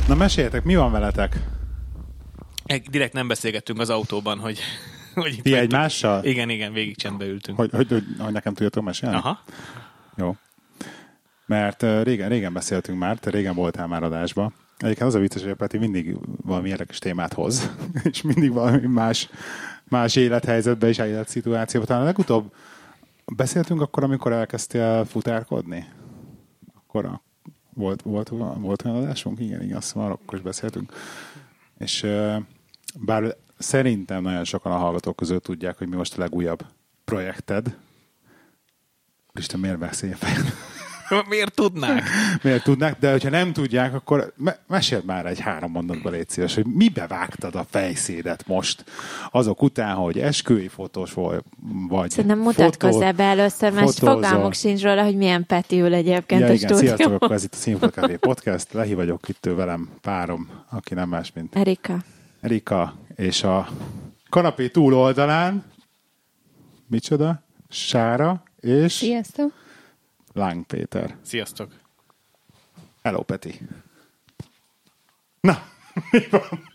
Na meséljetek, mi van veletek? Direkt nem beszélgettünk az autóban, hogy Ti egymással? Igen, végig csendbe ültünk. Hogy nekem tudjatok mesélni? Aha. Jó. Mert régen beszéltünk már, te régen voltál már adásban. Egyébként az a vicces, hogy a Peti mindig valami érdekes témát hoz, és mindig valami más élethelyzetbe és életszituációba. Talán legutóbb beszéltünk akkor, amikor elkezdtél futárkodni? Akkor volt olyan adásunk? Igen, azt mondom, akkor is beszéltünk. És bár szerintem nagyon sokan a hallgatók között tudják, hogy mi most a legújabb projekted. Isten, miért beszélj fel? Miért tudnák? Miért tudnák, de hogyha nem tudják, akkor meséld már egy 3 mondatba, légy szíves, hogy mibe vágtad a fejszédet most, azok után, hogy esküvői fotós vagy. Szerintem mutatkozzál be először, mert fogalmuk sincs róla, hogy milyen Peti ül egyébként a stúdióban. Sziasztok, akkor ez itt a Színfolt Café Podcast, Lehi vagyok, itt velem párom, aki nem más, mint Erika, és a kanapé túloldalán micsoda? Sára, és sziasztok. Láng Péter. Sziasztok. Hello, Peti. Na, mi van?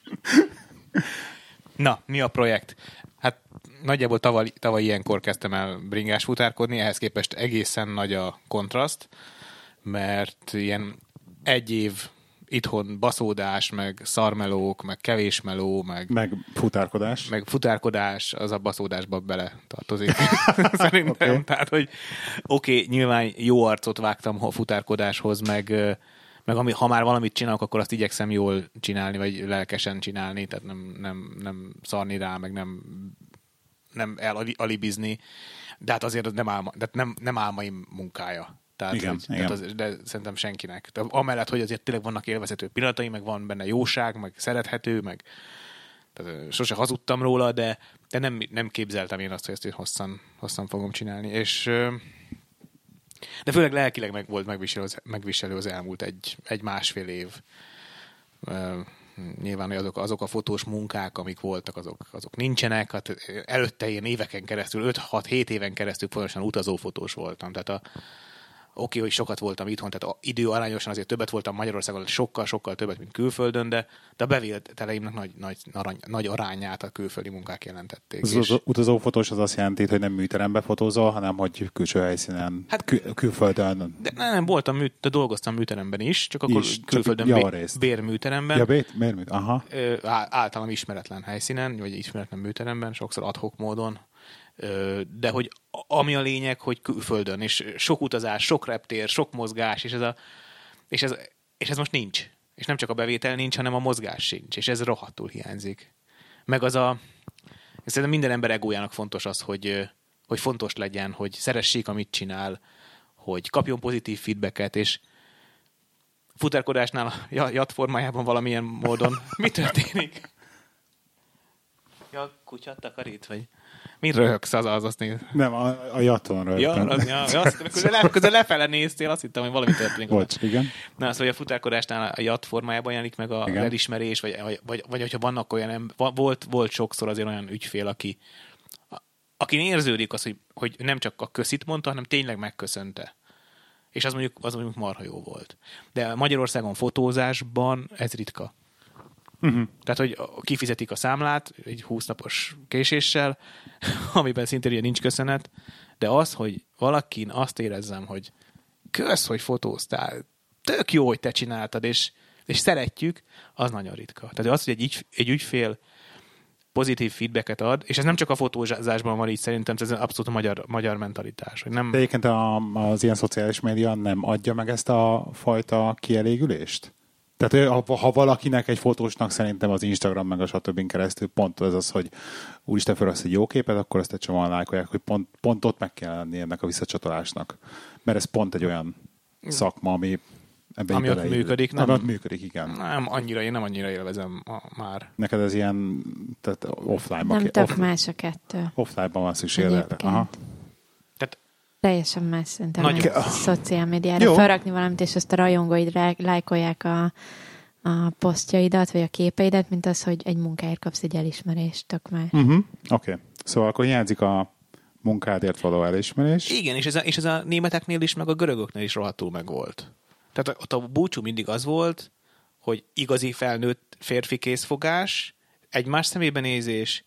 Na, mi a projekt? Hát nagyjából tavaly ilyenkor kezdtem el bringás futárkodni, ehhez képest egészen nagy a kontraszt, mert ilyen 1 év itthon baszódás, meg szarmelók, meg kevésmeló, meg futárkodás, az a baszódásba bele tartozik. Szerintem. Okay. Tehát, hogy nyilván jó arcot vágtam a futárkodáshoz, meg ha már valamit csinálok, akkor azt igyekszem jól csinálni, vagy lelkesen csinálni, tehát nem szarni rá, meg nem elalibizni, de hát azért nem álmaim munkája. Tehát, igen. De szerintem senkinek. De amellett, hogy azért tényleg vannak élvezhető pillanatai, meg van benne jóság, meg szerethető, meg tehát sose hazudtam róla, de nem képzeltem én azt, hogy ezt hosszan fogom csinálni. És, de főleg lelkileg meg volt megviselő az elmúlt egy másfél év. Nyilván, hogy azok a fotós munkák, amik voltak, azok nincsenek. Hát előtte én éveken keresztül, 5-6-7 éven keresztül pontosan utazófotós voltam. Tehát hogy sokat voltam itthon, tehát idő arányosan azért többet voltam Magyarországon, sokkal többet, mint külföldön, de a bevételeimnek nagy arányát a külföldi munkák jelentették. Az utazófotós az azt jelenti, hogy nem műterembe fotózol, hanem hogy külső helyszínen, külföldön. De nem, de dolgoztam műteremben is, csak akkor külföldön bérműteremben. Ja, bérműteremben, aha. Általam ismeretlen helyszínen, vagy ismeretlen műteremben, sokszor ad-hoc módon. De hogy ami a lényeg, hogy külföldön, és sok utazás, sok reptér, sok mozgás, és ez most nincs. És nem csak a bevétel nincs, hanem a mozgás sincs, és ez rohadtul hiányzik. Meg szerintem minden ember egójának fontos az, hogy fontos legyen, hogy szeressék, amit csinál, hogy kapjon pozitív feedbacket, és futárkodásnál a jat formájában valamilyen módon mi történik? Ja, kutya takarít, vagy... Mi röhögsz, azt néz? Nem, a jaton röhögtem. Közben lefele néztél, azt hittem, hogy valami történik. Bocs, igen. Na, szóval a futárkodásnál a jat formájában jelenik meg az elismerés, vagy hogyha vannak olyan, volt sokszor azért olyan ügyfél, akin érződik az, hogy nem csak a köszit mondta, hanem tényleg megköszönte. És az mondjuk marha jó volt. De Magyarországon fotózásban ez ritka. Uh-huh. Tehát, hogy kifizetik a számlát egy 20 napos késéssel, amiben szintén ugye nincs köszönet, de az, hogy valakin azt érezzem, hogy kösz, hogy fotóztál, tök jó, hogy te csináltad, és szeretjük, az nagyon ritka. Tehát az, hogy egy ügyfél pozitív feedbacket ad, és ez nem csak a fotózásban van így, szerintem ez abszolút magyar mentalitás. Hogy nem... De egyébként az ilyen szociális média nem adja meg ezt a fajta kielégülést? Tehát ha valakinek, egy fotósnak szerintem az Instagram meg a stb. Keresztül pont ez az, hogy úristen felraksz egy jó képet, akkor ezt egy csomóan lájkolják, hogy pont ott meg kell lenni ennek a visszacsatolásnak. Mert ez pont egy olyan szakma, ami ebben ott működik, nem? Ott működik, igen. Én nem annyira élvezem már. Neked ez ilyen, tehát offline-ban. Nem tök más a kettő. Offline-ban van szükség erre. Aha. Teljesen más szerintem a szociál médiára felrakni valamit, és azt a rajongóid lájkolják a posztjaidat, vagy a képeidet, mint az, hogy egy munkáért kapsz egy elismerést, tök más. Oké. Szóval akkor hiányzik a munkádért való elismerés. Igen, és ez a németeknél is, meg a görögöknél is rohadtul meg volt. Tehát ott a búcsú mindig az volt, hogy igazi felnőtt férfi készfogás, egymás szemébe nézés,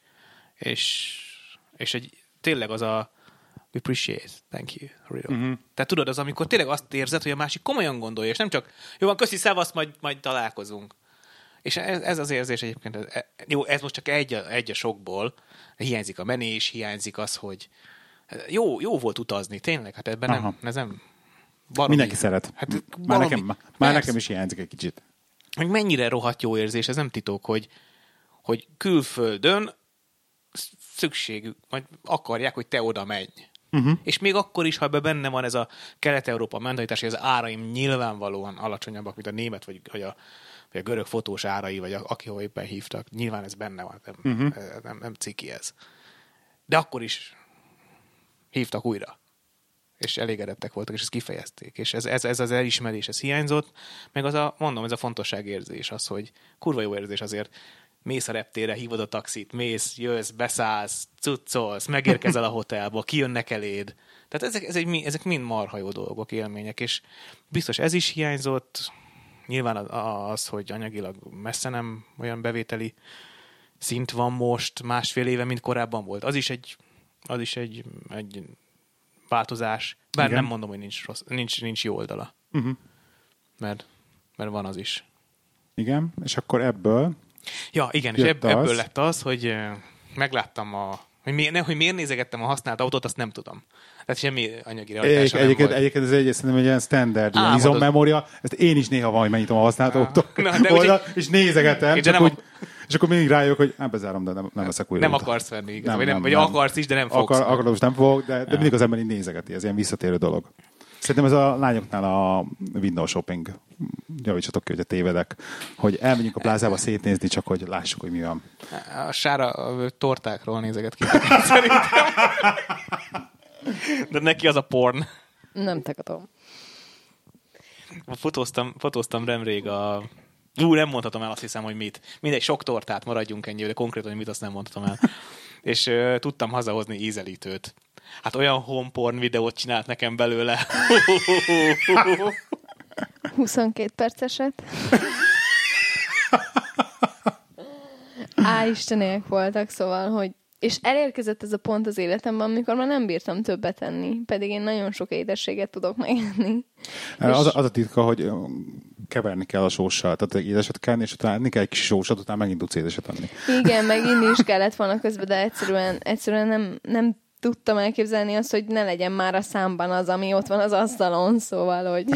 és egy tényleg az a appreciate, thank you, real. Tehát tudod, az amikor tényleg azt érzed, hogy a másik komolyan gondolja, és nem csak jó van, köszi, szevasz, majd találkozunk. És ez az érzés egyébként, jó, ez most csak egy a sokból, hiányzik a menés, hiányzik az, hogy jó volt utazni, tényleg, hát ebben nem baromi. Mindenki szeret. Hát már nekem is hiányzik egy kicsit. Meg mennyire rohadt jó érzés, ez nem titok, hogy külföldön szükségük, vagy akarják, hogy te oda menj. És még akkor is, ha ebben benne van ez a Kelet-Európa mentalitás, hogy az áraim nyilvánvalóan alacsonyabbak, mint a német, vagy a görög fotós árai, vagy aki hol éppen hívtak. Nyilván ez benne van, nem ciki ez. De akkor is hívtak újra. És elégedettek voltak, és ezt kifejezték. És ez az elismerés, ez hiányzott, meg ez a fontosságérzés, az, hogy kurva jó érzés azért, mész a reptérre, hívod a taxit, mész, jössz, beszállsz, cuccolsz, megérkezel a hotelba, kijönnek eléd. Tehát ezek mind marha jó dolgok, élmények, és biztos ez is hiányzott. Nyilván az, hogy anyagilag messze nem olyan bevételi szint van most, 1,5 éve, mint korábban volt. Az is egy változás. Bár igen. Nem mondom, hogy nincs jó oldala. Mert van az is. Igen, és akkor ebből... Ja, igen, és ebből lett az, hogy megláttam hogy miért nézegettem a használt autót, azt nem tudom. Tehát semmi anyagi realitása nem volt. Egyébként ez szerintem egy ilyen standard, ilyen izommemória. Ezt én is néha valahogy megnyitom a használt autók oldalt, és nézegetem, és akkor mindig rájövök, hogy bezárom, de nem veszek újra. Nem akarsz venni, igaz? Vagy akarsz is, de nem fogsz. Akarom, és nem fogok, de mindig az ember így nézegeti, ez ilyen visszatérő dolog. Szerintem ez a lányoknál a window shopping, javítsatok ki, hogy a tévedek, hogy elmegyünk a plázába szétnézni, csak hogy lássuk, hogy mi van. A Sára tortákról nézeget ki, szerintem. De neki az a porn. Nem tagadom. Fotóztam nemrég nem mondhatom el, azt hiszem, hogy mit. Mindegy, sok tortát, maradjunk ennyi, de konkrétan, hogy mit, azt nem mondhatom el. És tudtam hazahozni ízelítőt. Hát olyan home porn videót csinált nekem belőle. 22 perceset. Istenék voltak, szóval, hogy... És elérkezett ez a pont az életemben, amikor már nem bírtam többet enni, pedig én nagyon sok édességet tudok megenni. Az a titka, hogy keverni kell a sóssal, tehát édeset kell enni, és utána enni kell egy kis sósat, utána megint tudsz édeset enni. Igen, meg inni is kellett volna közben, de egyszerűen nem tudtam elképzelni azt, hogy ne legyen már a számban az, ami ott van az asztalon, szóval, hogy...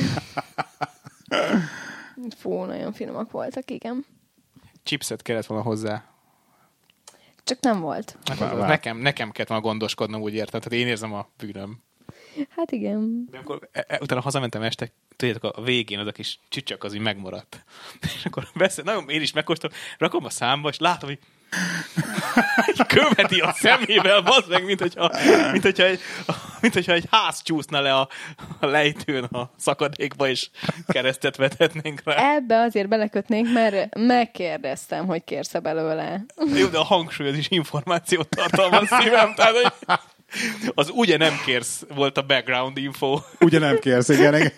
Fú, nagyon finomak voltak, igen. Chipset kellett volna hozzá. Csak nem volt. Nekem kellett volna gondoskodnom, úgy értem. Tehát én érzem a bűnöm. Hát igen. De akkor utána hazamentem este, tudjátok, a végén az a kis csücsök az így megmaradt. És akkor nagyon én is megkóstolom, rakom a számba, és látom, hogy követi a szemével, bazd meg, mint hogyha egy ház csúszna le a lejtőn a szakadékba, és keresztet vethetnénk rá. Ebbe azért belekötnénk, mert megkérdeztem, hogy kérsz-e belőle. Jó, de a hangsúly az is információt tartalmaz szívem, tehát az ugye nem kérsz volt a background info. Ugye nem kérsz, igen.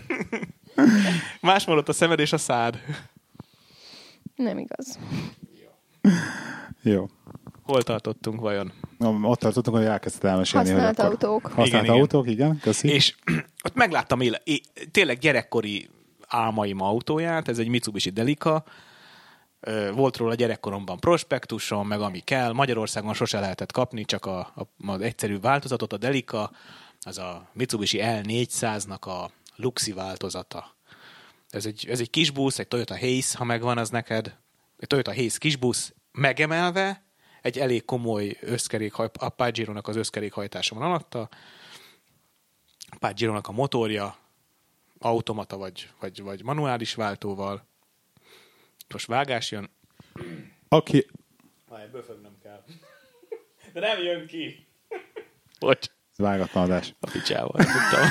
Más maradt a szemed és a szád. Nem igaz. Jó. Hol tartottunk vajon? Ott tartottunk, hogy elkezdett elmesélni. Használt autók. Használt autók, igen. Köszi. És ott megláttam tényleg gyerekkori álmaim autóját, ez egy Mitsubishi Delica, volt róla gyerekkoromban prospektuson, meg ami kell. Magyarországon sose lehetett kapni, csak az egyszerű változatot, a Delica, az a Mitsubishi L400-nak a luxi változata. Ez egy kis busz, egy Toyota Haze, ha megvan az neked. Egy Toyota Haze kis busz, megemelve, egy elég komoly a Pajero-nak az összkerékhajtása van alatta, a Pajero-nak a motorja, automata vagy manuális váltóval. Most vágás jön. Aki... Ebből fögnöm kell. De nem jön ki. Bocs. Vágatlan adás. A picsával, tudtam.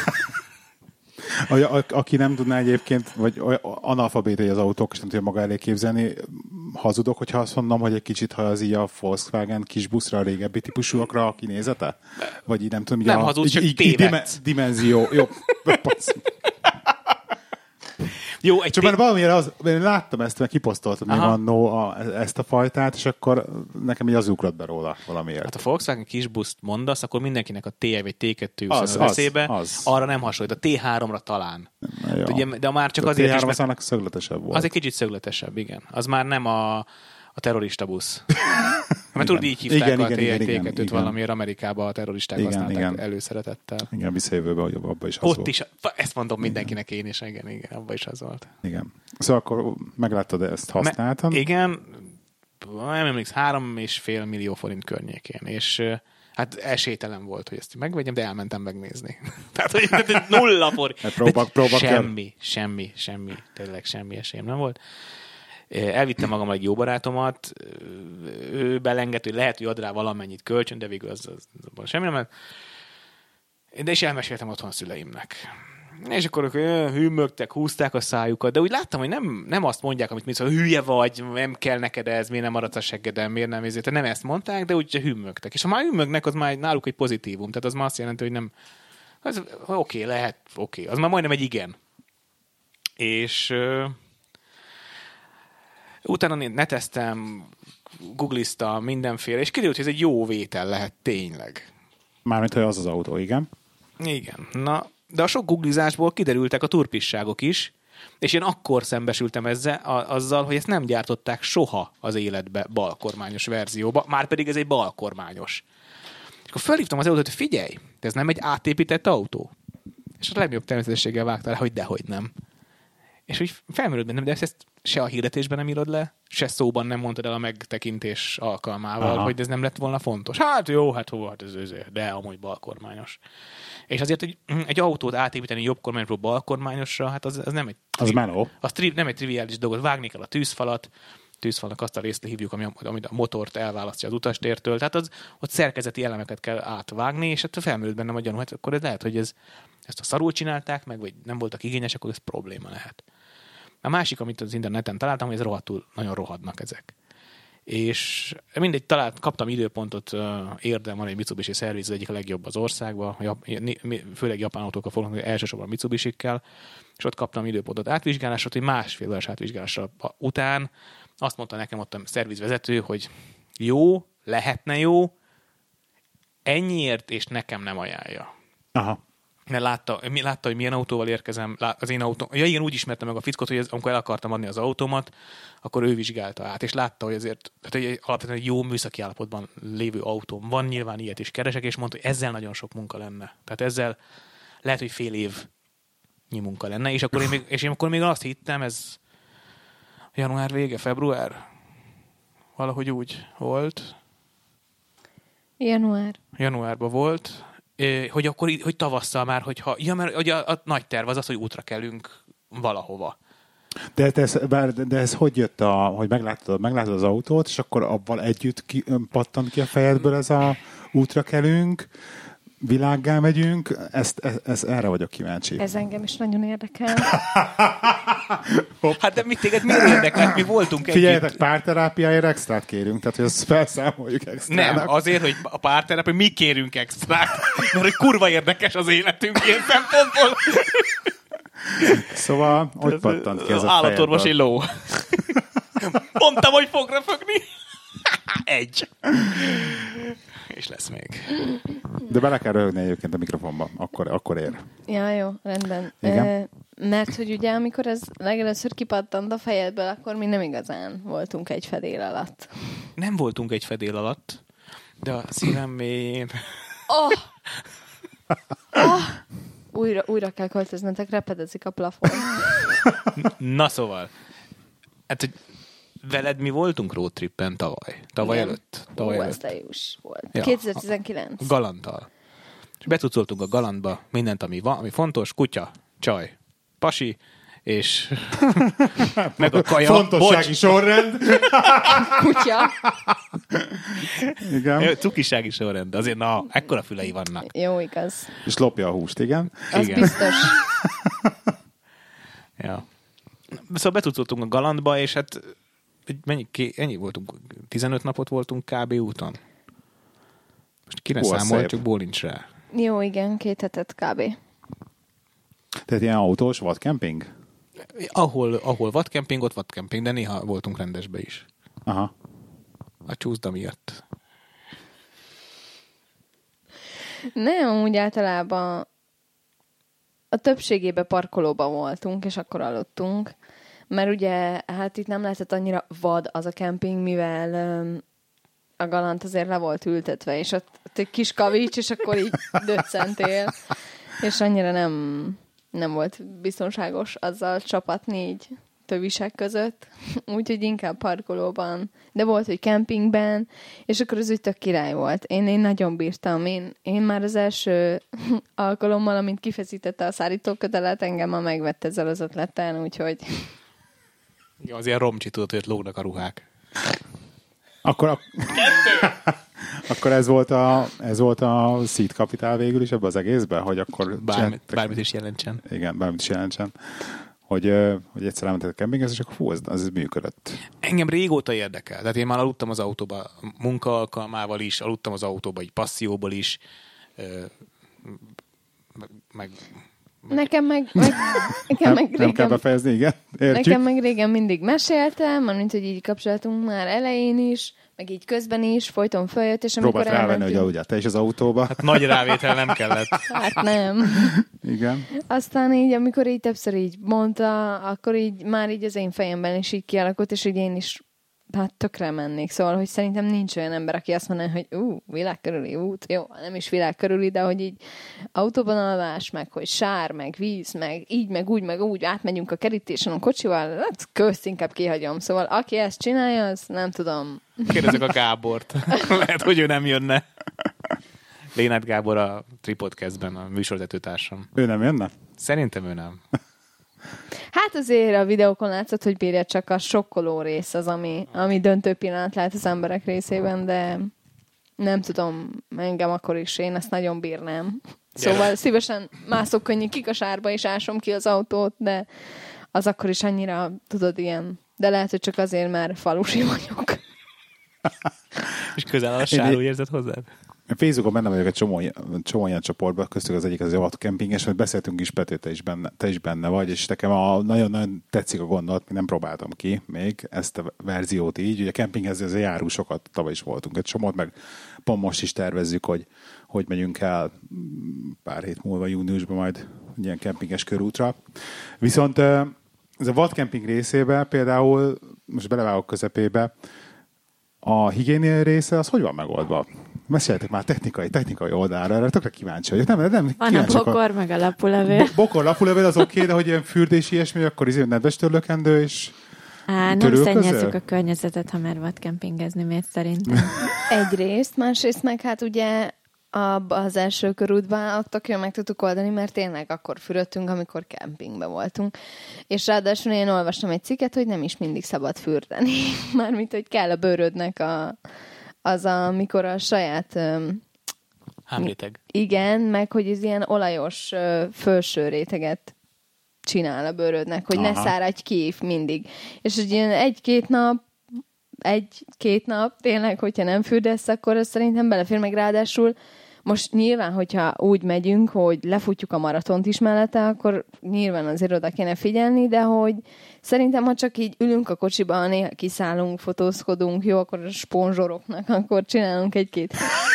Aki nem tudná egyébként, vagy analfabétai az autók, és nem tudja maga elé képzelni, hazudok, hogyha azt mondom, hogy egy kicsit hajazí a Volkswagen kisbuszra, a régebbi típusúakra a kinézete? Vagy így nem tudom, nem hazud, csak tévedsz. Dimenzió. Jó. Jó, csak mert valamiért én láttam ezt, mert kiposztoltam még annó ezt a fajtát, és akkor nekem így az ugrott be róla valamiért. Hát a Volkswagen kisbuszt mondasz, akkor mindenkinek a T1 vagy T2 az eszébe, arra nem hasonlít. A T3-ra talán. Ugye, de már csak azért is, mert annak szögletesebb volt. Az egy kicsit szögletesebb, igen. Az már nem a terrorista busz. Mert tudod, így hívták a T1-T2-t valamiért Amerikában a terroristák használták előszeretettel. Igen, visszajövőben, hogy abban is az ott volt. Is, ezt mondom mindenkinek én is, igen, abban is az volt. Igen. Szóval akkor megláttad, ezt használtam? Igen, nem emlékszem, 3,5 millió forint környékén, és hát esélytelen volt, hogy ezt megvegyem, de elmentem megnézni. Tehát, hogy nulla forint. Semmi, tényleg semmi esélyem nem volt. Elvittem magammal egy jó barátomat, ő belengett, hogy lehet, hogy ad rá valamennyit kölcsön, de végül az semmi nem lett. De is elmeséltem otthon a szüleimnek. És akkor ők hűmögtek, húzták a szájukat, de úgy láttam, hogy nem azt mondják, amit szóval hülye vagy, nem kell neked ez, miért nem maradsz a seggeden, miért nem ezért. Nem ezt mondták, de úgy hűmögtek. És ha már hűmögnek, az már náluk egy pozitívum. Tehát az már azt jelenti, hogy nem... Oké, lehet, az már majdnem egy igen. És... utána neteztem, googliztam mindenféle, és kiderült, hogy ez egy jó vétel lehet tényleg. Mármint, hogy az autó, igen? Igen. Na, de a sok googlizásból kiderültek a turpisságok is, és én akkor szembesültem azzal, hogy ezt nem gyártották soha az életbe balkormányos verzióba, márpedig ez egy balkormányos. És akkor felhívtam az autót, hogy figyelj, de ez nem egy átépített autó. És a legjobb természetességgel vágta rá, hogy dehogy nem. És úgy felmerült bennem, de ezt se a hirdetésben nem írod le, se szóban nem mondtad el a megtekintés alkalmával, hogy ez nem lett volna fontos. Hát jó, ez de amúgy balkormányos. És azért egy autót átépíteni jobb kormányosról balkormányosra, hát az nem egy... Az meló. Nem egy triviális dolgot. Vágni kell a tűzfalnak azt a részt hívjuk, ami a motort elválasztja az utastértől. Tehát ott szerkezeti elemeket kell átvágni, és hát felmerült bennem a gyanú, hát akkor ez lehet, hogy ezt a szarul csinálták meg, vagy nem voltak igényesek, akkor ez probléma lehet. A másik, amit az interneten találtam, hogy ez rohadtul nagyon rohadnak ezek. És mindegy, kaptam időpontot, érdem van egy Mitsubishi szerviz, egyik a legjobb az országban, főleg japán autókkal foglalkoznak, elsősorban Mitsubishi-kkel, és ott kaptam időpontot átvizsgálásra, hogy másfél órás átvizsgálásra után azt mondta nekem ott a szervizvezető, hogy jó, lehetne jó, ennyiért, és nekem nem ajánlja. Aha. Mert látta, hogy milyen autóval érkezem, az én autóm. Ja igen, úgy ismerte meg a fickót, hogy amikor el akartam adni az autómat, akkor ő vizsgálta át, és látta, hogy azért alapvetően egy jó műszaki állapotban lévő autóm van, nyilván ilyet is keresek, és mondta, hogy ezzel nagyon sok munka lenne. Tehát ezzel lehet, hogy fél évnyi munka lenne, és akkor még azt hittem, ez január vége, február, valahogy úgy volt. Januárban volt, hogy akkor hogy tavasszal már, mert ugye a nagy terv az, hogy útra kelünk valahova. De ez hogy jött, hogy meglátod az autót, és akkor abban együtt pattant ki a fejedből ez a útra kelünk, világgá megyünk, ez erre vagyok kíváncsi. Ez engem is nagyon érdekel. Hát de téged miért érdekel? Mi voltunk együtt. Figyeljetek, párterápiáért extrát kérünk, tehát hogy ezt felszámoljuk extrának. Nem, azért, hogy a párterápia, mi kérünk extrát, mert hogy kurva érdekes az életünk ilyen szempontból. Szóval, hogy pattant ki ez a állatorvosi ló. Mondtam, hogy fog röfögni. Egy. És lesz még. De bele kell röhögni egyébként a mikrofonba, akkor ér. Ja, jó, rendben. Mert hogy ugye, amikor ez legelőször kipattant a fejedből, akkor mi nem igazán voltunk egy fedél alatt. Nem voltunk egy fedél alatt, de a szívem mélyén... Újra kell költöznetek, repedezik a plafon. Na szóval, hát, hogy veled mi voltunk roadtrippen tavaly előtt. Ez teljús volt. Ja. 2019. Galanttal. És becucoltunk a Galantba mindent, ami van, ami fontos, kutya, csaj, pasi, és meg a kaja. Fontossági sorrend. Kutya. Igen. Cukisági sorrend, azért ekkora fülei vannak. Jó, igaz. És lopja a húst, igen. Az igen. Biztos. Ja. Szóval becucoltunk a Galantba, és hát ennyi voltunk, 15 napot voltunk kb. Úton. Most kire számol, csak bólincs rá. Jó, igen, 2 hetet kb. Tehát ilyen autós vadkemping? Ahol vadkemping, ott vadkemping, de néha voltunk rendesbe is. Aha. A csúszda miatt. Nem, úgy általában a többségében parkolóban voltunk, és akkor aludtunk. Mert ugye, hát itt nem lehetett annyira vad az a kemping, mivel a galant azért le volt ültetve, és ott egy kis kavics, és akkor így döccentél. És annyira nem volt biztonságos azzal csapatni így tövisek között. Úgyhogy inkább parkolóban. De volt, hogy kempingben, és akkor az úgy tök király volt. Én nagyon bírtam. Én már az első alkalommal, amint kifeszítette a szárítókötelet, engem már megvett ezzel az ötleten, úgyhogy... Ja, az ilyen romcsi, tudod, hogy lógnak a ruhák. Akkor ez volt a seed kapitál végül is ebben az egészben, hogy akkor... Bármit is jelentsen. Igen, bármit is jelentsen. Hogy egyszer elmentek a kempinghez, és akkor fú, ez működött. Engem régóta érdekel. Tehát én már aludtam az autóba munkaalkalmával is, aludtam az autóba egy passzióból is, Nekem meg nem kell befejezni, igen. Értjük. Nekem meg régen mindig meséltem, mint hogy így kapcsolatunk már elején is, meg így közben is, folyton följött, és amikor próbált rávenni, hogy aludjál te is az autóba. Hát nagy rávétel nem kellett. Hát nem. Igen. Aztán így, amikor így többször így mondta, akkor így már így az én fejemben is így kialakult, és így én is hát tökre mennék. Szóval, hogy szerintem nincs olyan ember, aki azt mondaná, hogy világ körüli út. Jó, nem is világ körüli, de hogy így autóban alvás, meg hogy sár, meg víz, meg így, meg úgy, átmegyünk a kerítésen a kocsival, hát közt inkább kihagyom. Szóval aki ezt csinálja, az nem tudom. Kérdezzük a Gábort. Lehet, hogy ő nem jönne. Lénárd Gábor a Tripodcastben, a műsorvezetőtársam. Ő nem jönne? Szerintem ő nem. Hát azért a videókon látszott, hogy bírja, csak a sokkoló rész az, ami döntő pillanat lehet az emberek részében, de nem tudom, engem akkor is, én ezt nagyon bírnám. Szóval szívesen mászok könnyű a sárba, és ásom ki az autót, de az akkor is annyira, tudod, ilyen. De lehet, hogy csak azért, mert falusi vagyok. És közel a sár, úgy érzed hozzád? Facebookon benne vagyok egy csomó ilyen csoportban, köztük az egyik az a vadkempinges, mert beszéltünk is, Pető, te is benne vagy, és nekem nagyon-nagyon tetszik a gondolat, még nem próbáltam ki még ezt a verziót így. Ugye a kempinghez azért járunk sokat, tavaly is voltunk egy csomót, meg pont most is tervezzük, hogy megyünk el pár hét múlva júniusban majd ilyen kempinges körútra. Viszont ez a vadkemping részében például, most belevágok közepébe, a higiénia része az hogy van megoldva? Meséljetek már technikai oldalra, erre tökre kíváncsi vagyok. Nem van a bokor, meg a lapulevél. Bokor, lapulevél az oké, de hogy ilyen fürdés ilyesmi, akkor nedves törlőkendő és nem szennyezzük a környezetet, ha már vadkempingezni mész szerintem. Egyrészt, másrészt meg hát ugye az első körútban ott jól meg tudtuk oldani, mert tényleg akkor fürödtünk, amikor kempingben voltunk. És ráadásul én olvastam egy cikket, hogy nem is mindig szabad fürdeni. Mármint, hogy kell a bőrödnek amikor a saját... Hámréteg. Igen, meg hogy ez ilyen olajos felső réteget csinál a bőrödnek, hogy ne száradj ki mindig. És hogy ilyen egy-két nap tényleg, hogyha nem fürdesz, akkor ez szerintem belefér, meg ráadásul most nyilván, hogyha úgy megyünk, hogy lefutjuk a maratont is mellette, akkor nyilván azért oda kéne figyelni, de hogy szerintem, ha csak így ülünk a kocsiba, néha kiszállunk, fotózkodunk, jó, akkor a sponzsoroknak, akkor csinálunk egy-két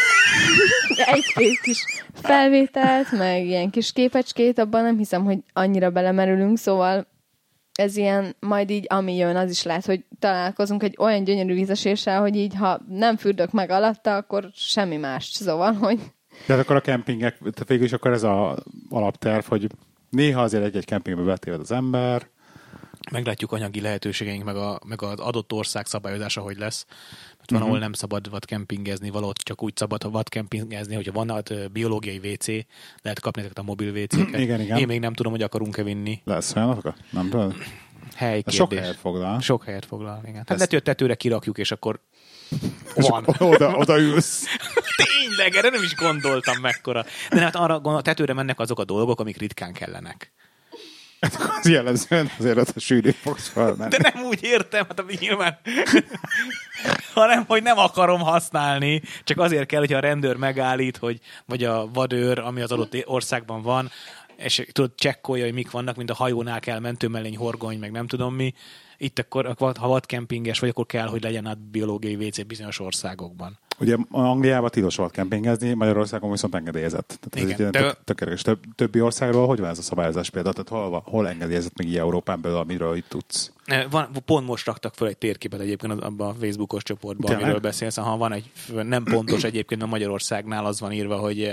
kis felvételt, meg ilyen kis képecskét, abban nem hiszem, hogy annyira belemerülünk, szóval ez ilyen, majd így ami jön, az is lehet, hogy találkozunk egy olyan gyönyörű vízeséssel, hogy így, ha nem fürdök meg alatta, akkor semmi más. Szóval, hogy... De akkor a kempingek, végül is akkor ez az alapterv, hogy néha azért egy-egy kempingbe betéved az ember. Meglátjuk anyagi lehetőségeink, meg az adott ország szabályozása, hogy lesz. Mert van, ahol nem szabad vadkempingezni, valahol csak úgy szabad vadkempingezni, hogyha van biológiai WC, lehet kapni ezeket a mobil WC-ket. Igen. Én még nem tudom, hogy akarunk-e vinni. Lesz olyan, nem tudom. Helykérdés. Sok helyet foglal. Sok helyet foglal, igen. Hát lehet, hogy a tetőre kirakjuk, és akkor van. Oda ülsz. Tényleg, erre nem is gondoltam mekkora. De hát arra a tetőre mennek azok a dolgok, amik ritkán kellenek. Az jellemzően azért ott a sűrű fogsz felmenni. De nem úgy értem, hát nyilván, hanem, hogy nem akarom használni, csak azért kell, hogyha a rendőr megállít, vagy a vadőr, ami az adott országban van, és tudod, csekkolja, hogy mik vannak, mint a hajónál kell mentőmellény, horgony, meg nem tudom mi. Itt akkor, ha vadkempinges vagy, akkor kell, hogy legyen át biológiai WC bizonyos országokban. Ugye Angliában tilos volt kempingezni, Magyarországon viszont engedélyezett. Tehát ez tökéletes. Többi országról hogy van ez a szabályozás például? Tehát hol engedélyezett még így Európán belül, amiről itt tudsz? Pont most raktak fel egy térképet egyébként abban a Facebookos csoportban, amiről beszélsz. Ha van egy, nem pontos egyébként a Magyarországnál, az van írva, hogy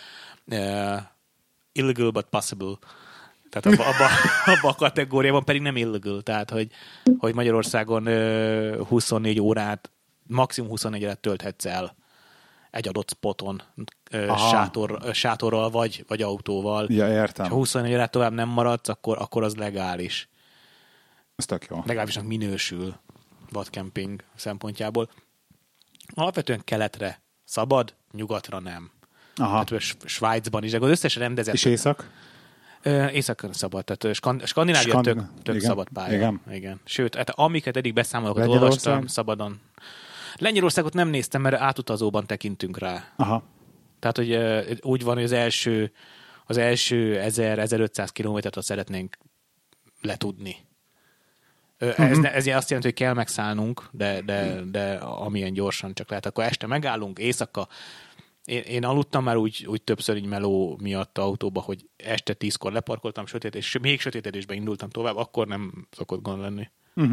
illegal but possible. Tehát abba a kategóriában pedig nem illegal. Tehát, hogy Magyarországon 24 órát, maximum 24 órát tölthetsz el egy adott spoton sátorral vagy autóval. Ja, értem. Ha 24 órát tovább nem maradsz, akkor az legális. Ez tök jó. Legalábbisnak minősül vadkemping szempontjából. Alapvetően keletre szabad, nyugatra nem. Aha. Tehát Svájcban is, de az összes rendezett... És észak? Északon szabad, tehát Skandinávia tök szabad pálya. Igen. Sőt, hát amiket eddig beszámolókat olvastam, szabadon. Lengyelországot nem néztem, mert átutazóban tekintünk rá. Aha. Tehát, hogy úgy van, hogy az első 1000-1500 kilométert azt szeretnénk letudni. Ez azt jelenti, hogy kell megszállnunk, de amilyen gyorsan csak lehet. Akkor este megállunk, éjszaka. Én aludtam már úgy többször így meló miatt autóba, hogy este 10-kor leparkoltam, sötét, és még sötétedésbe indultam tovább, akkor nem szokott gond lenni.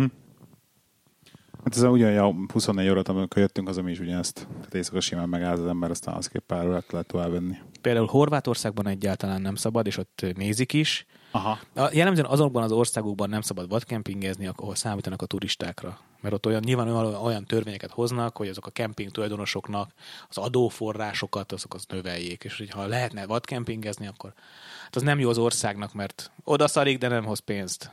Hát ez ugyan 24 órát, amikor jöttünk, az ami is ugyanezt. Tehát éjszaka simán megáll az ember, aztán az két pár órát lehet tovább venni. Például Horvátországban egyáltalán nem szabad, és ott nézik is. Aha. Jellemzően azokban az országokban nem szabad vadkempingezni, ahol számítanak a turistákra. Mert ott nyilván olyan törvényeket hoznak, hogy azok a kemping tulajdonosoknak az adóforrásokat az növeljék. És hogyha lehetne vadkempingezni, akkor hát az nem jó az országnak, mert oda szarik, de nem hoz pénzt.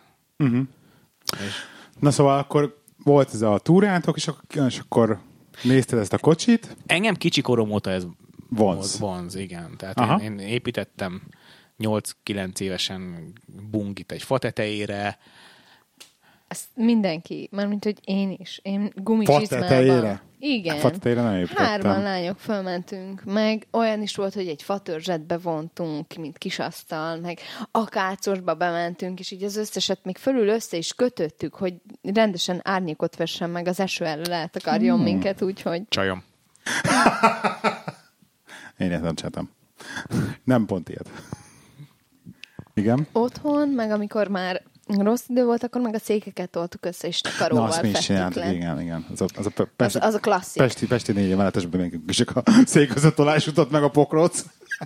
Na szóval akkor volt ez a túrátok, és akkor nézted ezt a kocsit? Engem kicsi korom óta ez vonz, igen. Tehát én építettem 8-9 évesen bungit egy fa tetejére. Ezt mindenki, mármint, hogy én is. Én gumicsizmában. Igen. Fa tetejére nem építettem. 3 lányok fölmentünk, meg olyan is volt, hogy egy fatörzset bevontunk, mint kisasztal, meg akácosba bementünk, és így az összeset még fölül össze is kötöttük, hogy rendesen árnyékot vessen meg, az eső elől eltakarjon minket, úgyhogy... Csajom. Én ezt nem csináltam. Nem pont ilyet. Igen? Otthon, meg amikor már rossz idő volt, akkor meg a székeket toltuk össze, és takaróval fettük le. Igen. Az a klasszik. Pesti 4 emeletesben még a szék között tolás utott meg a pokroc.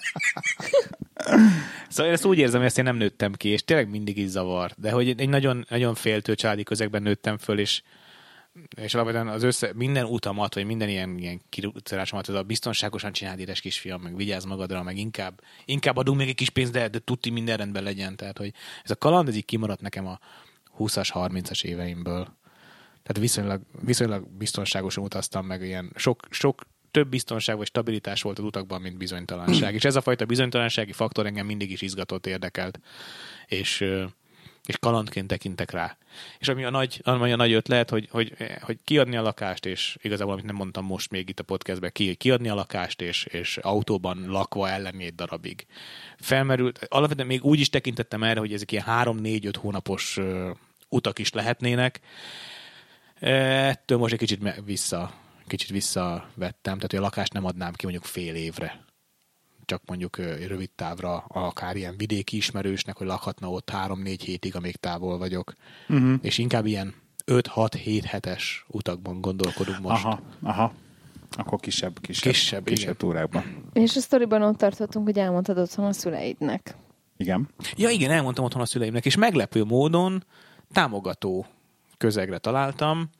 Szóval én ezt úgy érzem, hogy ezt én nem nőttem ki, és tényleg mindig is zavar. De hogy egy nagyon, nagyon féltő családi közegben nőttem föl, és alapvetően minden utamat, vagy minden ilyen kiruccolásomat, ez a biztonságosan csináld, édes kisfiam, meg vigyázz magadra, meg inkább adunk még egy kis pénzt, de tuti minden rendben legyen. Tehát, hogy ez a kaland, ez így kimaradt nekem a 20-as, 30-as éveimből. Tehát viszonylag biztonságosan utaztam, meg ilyen sok több biztonság vagy stabilitás volt az utakban, mint bizonytalanság. És ez a fajta bizonytalansági faktor engem mindig is izgatott, érdekelt. És kalandként tekintek rá. És ami a nagy ötlet, hogy kiadni a lakást, és igazából, amit nem mondtam most még itt a podcastben, kiadni a lakást, és autóban lakva ellenni egy darabig. Felmerült, alapvetően még úgy is tekintettem erre, hogy ezek ilyen 3-4-5 hónapos utak is lehetnének. Ettől most egy kicsit visszavettem, tehát hogy a lakást nem adnám ki mondjuk fél évre. Csak mondjuk rövid távra, akár ilyen vidéki ismerősnek, hogy lakhatna ott 3-4 hétig, amíg távol vagyok. És inkább ilyen 5-6-7 hetes utakban gondolkodunk most. Aha. Akkor kisebb túrákban. És a sztoriban ott tartottunk, hogy elmondtad otthon a szüleidnek. Igen. Ja, igen, elmondtam otthon a szüleimnek, és meglepő módon támogató közegre találtam.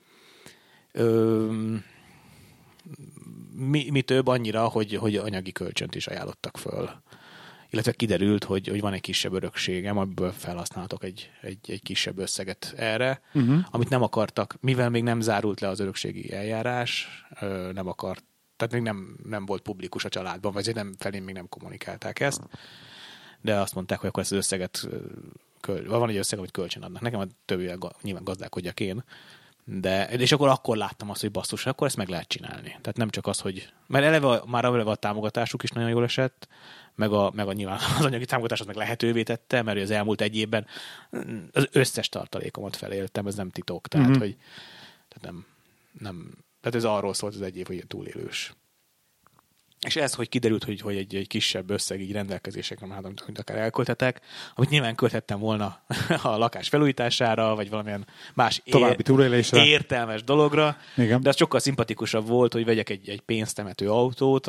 Mi több annyira, hogy anyagi kölcsönt is ajánlottak föl. Illetve kiderült, hogy van egy kisebb örökségem, amiből felhasználhatok egy kisebb összeget erre, amit nem akartak, mivel még nem zárult le az örökségi eljárás, nem akart, tehát még nem volt publikus a családban, vagy nem felén még nem kommunikálták ezt, de azt mondták, hogy akkor ezt az összeget, van egy összeg, amit kölcsön adnak. Nekem a többivel nyilván gazdálkodjak én, És akkor láttam azt, hogy basszus, akkor ezt meg lehet csinálni. Tehát nem csak az, hogy... Mert eleve a támogatásuk is nagyon jól esett, meg a nyilván az anyagi támogatás az meg lehetővé tette, mert az elmúlt egy évben az összes tartalékomat feléltem, ez nem titok. Tehát, hogy tehát ez arról szólt az egy év, hogy túlélős. És ez, hogy kiderült, hogy egy kisebb összeg így rendelkezésekre már amit akár elkölthetek, amit nyilván költhettem volna a lakás felújítására, vagy valamilyen más további túlélésre, értelmes dologra. Igen. De az sokkal szimpatikusabb volt, hogy vegyek egy pénztemető autót,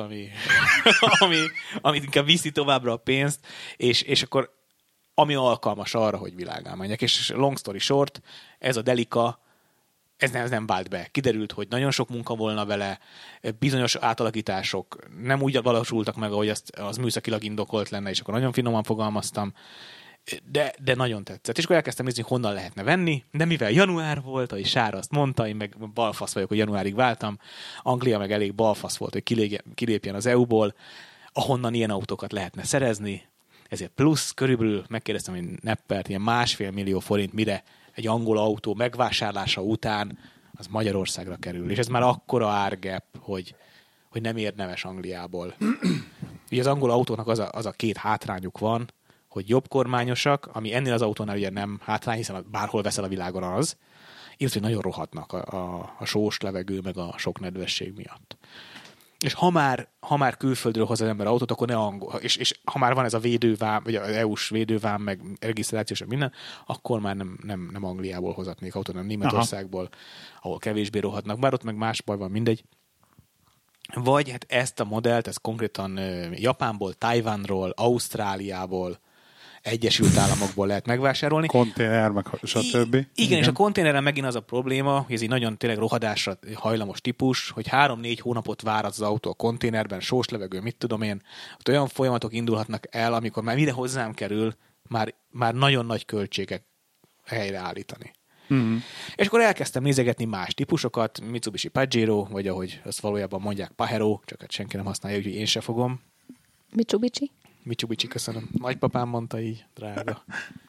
ami inkább viszi továbbra a pénzt, és akkor ami alkalmas arra, hogy világán menjek. És long story short, ez a Delica, ez nem vált be. Kiderült, hogy nagyon sok munka volna vele, bizonyos átalakítások nem úgy valósultak meg, ahogy az műszakilag indokolt lenne, és akkor nagyon finoman fogalmaztam, de nagyon tetszett. És akkor elkezdtem nézni, honnan lehetne venni, de mivel január volt, ahogy Sára azt mondta, én meg balfasz vagyok, hogy januárig váltam, Anglia meg elég balfasz volt, hogy kilépjen az EU-ból, ahonnan ilyen autókat lehetne szerezni, ezért plusz körülbelül megkérdeztem, hogy Neppert, ilyen 1,5 millió forint mire egy angol autó megvásárlása után az Magyarországra kerül. És ez már akkora árgap, hogy nem érdemes Angliából. Ugye az angol autónak az a két hátrányuk van, hogy jobb kormányosak, ami ennél az autónál ugye nem hátrány, hiszen bárhol veszel a világon az, illetve nagyon rohadnak a sós levegő, meg a sok nedvesség miatt. És ha már külföldről hoz az ember autót, akkor ne angol. És ha már van ez a védővám, vagy az EU-s védővám, meg regisztrációs, minden, akkor már nem Angliából hozatnék autót, hanem Németországból, ahol kevésbé rohadnak. Bár ott meg más baj van, mindegy. Vagy hát ezt a modellt, ez konkrétan Japánból, Tajvanról, Ausztráliából, Egyesült Államokból lehet megvásárolni. Konténer, meg stb. Igen, és a konténeren megint az a probléma, hogy ez egy nagyon tényleg rohadásra hajlamos típus, hogy 3-4 hónapot vár az autó a konténerben, sós levegő, mit tudom én, ott olyan folyamatok indulhatnak el, amikor már mire hozzám kerül, már nagyon nagy költségek helyreállítani. Mm-hmm. És akkor elkezdtem nézegetni más típusokat, Mitsubishi Pajero, vagy ahogy azt valójában mondják, Pajero, csak hát senki nem használja, úgyhogy én se fogom. Mitsubishi, köszönöm. Nagypapám mondta így, drága.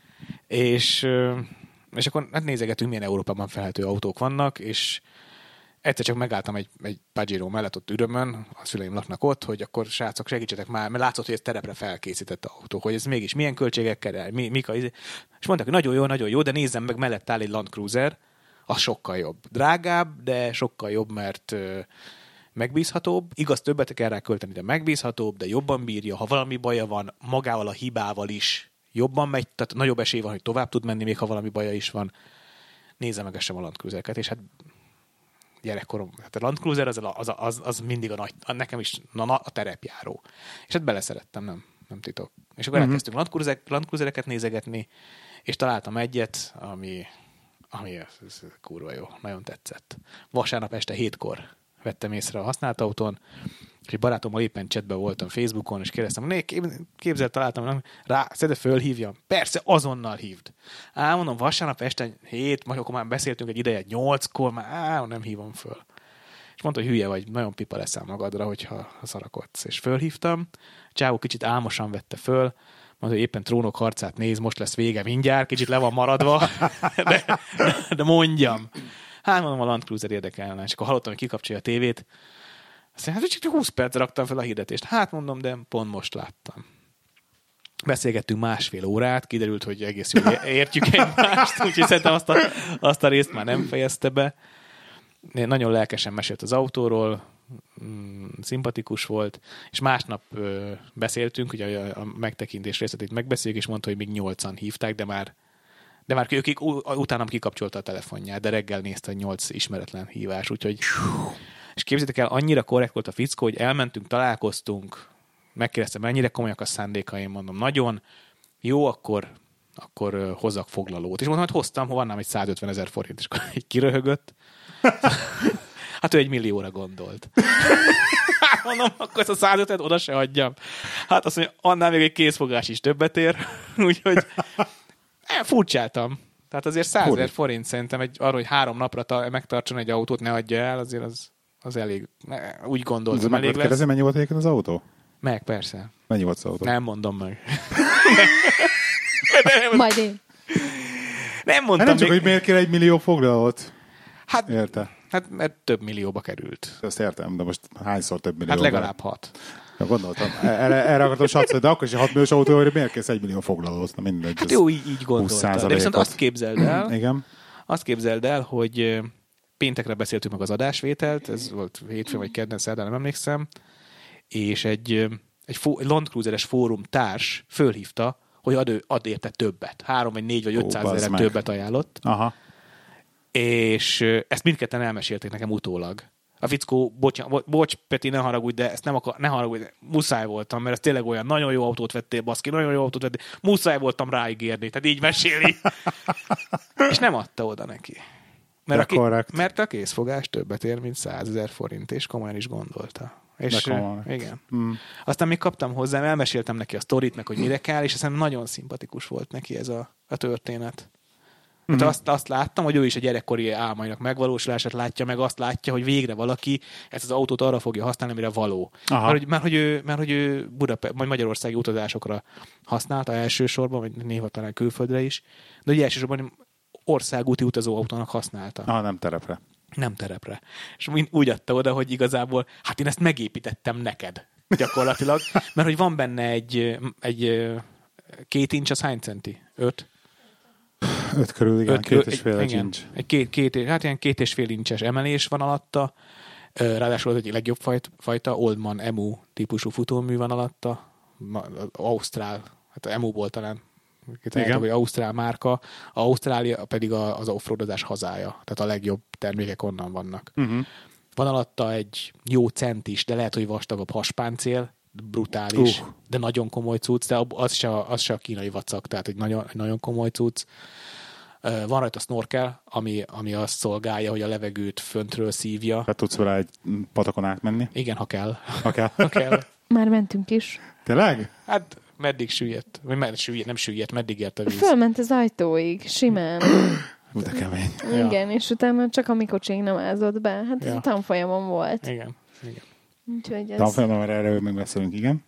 És akkor hát nézegetünk, milyen Európában felhető autók vannak, és egyszer csak megálltam egy Pajero mellett ott Ürömön, a szüleim laknak ott, hogy akkor srácok, segítsetek már, mert látszott, hogy ez terepre felkészített autó, hogy ez mégis milyen költségekkel, és mondták, hogy nagyon jó, de nézzem meg, mellett áll egy Land Cruiser, az sokkal jobb. Drágább, de sokkal jobb, mert megbízhatóbb. Igaz, többet kell rá költeni, de megbízhatóbb, de jobban bírja. Ha valami baja van, magával a hibával is jobban megy, tehát nagyobb esély van, hogy tovább tud menni, még ha valami baja is van. Nézze meg sem a Land Cruiser-eket, és hát gyerekkorom, hát a Land Cruiser az mindig a nagy, nekem is a terepjáró. És hát beleszerettem, nem titok. És akkor elkezdtünk Land Cruiser-eket nézegetni, és találtam egyet, ami ez kurva jó, nagyon tetszett. Vasárnap este 7-kor vettem észre a használt autón, és egy barátommal éppen chatben voltam Facebookon, és kérdeztem, képzeld, találtam rá, szede fölhívjam. Persze, azonnal hívd. Mondom, vasárnap este 7, majd akkor már beszéltünk egy ideje 8-kor, már nem hívom föl. És mondta, hogy hülye vagy, nagyon pipa leszel magadra, hogyha szarakodsz. És fölhívtam, Csávó kicsit álmosan vette föl, mondta, hogy éppen Trónok harcát néz, most lesz vége mindjárt, kicsit le van maradva, de mondjam. Hát mondom, a Land Cruiser érdekelne, és akkor hallottam, hogy kikapcsolja a tévét. Azt mondja, hát csak 20 percre raktam fel a hirdetést. Hát mondom, de pont most láttam. Beszélgettünk 1,5 órát, kiderült, hogy egész jól értjük egymást, úgyhogy szerintem azt a részt már nem fejezte be. Nagyon lelkesen mesélt az autóról, szimpatikus volt, és másnap beszéltünk, hogy a megtekintés részletét megbeszéljük, és mondta, hogy még 8-an hívták, de már ők utánam kikapcsolta a telefonját, de reggel nézte 8 ismeretlen hívás, úgyhogy... És képzeljétek el, annyira korrekt volt a fickó, hogy elmentünk, találkoztunk, megkérdeztem, mennyire komolyak a szándékaim, mondom, nagyon jó, akkor hozzak foglalót. És mondom, hogy hoztam, van nálam egy 150 000 forint, és akkor így kiröhögött. Hát ő 1 millióra gondolt. Mondom, akkor ezt a 150 oda se adjam. Hát azt mondja, annál még egy készfogás is többet ér, úgyhogy furcsáltam. Tehát azért 100 000 forint szerintem arra, hogy 3 napra megtartson egy autót, ne adja el, azért az elég, úgy gondoltam, elég lesz. Kérdezem, mennyi volt egyébként az autó? Meg, persze. Mennyi volt az autó? Nem mondom meg. Majd én. Nem mondtam nem csak, hogy miért kér 1 millió foglalót. Hát, érte. Hát mert több millióba került. Ezt értem, de most hányszor több millió? Hát legalább 6. Ja, gondoltam. Erre akartam satszolni, de akkor is 6 milliós autóra miért kész 1 millió foglalózni? Mindegy. Hát jó, így gondoltam. De viszont azt képzeld el, igen. Azt képzeld el, hogy péntekre beszéltük meg az adásvételt, ez volt hétfőn vagy kedden, szerdán, nem emlékszem, és egy Land Cruiseres fórum társ fölhívta, hogy ad érte többet. 3 vagy 4 vagy 500 ezeret többet ajánlott. Aha. És ezt mindketten elmesélték nekem utólag. A fickó, bocs, Peti, ne haragudj, de ezt ne haragudj, muszáj voltam, mert ez tényleg olyan, nagyon jó autót vettél, baszki, nagyon jó autót vettél, muszáj voltam ráígérni, tehát így meséli. És nem adta oda neki. Mert a készfogás többet ér, mint 100 000 forint, és komolyan is gondolta. És igen. Aztán még kaptam hozzá, elmeséltem neki a sztorit, meg hogy mire kell, és aztán nagyon szimpatikus volt neki ez a történet. Hát azt láttam, hogy ő is a gyerekkori álmainak megvalósulását látja, meg azt látja, hogy végre valaki ezt az autót arra fogja használni, amire való. Mert hogy ő vagy magyarországi utazásokra használta elsősorban, vagy néha talán külföldre is, de ugye elsősorban országúti utazóautónak használta. Nem terepre. És úgy adta oda, hogy igazából, hát én ezt megépítettem neked gyakorlatilag, mert hogy van benne egy 2 inch, az hány centi? 5? 5 körül, igen, 2,5 inch. Hát ilyen 2,5 inches emelés van alatta, ráadásul az egyik legjobb fajta, Oldman Emu típusú futómű van alatta, Ausztrál, hát Emuból talán, hogy Ausztrál márka, Ausztrália pedig az offroadozás hazája, tehát a legjobb termékek onnan vannak. Van alatta egy jó centis, de lehet, hogy vastagabb haspáncél, brutális, de nagyon komoly cucc, de az se a kínai vacak, tehát egy nagyon komoly cucc. Van rajta snorkel, ami azt szolgálja, hogy a levegőt föntről szívja. Tehát tudsz vele egy patakon átmenni? Igen, ha kell. Ha kell. Már mentünk is. Tényleg? Hát meddig süllyedt? Nem süllyedt, meddig ért a víz? Fölment az ajtóig, simán. De kemény. Igen, és utána csak a mi kocsink nem ázott be. Hát ez a tanfolyamon volt. Igen. Úgyhogy ez... Tanfolyamon, mert erről még beszélünk, igen.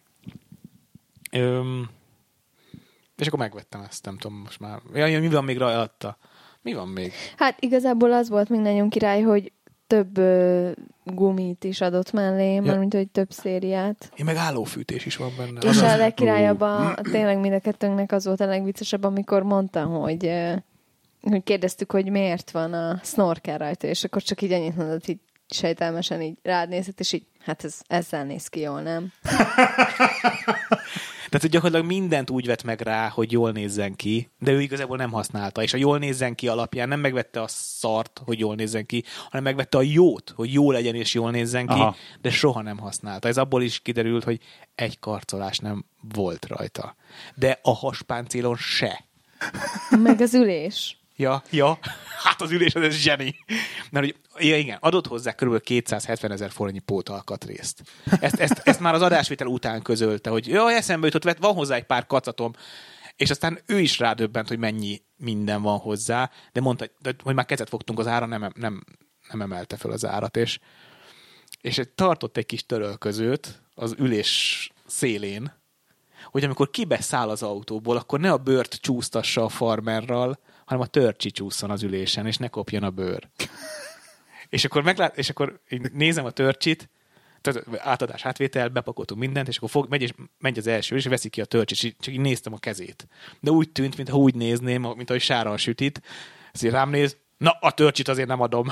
És akkor megvettem ezt, nem tudom most már. Mi van még rajta? Mi van még? Hát igazából az volt még nagyon király, hogy több gumit is adott mellé, mármint, hogy több szériát. Én meg állófűtés is van benne. És a legkirályabb, tényleg mind a kettőnknek az volt a legviccesebb, amikor mondta, hogy kérdeztük, hogy miért van a snorkel rajta, és akkor csak így annyit mondott, így sejtelmesen így rád nézett, és így, hát ezzel néz ki jól, nem? Tehát, hogy gyakorlatilag mindent úgy vett meg rá, hogy jól nézzen ki, de ő igazából nem használta. És a jól nézzen ki alapján nem megvette a szart, hogy jól nézzen ki, hanem megvette a jót, hogy jó legyen és jól nézzen ki, de soha nem használta. Ez abból is kiderült, hogy egy karcolás nem volt rajta. De a haspáncélon se. Meg az ülés. Ja. Hát az ülés, ez zseni. Mert hogy, igen, adott hozzá kb. 270 000 forintnyi pótalkatrészt. Ezt már az adásvétel után közölte, hogy eszembe jutott, van hozzá egy pár kacatom, és aztán ő is rádöbbent, hogy mennyi minden van hozzá, de mondta, hogy már kezet fogtunk az ára, nem emelte föl az árat, és tartott egy kis törölközőt az ülés szélén, hogy amikor kibeszáll az autóból, akkor ne a bőrt csúsztassa a farmerral, hanem a törcsi csúszson az ülésen, és ne kopjon a bőr. és akkor nézem a törcsit, tehát átadás, átvétel, bepakoltunk mindent, és akkor megy az első, és veszi ki a törcsit, és csak így néztem a kezét. De úgy tűnt, mintha úgy nézném, mint ahogy sára a sütit. Ezt így rám néz, na, a törcsit azért nem adom.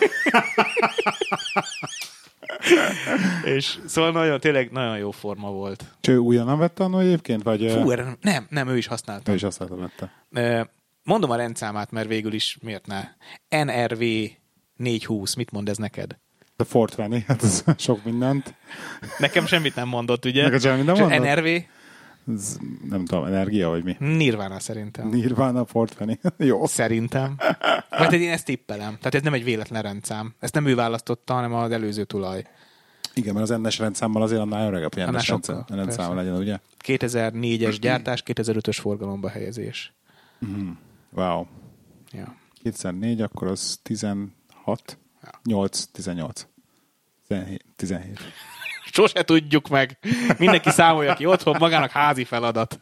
És szóval tényleg nagyon jó forma volt. És ő újonnan vette annól egyébként? Vagy... Fú, nem, ő is használta. Ő is használta, vette. Mondom a rendszámát, mert végül is miért ne? NRV 420, mit mond ez neked? A Ford Fanny, hát ez sok mindent. Nekem semmit nem mondott, ugye? Neked semmit nem mondott? NRV? Ez, nem tudom, energia, vagy mi? Nirvana szerintem. Nirvana, Ford Fanny. Jó. Szerintem. Vagy én ezt tippelem. Tehát ez nem egy véletlen rendszám. Ezt nem ő választotta, hanem az előző tulaj. Igen, mert az NS rendszámmal azért annál öregebb, hogy NS rendszámmal legyen, ugye? 2004-es gyártás, 2005-ös forgalomba helyezés. Mm. Wow. Ja. 2004, akkor az 16, 18. Sose tudjuk meg. Mindenki számolja ki otthon, magának házi feladat.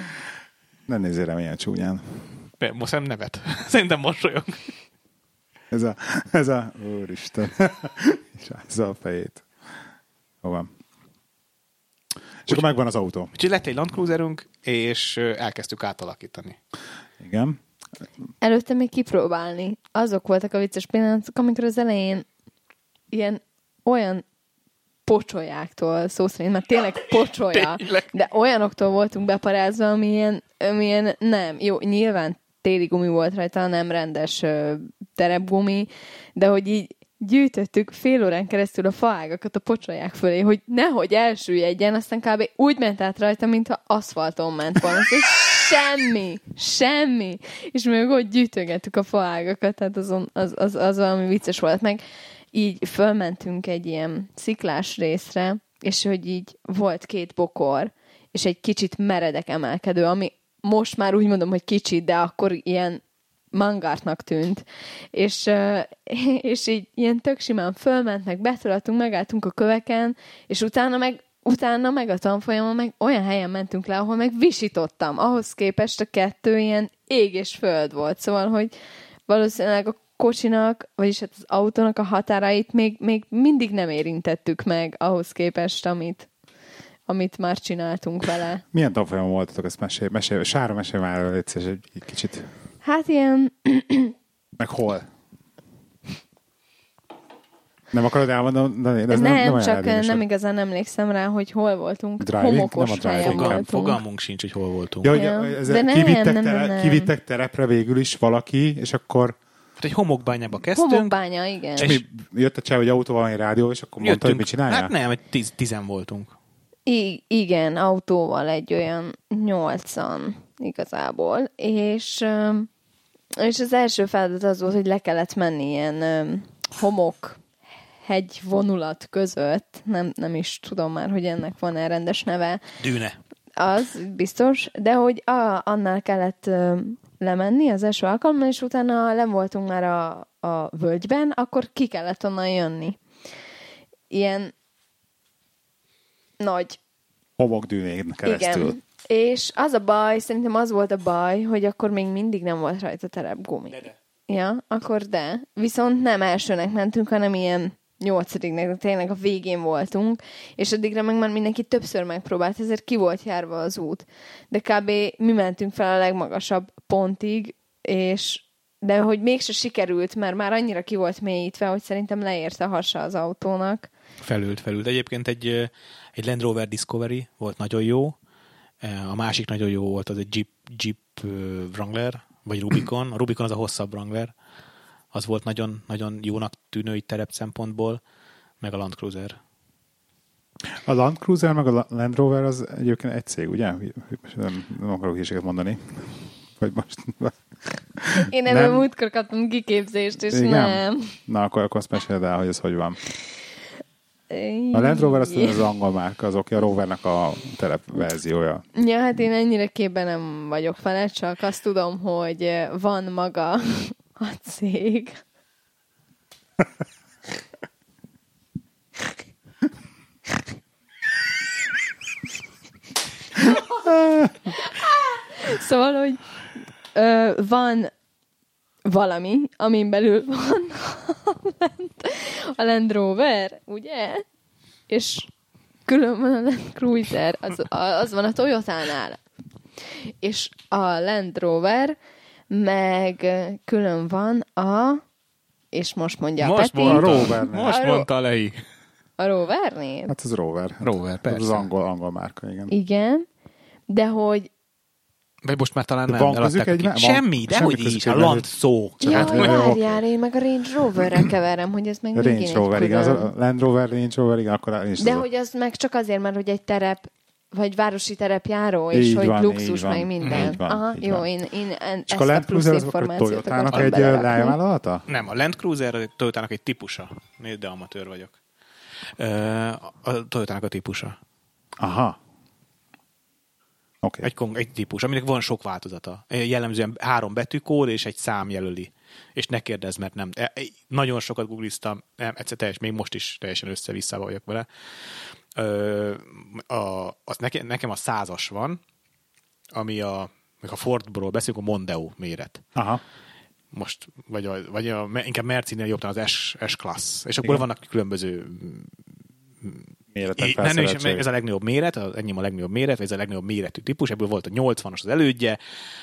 Nem nézzél rá milyen csúnyán. Most nem nevet. Szerintem mosolyog. Ez a úristen. És rázza a fejét. Jó van. És akkor megvan az autó. Úgyhogy lett egy Land Cruiserünk, és elkezdtük átalakítani. Igen. Előtte még kipróbálni. Azok voltak a vicces pillanatok, amikor az elején olyan pocsolyáktól, szó szerint, mert tényleg pocsolya, de olyanoktól voltunk beparázva, amilyen nem. Jó, nyilván téli gumi volt rajta, nem rendes terepgumi, de hogy így gyűjtöttük fél órán keresztül a faágakat a pocsolyák fölé, hogy nehogy elsüllyedjen, aztán kb. Úgy ment át rajta, mintha aszfalton ment volna. Semmi. És még ott gyűjtögettük a faágakat, tehát az valami vicces volt meg. Így fölmentünk egy ilyen sziklás részre, és hogy így volt 2 bokor, és egy kicsit meredek emelkedő, ami most már úgy mondom, hogy kicsit, de akkor ilyen mangártnak tűnt. És így ilyen tök simán fölmentnek, betolattunk, megálltunk a köveken, és utána meg a tanfolyamon meg olyan helyen mentünk le, ahol meg visítottam. Ahhoz képest a 2 ilyen ég és föld volt. Szóval, hogy valószínűleg a kocsinak, vagyis hát az autónak a határait még mindig nem érintettük meg ahhoz képest, amit már csináltunk vele. Milyen tanfolyamon voltatok, ezt mesélj. Sára, mesélj már egy kicsit. Hát ilyen... Meg hol? Nem akarod elmondani? Nem, csak nem igazán emlékszem rá, hogy hol voltunk. Homokos helyen voltunk. Fogalmunk sincs, hogy hol voltunk. Kivittek terepre végül is valaki, és akkor... Hát egy homokbányába kezdtünk. Homokbánya, igen. És jött a cseh, hogy autóval egy rádió, és akkor mondta, hogy mit csináljál? Hát nem, 10 voltunk. Igen, autóval egy olyan 8-an igazából. És az első feladat az volt, hogy le kellett menni ilyen homok hegy vonulat között. Nem is tudom már, hogy ennek van-e rendes neve. Dűne. Az biztos, de hogy annál kellett lemenni az első alkalommal, és utána nem voltunk már a völgyben, akkor ki kellett onnan jönni. Ilyen nagy homokdűnén keresztül. Igen. És az a baj, szerintem az volt a baj, hogy akkor még mindig nem volt rajta terepgumi. De. Ja, akkor de. Viszont nem elsőnek mentünk, hanem ilyen 8-nek, tényleg a végén voltunk, és addigra meg már mindenki többször megpróbált, ezért ki volt járva az út. De kb. Mi mentünk fel a legmagasabb pontig, de hogy mégse sikerült, mert már annyira ki volt mélyítve, hogy szerintem leért a hasa az autónak. Felült. Egyébként egy Land Rover Discovery volt nagyon jó, a másik nagyon jó volt az egy Jeep Wrangler, vagy Rubicon. A Rubicon az a hosszabb Wrangler. Az volt nagyon, nagyon jónak tűnő itt terep szempontból, meg a Land Cruiser. A Land Cruiser meg a Land Rover az egyébként egy cég, ugye? Nem akarok hülyeséget mondani. Vagy most... Én ebből múltkor kaptam kiképzést, és igen? Nem. Na, akkor azt meséld el, hogy ez hogy van. A Land Rover az angol márka, az oké, a Rovernek a terepverziója. Ja, hát én ennyire képben nem vagyok vele, csak azt tudom, hogy van maga a cég. Szóval, hogy van valami, amin belül van a Land Rover, ugye? És külön van a Land Cruiser, az van a Toyotánál. És a Land Rover meg külön van és most mondja a Peti. A Rovernél. Most mondta a Lei. A Rovernél? Hát az Rover. Rover, persze. Az angol márka, igen. Igen, de hogy vagy most már talán nem. Van közük semmi, de hogy is, a Land szó. Ja, várjál, én meg a Range Roverrel keverem, hogy ez meg Range Rover, igen. Az a Land Rover, Range Rover, igen, akkor is. De hogy az meg csak azért, mert hogy egy terep, vagy városi terepjáró, és így hogy van, luxus, meg minden. Így van, aha, így jó, van. én és a Land Cruiser az akkor Toyotának egy lányvállalata? Nem, a Land Cruiser a Toyotának egy típusa. Nézd, de amatőr vagyok. A Toyotának a típusa. Aha. Okay. Egy típus, aminek van sok változata. Jellemzően 3 betűkód és egy szám jelöli. És ne kérdezz, mert nem. Nagyon sokat googliztam, egyszer még most is teljesen össze-vissza vagyok vele. Nekem a 100-as van, ami a Fordból beszélünk, a Mondeo méret. Aha. most, vagy inkább Mercinél jobb az S-Class. És akkor vannak különböző méretek, ez a legnagyobb méret, enyém a legnagyobb méret, vagy ez a legnagyobb méretű típus, ebből volt a 80-as az elődje,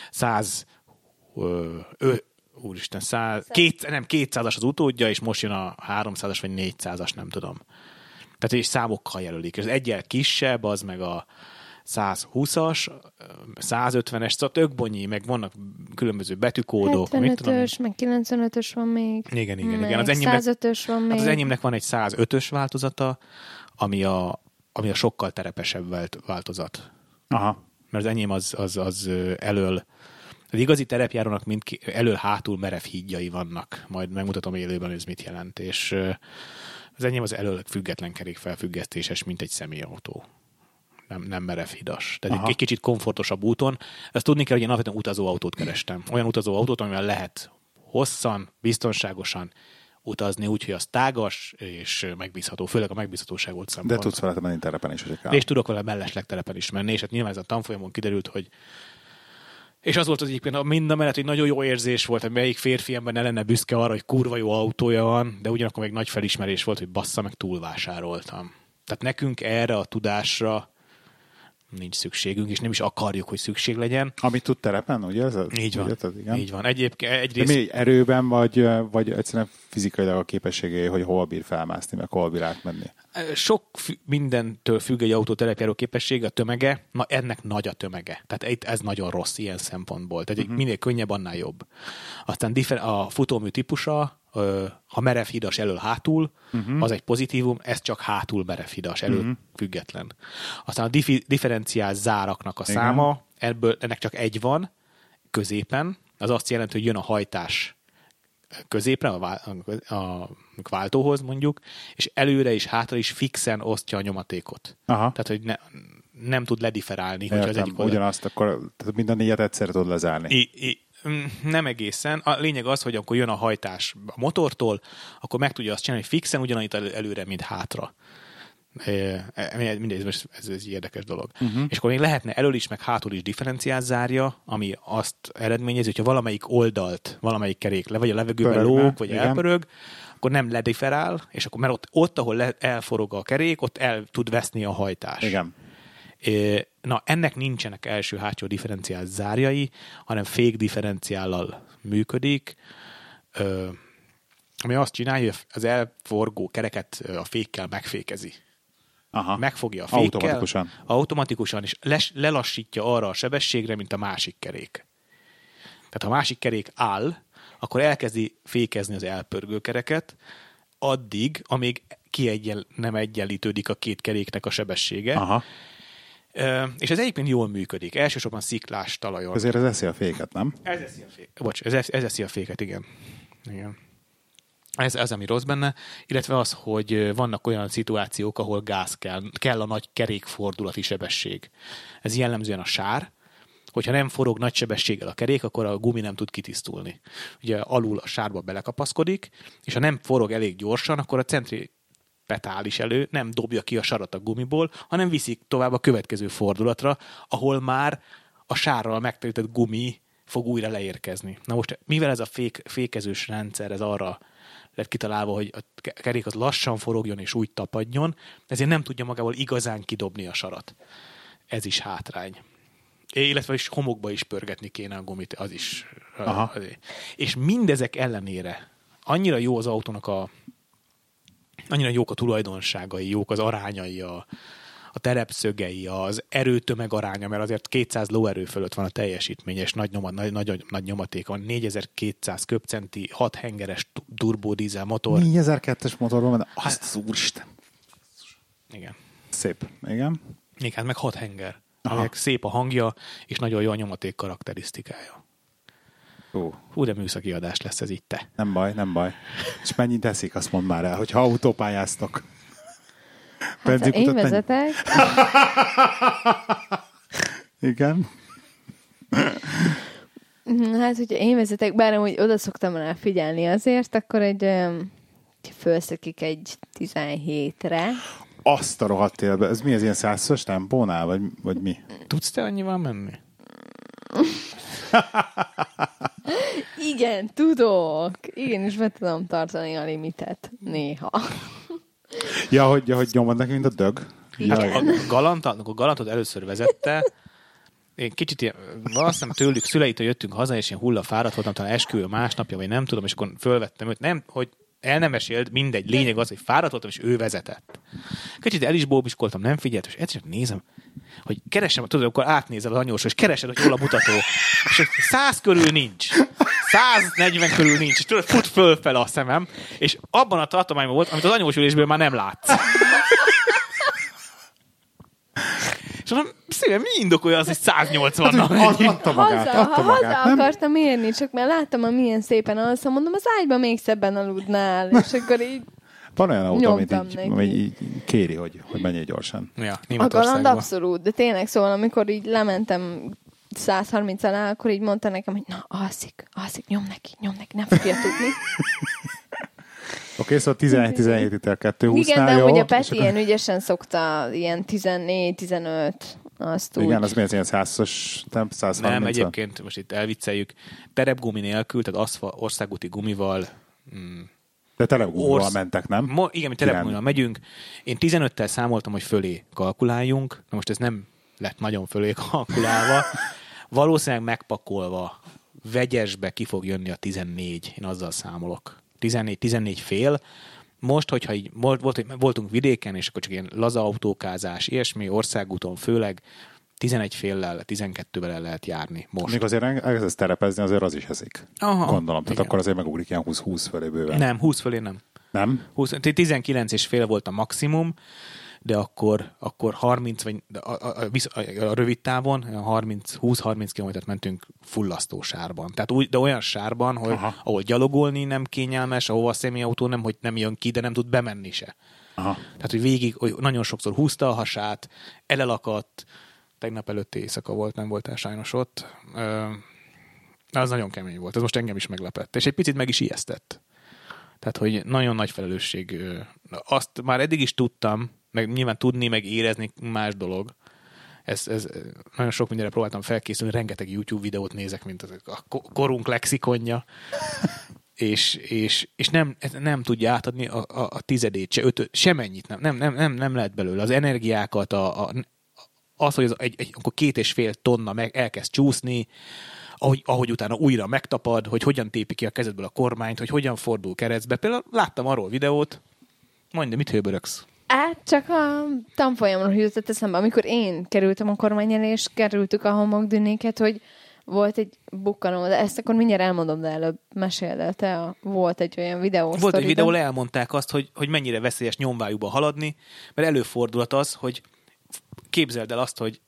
200-as az utódja, és most jön a 300-as vagy 400-as, nem tudom. Tehát és számokkal jelölik. Az egyel kisebb, az meg a 120-as, 150-es, szóval tök bonyi, meg vannak különböző betűkódok. 75-ös, meg 95-ös van még. Igen. Az 105-ös van még. Az enyémnek van egy 105-ös változata, ami a sokkal terepesebb változat. Aha. Mert az enyém az elől, az igazi terepjárónak elől-hátul merev hídjai vannak. Majd megmutatom élőben, ez mit jelent. És az enyém az elől független kerékfelfüggesztéses, mint egy személyautó. Nem merev hidas. Tehát egy kicsit komfortosabb úton. Ezt tudni kell, hogy én alapvetően utazóautót kerestem. Olyan utazóautót, amivel lehet hosszan, biztonságosan utazni, úgyhogy az tágas és megbízható, főleg a megbízhatóság volt szemben. De tudsz vele menni terepen is, hogy kell. És tudok vele mellesleg terepen is menni, és hát nyilván ez a tanfolyamon kiderült, hogy és az volt az egyébként mind a mellett, hogy nagyon jó érzés volt, hogy melyik férfi ember ne lenne büszke arra, hogy kurva jó autója van, de ugyanakkor még nagy felismerés volt, hogy bassza, meg túlvásároltam. Tehát nekünk erre a tudásra nincs szükségünk, és nem is akarjuk, hogy szükség legyen. Amit tud terepen, ugye? Így van. Igen? Így van. Egyrészt... De mi erőben, vagy egyszerűen fizikailag a képességei, hogy hol bír felmászni, meg hol bír átmenni? Sok mindentől függ egy autó terepjáró képessége, a tömege, ennek nagy a tömege. Tehát ez nagyon rossz ilyen szempontból. Tehát minél könnyebb, annál jobb. Aztán a futómű típusa, ha merev hidas elől-hátul, az egy pozitívum, ez csak hátul merev hidas, elől független. Aztán a differenciál záraknak a száma, ennek csak egy van, középen, az azt jelenti, hogy jön a hajtás középre, a váltóhoz mondjuk, és előre és hátra is fixen osztja a nyomatékot. Aha. Tehát, hogy nem tud lediferálni. Értem, az egyik ugyanazt, akkor mind a négyet egyszerre tud lezárni. Nem egészen. A lényeg az, hogy akkor jön a hajtás a motortól, akkor meg tudja azt csinálni, hogy fixen ugyanannyit előre, mint hátra. Mindegy, ez egy érdekes dolog. És akkor még lehetne elől is, meg hátul is differenciálzárja, ami azt eredményezi, hogyha valamelyik oldalt, valamelyik kerék vagy a levegőben lóg, vagy elpörög, akkor nem lediferál, és akkor mert ott ahol elforog a kerék, ott el tud veszni a hajtás. Igen. Na, ennek nincsenek első-hátsó differenciál zárjai, hanem fék differenciállal működik, ami azt csinálja, hogy az elforgó kereket a fékkel megfékezi. Aha. Megfogja a fékkel. Automatikusan, és lelassítja arra a sebességre, mint a másik kerék. Tehát ha a másik kerék áll, akkor elkezdi fékezni az elpörgő kereket, addig, amíg nem egyenlítődik a két keréknek a sebessége. Aha. És ez egyébként jól működik. Elsősorban sziklás talajon. Ezért ez eszi a féket, nem? Ez eszi a féket. Bocs, ez eszi a féket, igen. Ez ami rossz benne, illetve az, hogy vannak olyan szituációk, ahol gáz kell a nagy kerékfordulati sebesség. Ez jellemzően a sár, hogyha nem forog nagy sebességgel a kerék, akkor a gumi nem tud kitisztulni. Ugye alul a sárba belekapaszkodik, és ha nem forog elég gyorsan, akkor a centripetál is nem dobja ki a sarat a gumiból, hanem viszik tovább a következő fordulatra, ahol már a sárral megterített gumi fog újra leérkezni. Na most, mivel ez a fékezős rendszer, ez arra lett kitalálva, hogy a kerék az lassan forogjon és úgy tapadjon, ezért nem tudja magából igazán kidobni a sarat. Ez is hátrány. Illetve is homokba is pörgetni kéne a gumit, az is. És mindezek ellenére annyira jó az autónak annyira jók a tulajdonságai, jók az arányai, a terepszögei, az erőtömeg aránya, mert azért 200 lóerő fölött van a teljesítményes nagy nyomaték, van 4200 köbcenti, 6 hengeres turbodízel motor. 4002-es motorban van, azt az úristen. Igen. Szép, igen. Igen, hát meg 6 henger. Aminek szép a hangja, és nagyon jó a nyomaték karakterisztikája. Hú, de műszaki adás lesz ez itt te. Nem baj. És mennyit teszik, azt mondd már el, hogyha autópályáztok. Hát én vezetek. Igen. Hát, hogyha én vezetek, bár amúgy oda szoktam rá figyelni azért, akkor fölszökik egy 17-re. Azt a rohadt élbe. Ez mi, ez ilyen 100-as tempónál, vagy mi? Tudsz te annyival menni? Igen, tudok. Igenis be tudom tartani a limitet. Néha. Ja, hogy nyomod neki, mint a dög. Hát a Galantot először vezette, én kicsit ilyen, valószínűleg tőlük szüleitől jöttünk haza, és én hullafáradt voltam, talán esküvő másnapja, vagy nem tudom, és akkor fölvettem őt, nem, hogy el nem mesélt, mindegy, lényeg az, hogy fáradt voltam, és ő vezetett. Kicsit el is bóbiskoltam, nem figyelt, és egyszer nézem, hogy keresem, tudod, akkor átnézel az anyósra, és keresed, hogy hol a mutató. És 100 körül nincs. 140 körül nincs, és tudod, fut fölfele a szemem, és abban a tartományban volt, amit az anyós ülésből már nem látsz. És mondom, szívem, mi indokolja az, hogy 180-nal hát, adta magát. Haza akartam érni, csak mert láttam, hogy milyen szépen alszom, mondom, az ágyban még szebben aludnál, és akkor így van olyan autó, amit így kéri, hogy menjél gyorsan. Ja, a Galant abszolút, de tényleg szóval, amikor így lementem 130 alá, akkor így mondta nekem, hogy na, alszik, nyom neki, nem fogja tudni. Oké, szóval 17 liter 220-nál. Igen, de ugye Peti ilyen ügyesen szokta, ilyen 14-15, azt úgy. Igen, az miért ilyen 100-as, 130? Nem, egyébként most itt elvicceljük. Terepgumi nélkül, tehát országúti gumival. De telepgumival mentek, nem? Igen, mi telepgumival megyünk. Én 15-tel számoltam, hogy fölé kalkuláljunk. Na most ez nem lett nagyon fölé kalkulálva. Valószínűleg megpakolva vegyesbe ki fog jönni a 14. Én azzal számolok. 14 fél. Most, hogyha így voltunk vidéken, és akkor csak ilyen laza autókázás, ilyesmi, országúton főleg 11 féllel, 12-vel el lehet járni most. Még azért elkezdesz terepezni, azért az is eszik. Aha, gondolom. Tehát igen. akkor azért megugrik ilyen 20 fölé bőven. Nem, 20 fölé nem. Nem? 19 és fél volt a maximum, de akkor 30, vagy a rövid távon 20-30 kilométert mentünk fullasztó sárban. Tehát de olyan sárban, hogy ahol gyalogolni nem kényelmes, ahova a személyautó nem, hogy nem jön ki, de nem tud bemenni se. Aha. Tehát, hogy végig, hogy nagyon sokszor húzta a hasát, elakadt, tegnap előtti éjszaka volt, nem voltál sajnos ott. Az nagyon kemény volt, ez most engem is meglepett. És egy picit meg is ijesztett. Tehát, hogy nagyon nagy felelősség. Azt már eddig is tudtam, meg nyilván tudni, meg érezni más dolog. Ez nagyon sok mindenre próbáltam felkészülni, rengeteg YouTube videót nézek, mint a korunk lexikonja, és nem tudja átadni a tizedét, se semennyit, nem lehet belőle. Az energiákat, az, hogy akkor 2,5 tonna elkezd csúszni, ahogy utána újra megtapad, hogy hogyan tépi ki a kezedből a kormányt, hogy hogyan fordul keresztbe. Például láttam arról videót, mondj, de mit hőbörögsz? Csak a tanfolyamról jutott eszembe, amikor én kerültem a kormány elé, és kerültük a homokdünéket, hogy volt egy bukkanó, de ezt akkor mindjárt elmondom, de előbb meséld el, volt egy olyan videó. Volt egy videó, elmondták azt, hogy mennyire veszélyes nyomvájúba haladni, mert előfordulhat az, hogy képzeld el azt, hogy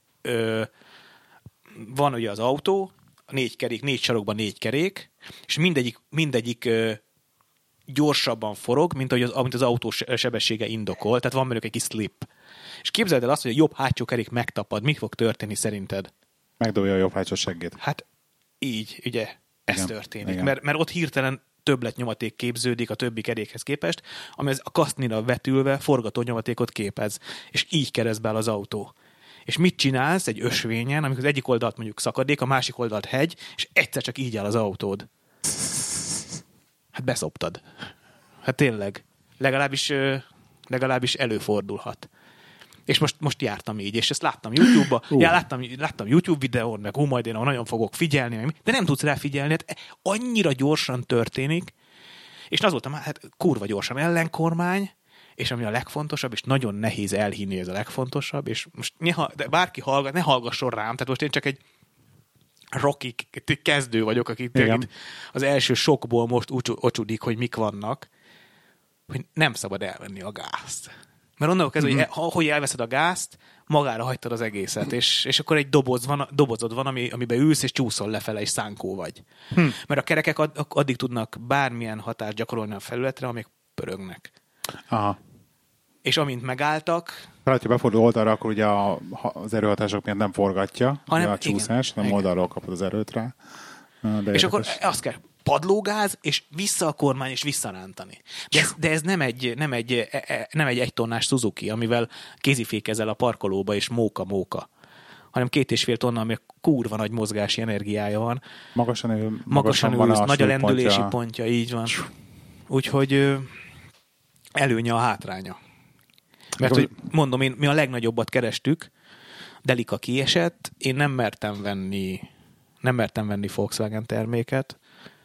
van ugye az autó, 4 kerék, 4 sarokban 4 kerék, és mindegyik gyorsabban forog, mint az autó sebessége indokol, tehát van belőle egy kis slip. És képzeld el azt, hogy a jobb hátsó kerék megtapad. Mi fog történni szerinted? Megdobja a jobb hátsó seggét. Hát így, ugye, ez történik. Mert ott hirtelen többletnyomaték képződik a többi kerékhez képest, ami a kasznira vetülve forgatónyomatékot képez. És így keresztbe áll az autó. És mit csinálsz egy ösvényen, amikor az egyik oldalt mondjuk szakadék, a másik oldalt hegy, és egyszer csak így áll az autód. Hát beszoptad. Hát tényleg. Legalábbis előfordulhat. És most jártam így, és ezt láttam YouTube-ba. Láttam YouTube videón, meg majd én nagyon fogok figyelni, de nem tudsz rá figyelni, hát annyira gyorsan történik, és az voltam, hát kurva gyorsan ellenkormány, és ami a legfontosabb, és nagyon nehéz elhinni, ez a legfontosabb, és most de bárki hallgat, ne hallgasson rám, tehát most én csak egy rocky kezdő vagyok, aki az első sokból most ocsudik, hogy mik vannak, hogy nem szabad elvenni a gázt. Mert onnan kezdve, hogy elveszed a gázt, magára hagytad az egészet, és akkor egy dobozod van, amiben ülsz, és csúszol lefele, és szánkó vagy. Mert a kerekek addig tudnak bármilyen hatást gyakorolni a felületre, amíg pörögnek. Aha. És amint megálltak... Ha befordul oldalra, akkor ugye az erőhatások miatt nem forgatja a csúszás, nem oldalról kapod az erőt rá. És akkor azt kell, padlógáz, és vissza a kormány, és visszarántani. De ez nem egy tonnás Suzuki, amivel kézifékezel a parkolóba, és móka, hanem 2,5 tonna, ami kurva nagy mozgási energiája van. Magasan ül, nagy a lendülési pontja, így van. Úgyhogy előnye a hátránya. Mert hogy mondom, mi a legnagyobbat kerestük, Delica kiesett, én nem mertem venni Volkswagen terméket.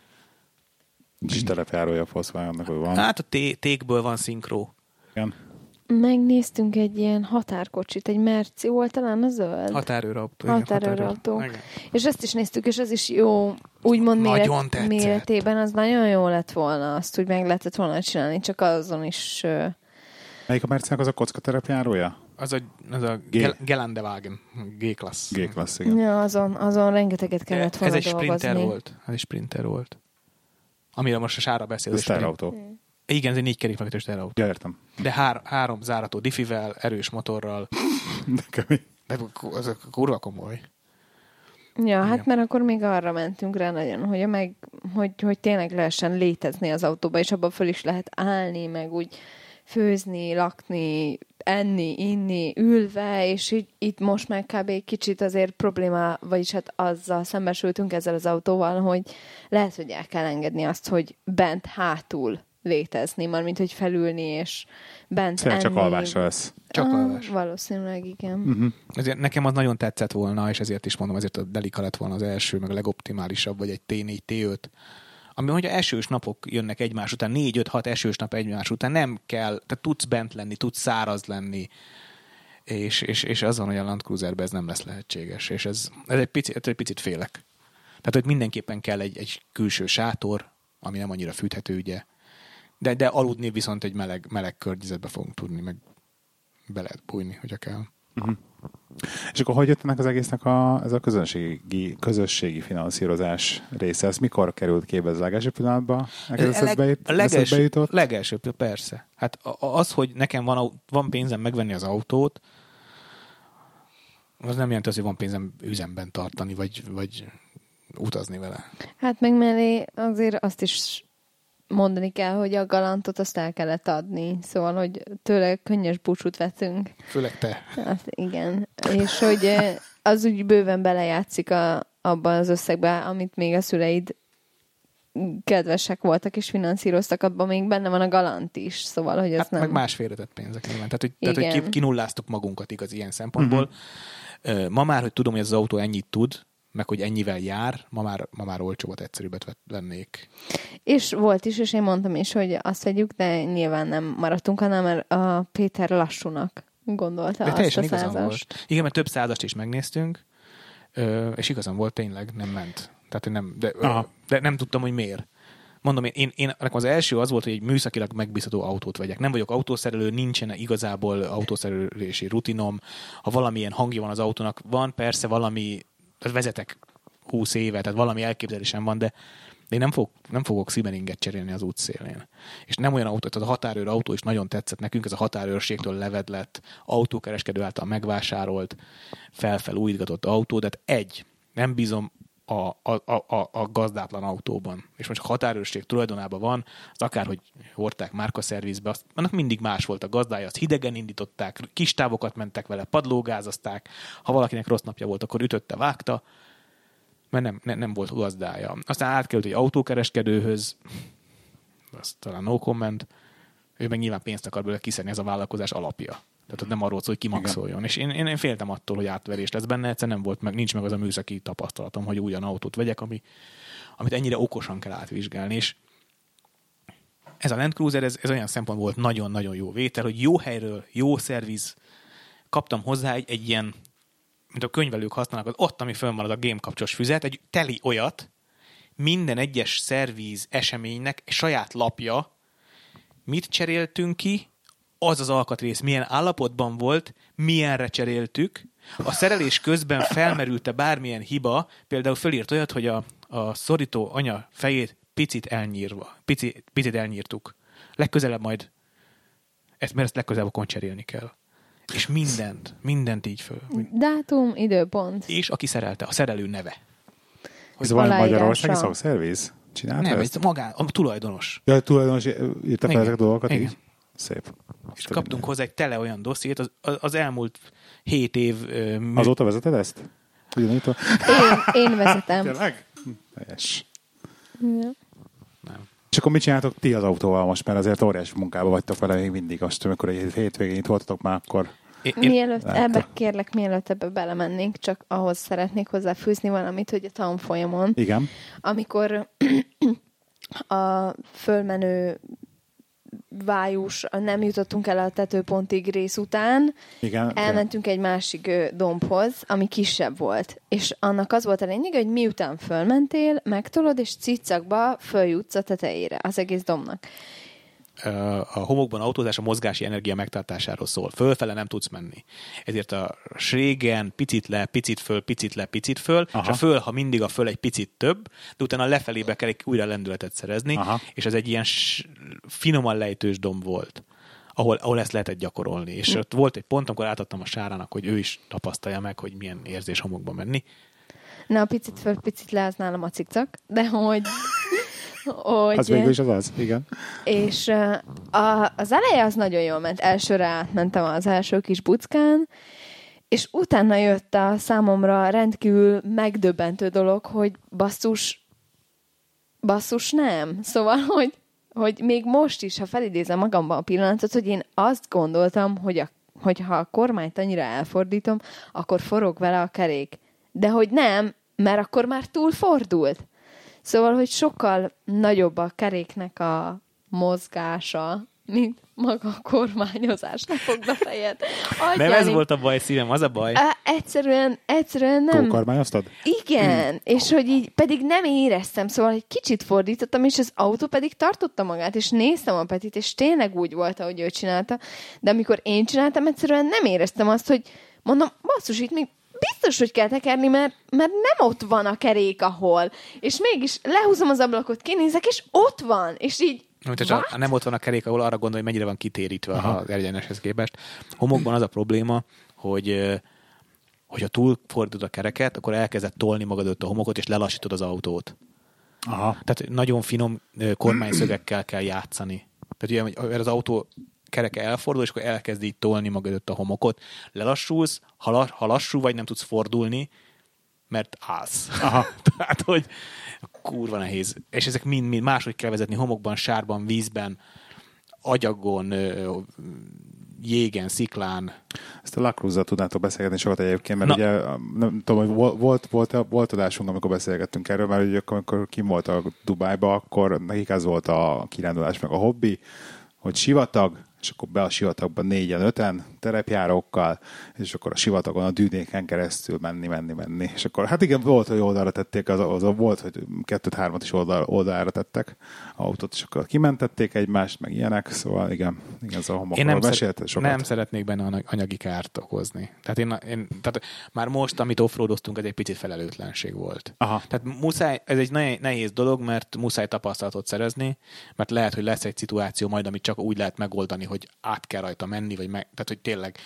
És telepjárója a Volkswagennek, hogy van. Hát a tékből van szinkró. Igen. Megnéztünk egy ilyen határkocsit, egy Merci volt talán a zöld? Határőrautó. És ezt is néztük, és ez is jó, úgymond méretében, az nagyon jó lett volna, azt úgy meg lehetett volna csinálni, csak azon is... Melyik a Mercinek az a kockaterepjárója? Az a Gelandewagen, G-Class. G-Class, igen. Ja, azon rengeteget kellett volna dolgozni. Ez egy Sprinter volt. Amire most a Sára beszél. Ez terautó. Igen, ez egy 4 kerékpáros terautó. Ja, értem. De 3 zárató diffivel, erős motorral. De kemény. De az kurva komoly. Ja, hát mert akkor még arra mentünk rá nagyon, hogy tényleg lehessen létezni az autóba, és abban föl is lehet állni, meg úgy főzni, lakni, enni, inni, ülve, és így, itt most már kb. Kicsit azért probléma, vagyis hát azzal szembesültünk ezzel az autóval, hogy lehet, hogy el kell engedni azt, hogy bent hátul létezni, mármint, hogy felülni, és bent enni. Csak alvásra lesz. Csak alvás. Valószínűleg, igen. Ezért nekem az nagyon tetszett volna, és ezért is mondom, ezért a Delica lett volna az első, meg a legoptimálisabb, vagy egy T4, T5. Ami, hogy esős napok jönnek egymás után, 4-5-6 esős nap egymás után, nem kell, tehát tudsz bent lenni, tudsz száraz lenni, és az van, hogy a Land Cruiserben ez nem lesz lehetséges, és ez egy picit félek. Tehát, hogy mindenképpen kell egy külső sátor, ami nem annyira fűthető, ugye, de aludni viszont egy meleg környezetbe fogunk tudni, meg be lehet bújni, hogyha kell. Uh-huh. És akkor hogy jött ennek az egésznek ez a közösségi finanszírozás része? Ez mikor került képbe az legelső pillanatban? Legelső, persze. Hát az, hogy nekem van pénzem megvenni az autót, az nem jelenti azt, hogy van pénzem üzemben tartani, vagy utazni vele. Hát meg mellé azért azt is mondani kell, hogy a Galantot azt el kellett adni. Szóval, hogy tőle könnyes búcsút veszünk. Főleg te. Hát igen. És hogy az úgy bőven belejátszik abban az összegben, amit még a szüleid kedvesek voltak és finanszíroztak, abban még benne van a Galant is. Szóval, hogy ez hát nem... meg más félretett pénzek nyilván. Tehát, hogy kinulláztuk magunkat igaz ilyen szempontból. Uh-huh. Ma már, hogy tudom, hogy ez az autó ennyit tud, meg hogy ennyivel jár, ma már olcsóbbat, egyszerűbbet vennék. És volt is, és én mondtam is, hogy azt vegyük, de nyilván nem maradtunk, hanem mert a Péter lassúnak gondolta de azt a százast. Igen, mert több százast is megnéztünk, és igazán volt, tényleg nem ment. Tehát de nem tudtam, hogy miért. Mondom, én nekem az első az volt, hogy egy műszakilag megbízható autót vegyek. Nem vagyok autószerelő, nincsen igazából autószerelési rutinom. Ha valamilyen hangja van az autónak, van persze valami, tehát vezetek 20 éve, tehát valami elképzelésem van, de én nem fogok Siemens-inget cserélni az útszélén. És nem olyan autó, tehát a határőr autó is nagyon tetszett nekünk, ez a határőrségtől levedlett, autókereskedő által megvásárolt, újítgatott autó, de nem bízom a gazdátlan autóban. És most a határőrség tulajdonában van, az akárhogy hordták márkaszervizbe, annak mindig más volt a gazdája, azt hidegen indították, kis távokat mentek vele, padlógázazták, ha valakinek rossz napja volt, akkor ütötte, vágta, mert nem volt gazdája. Aztán átkerült egy autókereskedőhöz, az talán no comment, ő meg nyilván pénzt akar belőle kiszedni, ez a vállalkozás alapja. Tehát nem arról szól, hogy kimaxoljon. És én féltem attól, hogy átverés lesz benne, egyszer nem volt meg, nincs meg az a műszaki tapasztalatom, hogy olyan autót vegyek, amit ennyire okosan kell átvizsgálni. És ez a Land Cruiser, ez olyan szempont volt nagyon-nagyon jó vétel, hogy jó helyről, jó szerviz, kaptam hozzá egy ilyen, mint a könyvelők használnak, ott, ami fönn van az a game kapcsos füzet, egy teli olyat, minden egyes szerviz eseménynek saját lapja, mit cseréltünk ki, az az alkatrész milyen állapotban volt, milyenre cseréltük, a szerelés közben felmerült-e bármilyen hiba, például fölírt olyat, hogy a szorító anya fejét picit elnyírtuk. Legközelebb majd, mert ezt legközelebb akkor cserélni kell. És mindent így föl. Dátum, időpont. És aki szerelte, a szerelő neve. Ez van Magyarországi szakszerviz? Csinálta nem, ez a tulajdonos. Ja, a tulajdonos írta fel ezek a dolgokat? Igen. Így? Szép. és kaptunk hozzá egy tele olyan dossziét, az elmúlt 7 év... Azóta vezeted ezt? Én vezetem. Tényleg? Helyes. Ja. Nem. És akkor mit csináltok ti az autóval most, mert azért óriási munkába vagytok vele még mindig, azt amikor egy hétvégén itt voltatok már, akkor... Mielőtt ebbe belemennénk, csak ahhoz szeretnék hozzáfűzni valamit, hogy a tanfolyamon. Igen. Amikor a fölmenő vájus, nem jutottunk el a tetőpontig rész után, igen, elmentünk egy másik dombhoz, ami kisebb volt. És annak az volt a lényeg, hogy miután fölmentél, megtolod, és cicakba följutsz a tetejére, az egész dombnak. A homokban autózás a mozgási energia megtartásáról szól. Fölfele nem tudsz menni. Ezért a srégen picit le, picit föl, picit le, picit föl, aha. És a föl, ha mindig a föl egy picit több, de utána lefelébe kell újra lendületet szerezni, aha. És ez egy ilyen finoman lejtős domb volt, ahol ezt lehetett gyakorolni. És ott volt egy pont, amikor átadtam a Sárának, hogy ő is tapasztalja meg, hogy milyen érzés homokban menni. Na, a picit föl, picit le, az nálam a cikcak, de hogy... Az végül is az, igen. És az eleje az nagyon jól ment. Elsőre átmentem az első kis buckán, és utána jött a számomra rendkívül megdöbbentő dolog, hogy basszus nem. Szóval, hogy még most is, ha felidézem magamban a pillanatot, hogy én azt gondoltam, hogy ha a kormányt annyira elfordítom, akkor forog vele a kerék. De hogy nem, mert akkor már túl fordult. Szóval, hogy sokkal nagyobb a keréknek a mozgása, mint maga a kormányozás. Ne fogd a fejed. Nem ez volt a baj, szívem, az a baj. Egyszerűen nem. Túlkormányoztad? Igen, és hogy így pedig nem éreztem, szóval egy kicsit fordítottam, és az autó pedig tartotta magát, és néztem a Petit, és tényleg úgy volt, ahogy ő csinálta, de amikor én csináltam, egyszerűen nem éreztem azt, hogy mondom, basszus, itt még biztos, hogy kell tekerni, mert nem ott van a kerék, ahol. És mégis lehúzom az ablakot, kinézek, és ott van. És így, nem ott van a kerék, ahol arra gondolj, hogy mennyire van kitérítve az egyeneshez képest. Homokban az a probléma, hogy ha túlfordítod a kereket, akkor elkezded tolni magadott a homokot, és lelassítod az autót. Aha. Tehát nagyon finom kormányszögekkel kell játszani. Tehát ugye az autó kereke elfordul, és akkor elkezd így tolni magadott a homokot. Lelassulsz, ha lassú vagy, nem tudsz fordulni, mert állsz. Aha. Tehát, hogy kurva nehéz. És ezek mind máshogy kell vezetni homokban, sárban, vízben, agyagon, jégen, sziklán. Ezt a La Cruz-zal tudnátok beszélgetni sokat egyébként, mert ugye nem tudom, hogy volt adásunk, amikor beszélgettünk erről, mert ugye amikor kim volt a Dubájba, akkor nekik az volt a kirándulás meg a hobbi, hogy sivatag, és akkor be a sivatagban 4-5 terepjárókkal, és akkor a sivatagon a dűnéken keresztül menni. És akkor, hát igen, volt, hogy oldalra tették, volt, hogy 2-3 is oldalra tettek autót, és akkor kimentették egymást, meg ilyenek, szóval igen ez a homokról mesélte sokat. Nem szeretnék benne anyagi kárt okozni. Tehát már most, amit offroadoztunk, ez egy picit felelőtlenség volt. Aha. Tehát muszáj, ez egy nehéz dolog, mert muszáj tapasztalatot szerezni, mert lehet, hogy lesz egy szituáció majd, amit csak úgy lehet megoldani, hogy át kell rajta menni, tehát, hogy tényleg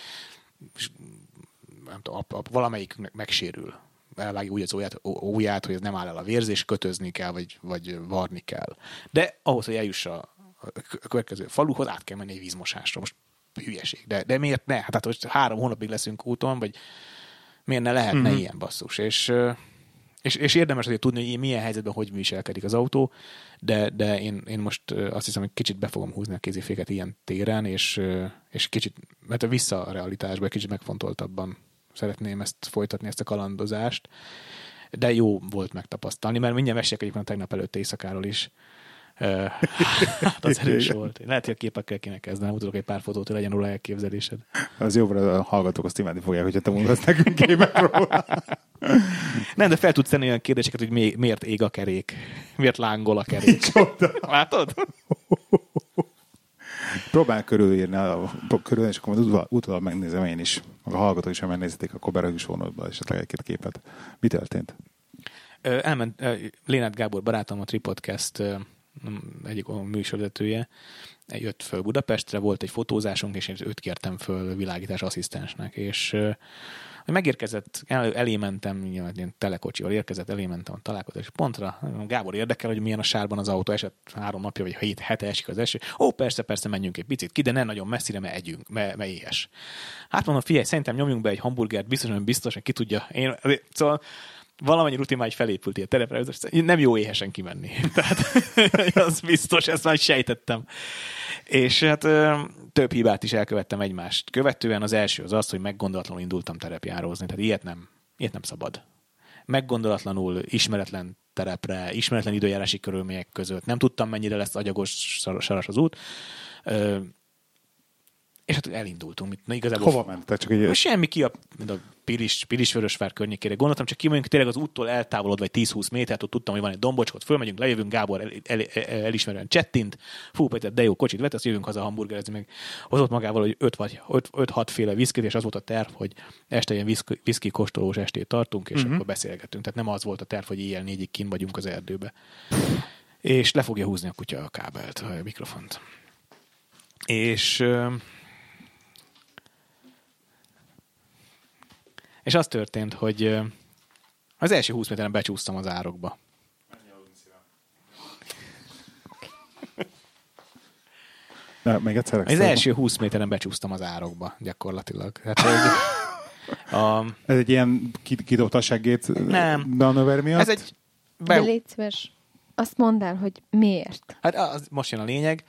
nem tudom, valamelyik megsérül. Elvágja úgy az ujját, hogy ez nem áll el a vérzés, kötözni kell, vagy varni kell. De ahhoz, hogy eljuss a következő faluhoz, át kell menni egy vízmosásra. Most hülyeség. De miért ne? Hát most 3 hónapig leszünk úton, vagy miért ne lehetne ilyen basszus? És érdemes azért tudni, hogy milyen helyzetben hogy viselkedik az autó, de én most azt hiszem, hogy kicsit be fogom húzni a kéziféket ilyen téren, és kicsit, mert vissza a realitásba, kicsit megfontoltabban szeretném folytatni ezt a kalandozást, de jó volt megtapasztalni, mert mindjárt mesélek egyébként a tegnap előtt éjszakáról is. Hát az erős volt. Lehet, hogy a képekkel kéne kezdenem, mutatok egy pár fotót, hogy legyen róla elképzelésed. Az jobbra a hallgatók azt imádni fogják, hogyha te mondasz nekünk képek róla. Nem, de fel tudsz tenni olyan kérdéseket, hogy miért ég a kerék? Miért lángol a kerék? Látod? Próbálj körülírni, és akkor majd utólag megnézem én is. A hallgatók is, ha megnézték, akkor berakjuk sónodba esetleg egy-két képet. Mi történt? Elment Lénárd Gábor barátom, a Tripodcast egyik a műsorvezetője, jött föl Budapestre, volt egy fotózásunk, és én őt kértem föl világítás asszisztensnek, és megérkezett, elé mentem, ilyen telekocsival érkezett, elé mentem a találkozás pontra. Gábor érdekel, hogy milyen a sárban az autó, esett 3 napja, vagy 7 hete esik az eső. Ó, persze, menjünk egy picit ki, de ne nagyon messzire, mert együnk, mert éhes. Hát mondom, figyelj, szerintem nyomjunk be egy hamburgert, biztos, hogy ki tudja. Szóval valamennyi rutin már felépült ilyen terepre, nem jó éhesen kimenni. Tehát az biztos, ezt már sejtettem. És hát több hibát is elkövettem egymást követően. Az első az, hogy meggondolatlanul indultam terepjárózni. Tehát ilyet nem szabad. Meggondolatlanul ismeretlen terepre, ismeretlen időjárási körülmények között. Nem tudtam, mennyire lesz agyagos, saras az út. És hát elindultunk. Igazából hova mentek? Csak egy... Semmi a Pilis-Vörösvár környékére. Gondoltam, csak kimegyünk tényleg az úttól eltávolodva vagy 10-20 métert, ott tudtam, hogy van egy dombocskot, fölmegyünk, lejövünk, Gábor elismerően csettint, fú, Péter, de jó kocsit vett, azt jövünk haza hamburgerezni, meg hozott magával, hogy 5-6 féle viszkit, és az volt a terv, hogy este ilyen viszki kóstolós estét tartunk, és akkor beszélgetünk. Tehát nem az volt a terv, hogy éjjel 4-ig kint vagyunk az erdőbe. És le fogja húzni a kutya a kábelt, a mikrofont. És az történt, hogy az első 20 méteren becsúsztam az árokba. Még egyszer. Az első 20 méteren becsúsztam az árokba, gyakorlatilag. Hát, ez egy ilyen kidobta a seggét nem. Danöver miatt? Ez egy... De légy szíves, azt mondd el, hogy miért? Hát most jön a lényeg.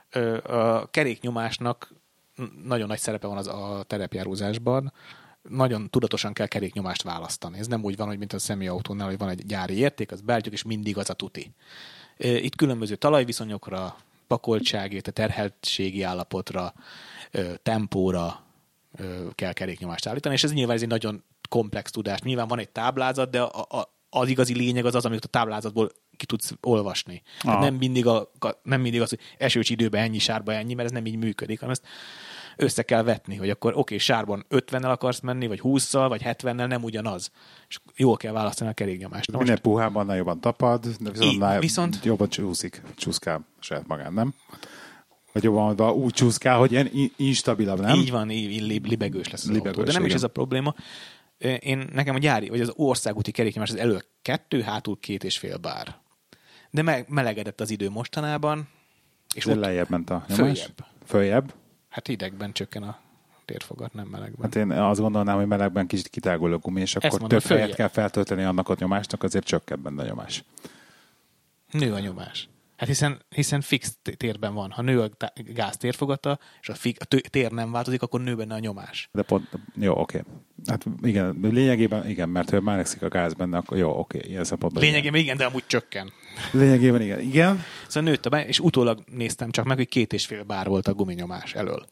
A keréknyomásnak nagyon nagy szerepe van a terepjárózásban. Nagyon tudatosan kell keréknyomást választani. Ez nem úgy van, hogy mint a személyautónál, hogy van egy gyári érték, az beállítjuk, és mindig az a tuti. Itt különböző talajviszonyokra, pakoltsági, terheltségi állapotra, tempóra kell keréknyomást állítani, és ez nyilván egy nagyon komplex tudás. Nyilván van egy táblázat, de az igazi lényeg az, amit a táblázatból ki tudsz olvasni. Nem mindig az, hogy esős időben ennyi, sárba ennyi, mert ez nem így működik, hanem ezt össze kell vetni, hogy akkor oké, sárban 50-nel akarsz menni, vagy 20-szal, vagy 70-nel, nem ugyanaz. És jól kell választani a keréknyomást. Minél puhában, annál jobban tapad, de viszont jobban csúszkál saját magán, nem? Vagy jobban úgy csúszkál, hogy ilyen instabilabb, nem? Így van, libegős lesz az autó. De nem is ez a probléma. Nekem a gyári, vagy az országúti keréknyomás az elő 2, hátul 2,5 bár. De melegedett az idő mostanában. És lejjebb ment a nyomás? Följebb? Hát hidegben csökken a térfogat, nem melegben. Hát én azt gondolnám, hogy melegben kicsit kitágul a gumi, és akkor több helyet kell feltölteni annak a nyomásnak, azért csökken benne a nyomás. Nő a nyomás. Hát hiszen fix térben van. Ha nő a gáz térfogata, és a tér nem változik, akkor nő benne a nyomás. De pont, jó, oké. Hát igen, lényegében igen, mert ha melegszik a gáz benne, akkor jó, oké. Ilyen szempontból lényegében igen, de amúgy csökken. Lényegében igen. Szóval nőtt és utólag néztem csak meg, hogy 2,5 bár volt a guminyomás elől.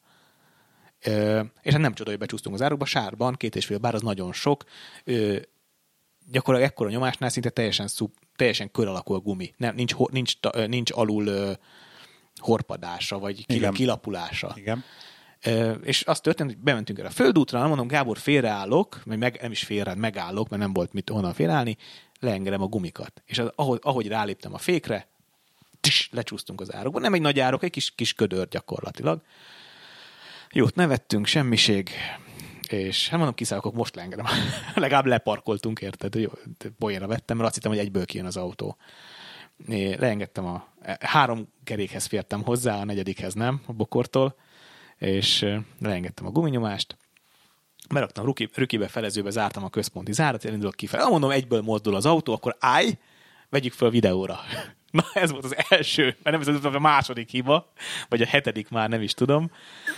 És hát nem csoda, hogy becsúsztunk az árokba, sárban 2,5 bár az nagyon sok. Gyakorlatilag ekkora nyomásnál szinte teljesen kör alakú a gumi. Nincs alul horpadása, vagy kilapulása. Igen. És azt történt, hogy bementünk erre a földútra, mondom, Gábor, félreállok, nem is megállok, mert nem volt mit onnan félreállni, leengedem a gumikat. És ahogy ráléptem a fékre, lecsúsztunk az árokba. Nem egy nagy árok, egy kis ködör gyakorlatilag. Jót nevettünk, semmiség. És hát mondom, kiszállok, most leengedem. Legalább leparkoltunk, érted? Jó, poénra vettem, mert azt hittem, hogy egyből kijön az autó. Leengedtem 3 kerékhez fértem hozzá, a 4-hez nem, a bokortól, és leengedtem a guminyomást, beraktam rükibe, felezőbe, zártam a központi zárat, elindulok kifelé. Mondom, egyből mozdul az autó, akkor állj, vegyük fel videóra. Na, ez volt az első, mert nem ez a második hiba, vagy a 7. már, nem is tudom.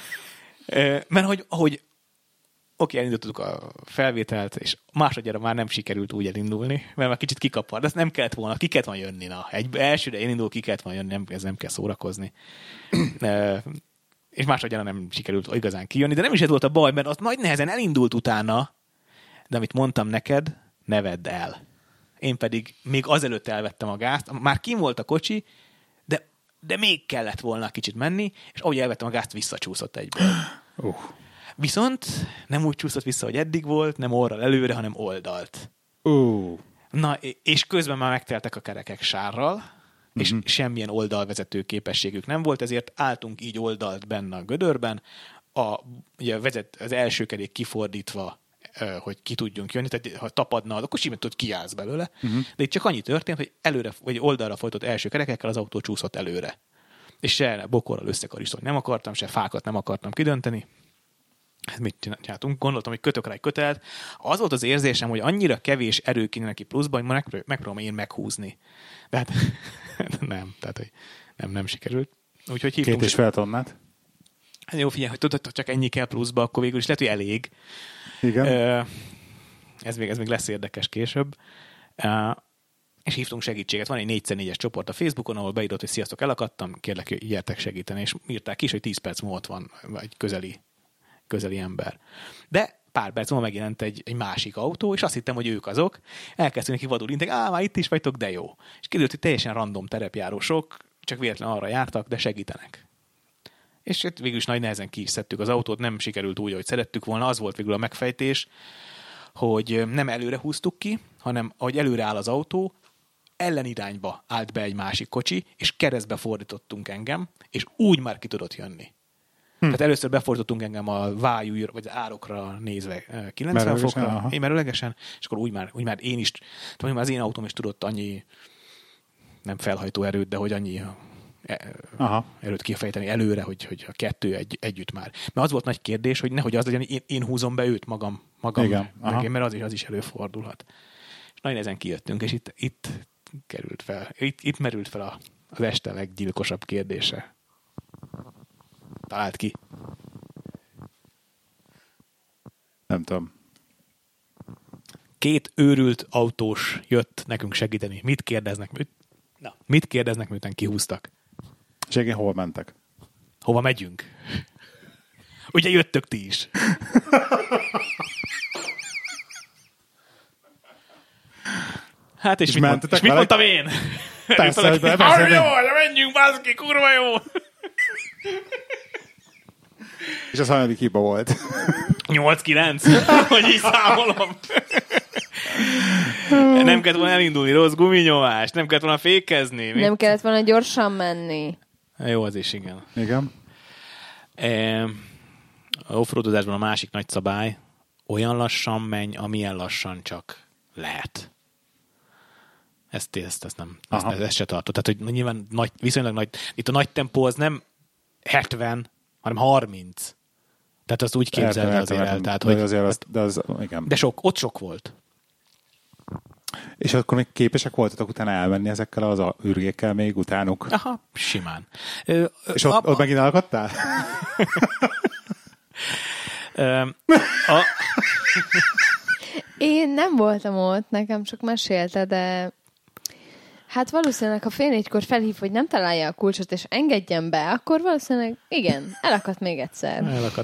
Mert ahogy elindítottuk a felvételt, és másodjára már nem sikerült úgy elindulni, mert már kicsit kikapar. De ezt nem kellett volna, ki kellett volna jönni. Elsőre én indul, ki kellett volna jönni, ez nem kell szórakozni. És másodjára nem sikerült igazán kijönni, de nem is ez volt a baj, mert az nagy nehezen elindult utána, de amit mondtam neked, ne vedd el. Én pedig még azelőtt elvettem a gázt, már kim volt a kocsi, de még kellett volna kicsit menni, és ahogy elvettem a gázt, visszacsúszott egyből. Viszont nem úgy csúszott vissza, hogy eddig volt, nem orral előre, hanem oldalt. Na, és közben már megteltek a kerekek sárral, és semmilyen oldalvezető képességük nem volt, ezért álltunk így oldalt benne a gödörben, ugye az első kerék kifordítva, hogy ki tudjunk jönni, tehát ha tapadna, akkor simán tudod, kiállsz belőle, de itt csak annyi történt, hogy előre, vagy oldalra folytott első kerekekkel az autó csúszott előre. És se bokorral összekarisztolni nem akartam, se fákat nem akartam kidönteni. Mit csináltunk? Gondoltam, hogy kötök rá egy kötelet. Az volt az érzésem, hogy annyira kevés erő kéne neki pluszban, hogy megpróbálom én meghúzni. De hát nem, tehát hogy nem sikerült. Úgyhogy hívtunk. 2,5 tonnát. Jó, figyelj, hogy tudod, csak ennyi kell pluszba, akkor végül is lehet, hogy elég. Igen. Ez még lesz érdekes később. És hívtunk segítséget. Van egy 4x4-es csoport a Facebookon, ahol beírott, hogy sziasztok, elakadtam, kérlek, hogy gyertek segíteni. És írták is, hogy 10 perc múlva van egy közeli ember. De pár perc múlva megjelent egy másik autó, és azt hittem, hogy ők azok. Elkezdtünk neki vadul integetni, már itt is vagytok, de jó. És kiderült, hogy teljesen random terepjárósok, csak véletlenül arra jártak, de segítenek. És végül is nagy nehezen ki is szedtük az autót, nem sikerült úgy, ahogy szerettük volna. Az volt végül a megfejtés, hogy nem előre húztuk ki, hanem ahogy előre áll az autó, ellenirányba állt be egy másik kocsi, és keresztbe fordítottunk engem, és úgy már ki tudott jönni. Tehát először befordítottunk engem a vájúra, vagy az árokra nézve 90 fokra, merőlegesen, és akkor úgy már én is, tehát az én autóm is tudott annyi, nem felhajtó erőt, de hogy annyi erőt kifejteni előre, hogy a kettő együtt már. Mert az volt nagy kérdés, hogy nehogy az legyen, hogy én húzom be őt magam meg, mert az is előfordulhat. És nagyon ezen kijöttünk, és itt került fel, itt merült fel az este leggyilkosabb kérdése. Talált ki? Nem tudom. 2 őrült autós jött nekünk segíteni. Mit kérdeznek, miután kihúztak? És igen, hol mentek? Hova megyünk? Ugye jöttök ti is? Hát és mit mondtam én? Persze, hogy jó, menjünk, baszki, kurva jó! És az hanyadik hiba volt? 8-9? Hogy így számolom. Nem kellett volna elindulni, rossz guminyomás, nem kellett volna fékezni. Nem kellett volna gyorsan menni. Jó, az is, igen. Igen. A offroadozásban a másik nagy szabály, olyan lassan menj, amilyen lassan csak lehet. Ezt se tartott. Tehát, hogy nyilván viszonylag nagy, itt a nagy tempó az nem 70, hanem 30. Tehát azt úgy képzeld azért el. Tehát, hogy igen. De ott sok volt. És akkor még képesek voltatok utána elmenni ezekkel az ürgékkel még utánuk? Aha, simán. És ott megint elakadtál? Én nem voltam ott, nekem csak mesélte, de hát valószínűleg, ha fél 4-kor felhív, hogy nem találja a kulcsot, és engedjen be, akkor valószínűleg igen, elakadt még egyszer.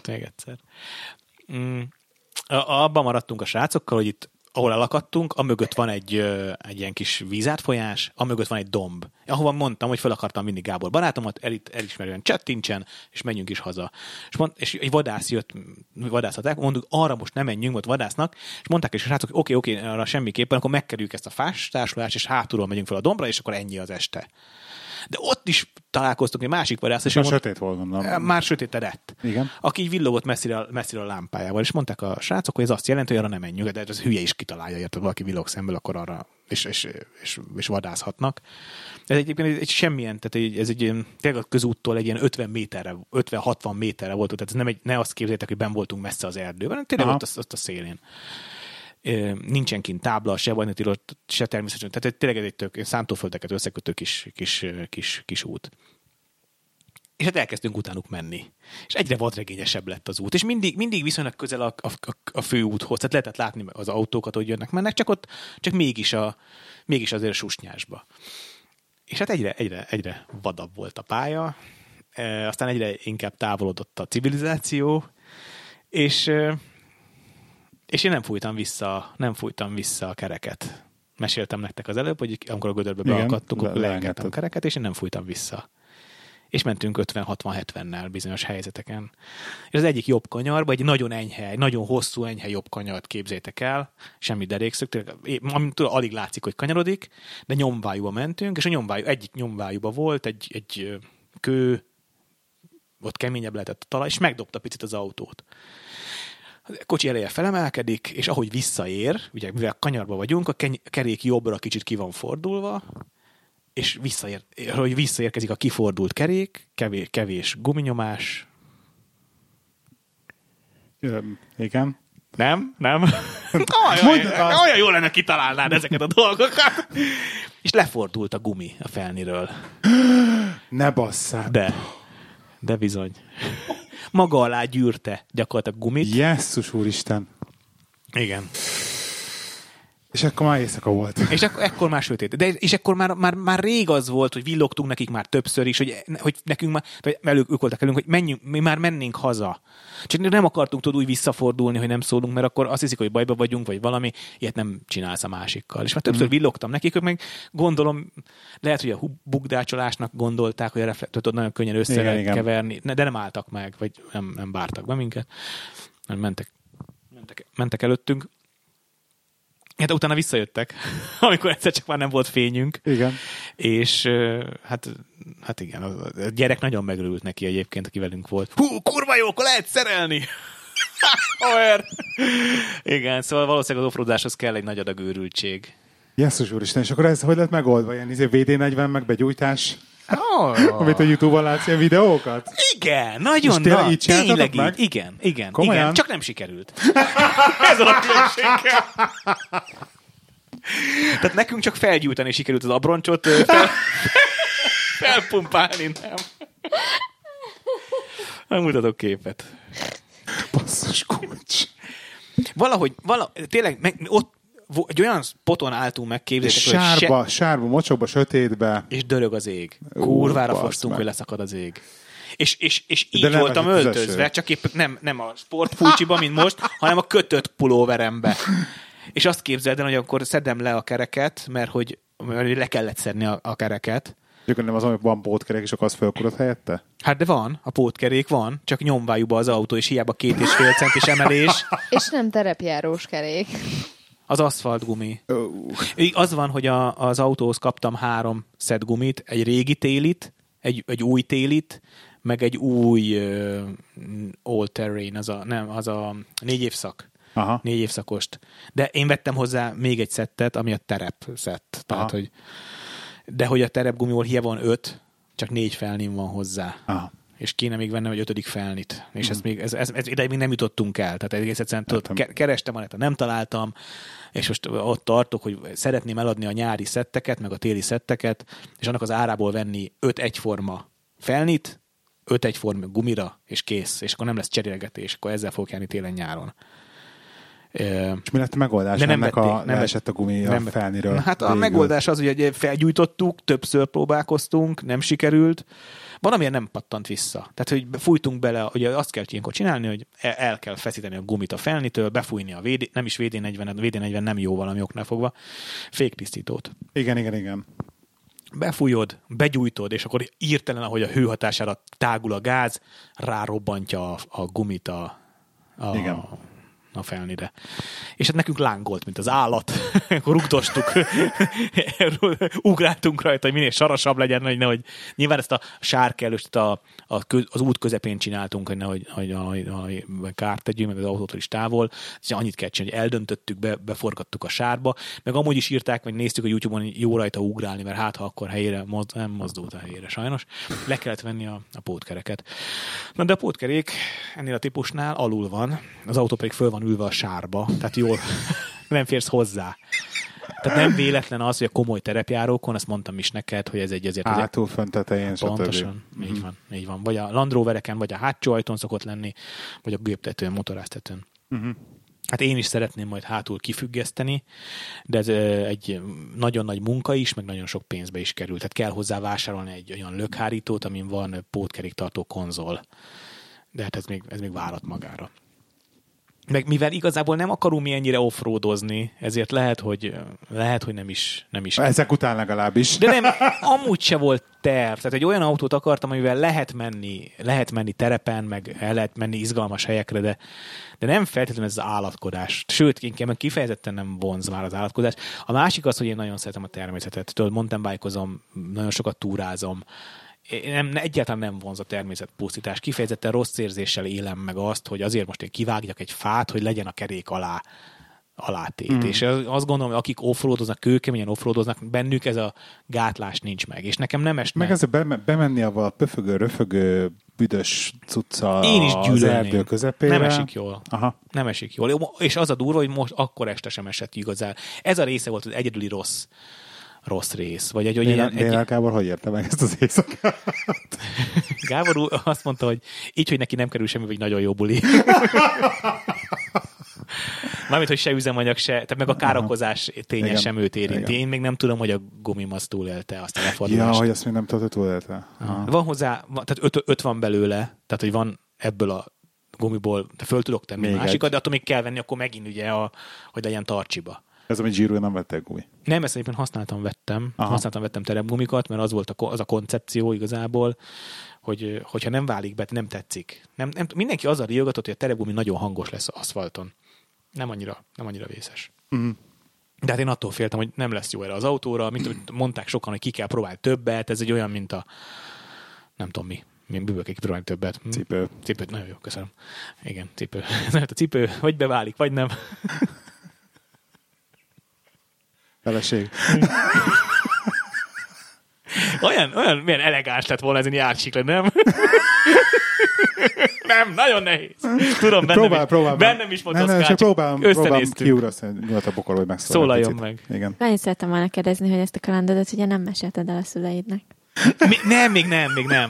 Abban maradtunk a srácokkal, hogy itt ahol elakadtunk, amögött van egy ilyen kis vízátfolyás, amögött van egy domb. Ahova mondtam, hogy fel akartam vinni Gábor barátomat, elismerően csettincsen, és menjünk is haza. És egy vadász jött, vadászhaták, mondjuk, arra most nem menjünk, volt vadásznak, és mondták is a srácok, hogy oké, arra semmiképpen, akkor megkerüljük ezt a fás társulást, és hátulról megyünk fel a dombra, és akkor ennyi az este. De ott is találkoztunk egy másik vadász, és sötét volt, gondolom. Már sötétedett. Igen. Aki így villogott messzire a lámpájával, és mondták a srácok, hogy ez azt jelenti, hogy arra nem menjünk, de ez hülye is kitalálja, érted, valaki villog szemből, akkor arra és vadászhatnak. Ez egyébként egy semmilyen, tehát ez egy tényleg a közúttól egy ilyen 50-60 méterre volt, tehát ez nem ne azt képzeljétek, hogy benn voltunk messze az erdőben, hanem tényleg ott a szélén. Nincsen kint tábla, se vajnatilott, se természetesen. Tehát tényleg ez egy tök szántóföldeket összekötő kis út. És hát elkezdtünk utánuk menni. És egyre vadregényesebb lett az út. És mindig viszonylag közel a főúthoz. Tehát lehetett látni az autókat, hogy jönnek-mennek, csak mégis azért susnyásba. És hát egyre vadabb volt a pálya. Aztán egyre inkább távolodott a civilizáció. És én nem fújtam vissza a kereket. Meséltem nektek az előbb, hogy amikor a gödörbe beakadtunk, akkor leengedtem a kereket, és én nem fújtam vissza. és mentünk 50-60-70-nel bizonyos helyzeteken. És az egyik jobb kanyarba, egy nagyon enyhe, nagyon hosszú enyhe jobb kanyart képzétek el, semmi derékszög, amitől alig látszik, hogy kanyarodik, de nyomvájúba mentünk, és a egyik nyomvájúba volt egy kő, ott keményebb lehetett a talaj, és megdobta picit az autót. A kocsi eleje felemelkedik, és ahogy visszaér, ugye mivel kanyarba vagyunk, a kerék jobbra kicsit ki van fordulva, és hogy visszaérkezik a kifordult kerék, kevés guminyomás. Igen. Nem? Olyan jól lenne, kitalálnád ezeket a dolgokat. És lefordult a gumi a felniről. Ne basszál. De bizony. Maga alá gyűrte gyakorlatilag gumit. Jesszus úristen. Igen. És akkor már éjszaka volt. És ekkor már sötét. És akkor már rég az volt, hogy villogtunk nekik már többször is, hogy nekünk már, vagy ők voltak elünk, hogy mi már mennénk haza. Csak nem akartunk úgy visszafordulni, hogy nem szólunk, mert akkor azt hiszik, hogy bajba vagyunk, vagy valami, ilyet nem csinálsz a másikkal. És már többször villogtam nekik, ők meg gondolom, lehet, hogy a bugdácsolásnak gondolták, hogy a reflektort nagyon könnyen össze lehet keverni, de nem álltak meg, vagy nem bártak be minket. Mentek előttünk. Hát utána visszajöttek, amikor egyszer csak már nem volt fényünk. Igen. És hát igen, a gyerek nagyon megörült neki egyébként, aki velünk volt. Hú, kurva jó, akkor lehet szerelni! Igen, szóval valószínűleg az offroadáshoz kell egy nagy adag őrültség. Jesszus úristen, és akkor ez hogy lett megoldva? Ilyen VD40 meg begyújtás? Amit a YouTube-on látsz ilyen videókat? Igen, nagyon nagy. Tényleg így. Igen. Csak nem sikerült. Ez a különbséggel. Tehát nekünk csak felgyújtani sikerült az abroncsot, felpumpálni, nem. Nem mutatok képet. Basszus kulcs. Valahogy tényleg ott egy olyan spoton álltunk meg, képzeljétek, hogy sárba, mocsokba, sötétbe. És dörög az ég. Kurvára fostunk, hogy leszakad az ég. És így voltam öltözve, csak épp nem a sportpulcsiba, mint most, hanem a kötött pulóverembe. És azt képzeld el, hogy akkor szedem le a kereket, mert hogy le kellett szedni a kereket. Nem az, hogy van pótkerék, és akkor az felkurod helyette? Hát de van, a pótkerék van, csak nyomvájúba az autó, és hiába 2,5 centis emelés. És nem terepjárós kerék. Az aszfaltgumi. Az van, hogy az autóhoz kaptam 3 szett gumit, egy régi télit, egy új télit, meg egy új all-terrain, az a 4 évszak. Aha. 4 évszakost. De én vettem hozzá még egy szettet, ami a terep szett. Tehát, hogy a terepgumiból hiába van 5, csak 4 felném van hozzá. Aha. És kéne még vennem egy 5. felnit. És ez ideig még nem jutottunk el. Tehát egész egyszerűen kerestem, nem találtam, és most ott tartok, hogy szeretném eladni a nyári szetteket, meg a téli szetteket, és annak az árából venni 5 egyforma felnit, 5 egyforma gumira, és kész. És akkor nem lesz cserélgetés, akkor ezzel fogok járni télen-nyáron. És mi lett a megoldás? De nem leesett a gumi a felniről. Hát a megoldás az, hogy felgyújtottuk, többször próbálkoztunk, nem sikerült. Valamilyen nem pattant vissza. Tehát, hogy fújtunk bele, ugye azt kell ilyenkor csinálni, hogy el kell feszíteni a gumit a felnitől, befújni a nem is VD40, a VD40 nem jó valami oknál fogva, féktisztítót. Igen. Befújod, begyújtod, és akkor hirtelen, ahogy a hő hatására tágul a gáz, rárobbantja a gumit a felnire. És hát nekünk lángolt, mint az állat. Akkor rugdostuk. Ugráltunk rajta, hogy minél sarasabb legyen, hogy nehogy... Nyilván ezt a sárkelőst az út közepén csináltunk, hogy nehogy kárt tegyünk, meg az autótól is távol. És annyit kell csinálni, hogy eldöntöttük, beforgattuk a sárba, meg amúgy is írták, vagy néztük a YouTube-on, jó rajta ugrálni, mert hát ha akkor helyére nem mozdult a helyére, sajnos. Le kellett venni a pótkereket. Na de a pótkerék ennél a típusnál alul van, az autó pedig föl van ülve a sárba, tehát jól nem férsz hozzá. Tehát nem véletlen az, hogy a komoly terepjárókon, azt mondtam is neked, hogy ez egy azért... Hátul fönt tetején, pontosan, így van. Vagy a Land Rovereken, vagy a hátsó ajtón szokott lenni, vagy a géptetőn, motoráztetőn. Hát én is szeretném majd hátul kifüggeszteni, de ez egy nagyon nagy munka is, meg nagyon sok pénzbe is kerül. Tehát kell hozzá vásárolni egy olyan lökhárítót, amin van pótkeréktartó konzol. De hát ez még várat magára. Meg mivel igazából nem akarunk mi ennyire offroadozni, ezért lehet, hogy nem is. Ezek után legalábbis. De nem, amúgy se volt terv. Tehát egy olyan autót akartam, amivel lehet menni terepen, meg el lehet menni izgalmas helyekre, de nem feltétlenül ez az állatkodás. Sőt, inkább kifejezetten nem vonz már az állatkodás. A másik az, hogy én nagyon szeretem a természetet. Tudod, mountainbike-ozom, nagyon sokat túrázom. Egyáltalán nem vonz a természetpusztítás. Kifejezetten rossz érzéssel élem meg azt, hogy azért most én kivágjak egy fát, hogy legyen a kerék alátét. És azt gondolom, hogy akik offroadoznak, kőkeményen offroadoznak, bennük ez a gátlás nincs meg. És nekem nem esne. Meg ez bemenni a pöfögő, röfögő, büdös cucca az erdő közepére. Nem esik jól. Aha. Nem esik jól. És az a durva, hogy most akkor este sem esett igazán. Ez a része volt az egyedüli rossz rész. Vagy Gábor, hogy érte meg ezt az éjszakát? Gábor azt mondta, hogy így, hogy neki nem kerül semmi, vagy nagyon jó buli. Mármint, hogy se üzemanyag, tehát meg a károkozás ténye sem őt érinti. Én még nem tudom, hogy a gumim az túlélte azt a lefordulást. Ja, hogy azt még nem tudod, hogy túlélte. Van hozzá, tehát 5 van belőle, tehát hogy van ebből a gumiból, de föl tudok tenni másikat, de attól még kell venni, akkor megint ugye, hogy legyen tartsiba. Ez, amit Giro nem vettek gumi. Nem, ezt egyébként használtam, vettem terepgumikat, mert az volt az a koncepció igazából, hogyha nem válik be, nem tetszik. Nem, mindenki azzal riogatott, hogy a terepgumi nagyon hangos lesz aszfalton. Nem annyira vészes. Uh-huh. De hát én attól féltem, hogy nem lesz jó erre az autóra, mint mondták sokan, hogy ki kell próbálni többet, ez egy olyan, mint a nem tudom mi. Miből kell kipróbálni többet? Cipő. Nagyon jó, köszönöm. Igen, cipő. A cipő vagy beválik, vagy nem. Feleség. Olyan milyen elegáns lett volna ez egy járcsiklet, nem? Nem, nagyon nehéz. Tudom, bennem is motoszkács. Próbálom kiugrasztani nyugodt a bokorba, hogy szólaljon meg. Igen. Én szerettem volna kérdezni, hogy ezt a kalandodat ugye nem mesélted el a szüleidnek. Még nem.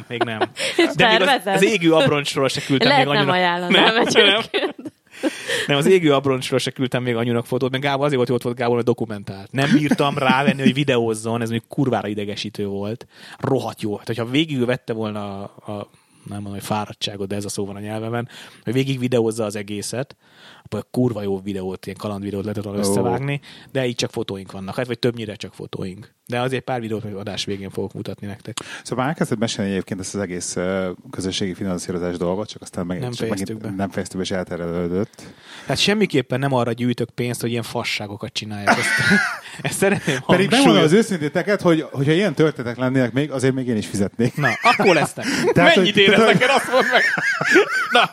De még az égő abroncsról se küldtem még anyunak. Lehet nem ajánlom. Nem, az égő abroncsról se küldtem még anyunak fotót, mert Gábor azért volt Gábor, hogy dokumentált. Nem bírtam rávenni, hogy videózzon, ez még kurvára idegesítő volt. Rohadt jó. Hát, hogyha végig vette volna a nem mondom, hogy fáradtságot, de ez a szó van a nyelvemen, hogy végig videózza az egészet, akkor kurva jó videót, ilyen kalandvideót lehetett volna összevágni, de így csak fotóink vannak, hát vagy többnyire csak fotóink. De azért pár videót még adás végén fogok mutatni nektek. Szóval már elkezdted mesélni egyébként ezt az egész közösségi finanszírozás dolgot, csak aztán nem fejeztük be, és elterelődött. Hát semmiképpen nem arra gyűjtök pénzt, hogy ilyen fasságokat csináljak. Ezt szeretném pedig megmondom az őszintéteket, hogyha ilyen történetek lennének még, azért még én is fizetnék. Na, akkor lesznek. Mennyit érez neked, azt mondd meg. Na,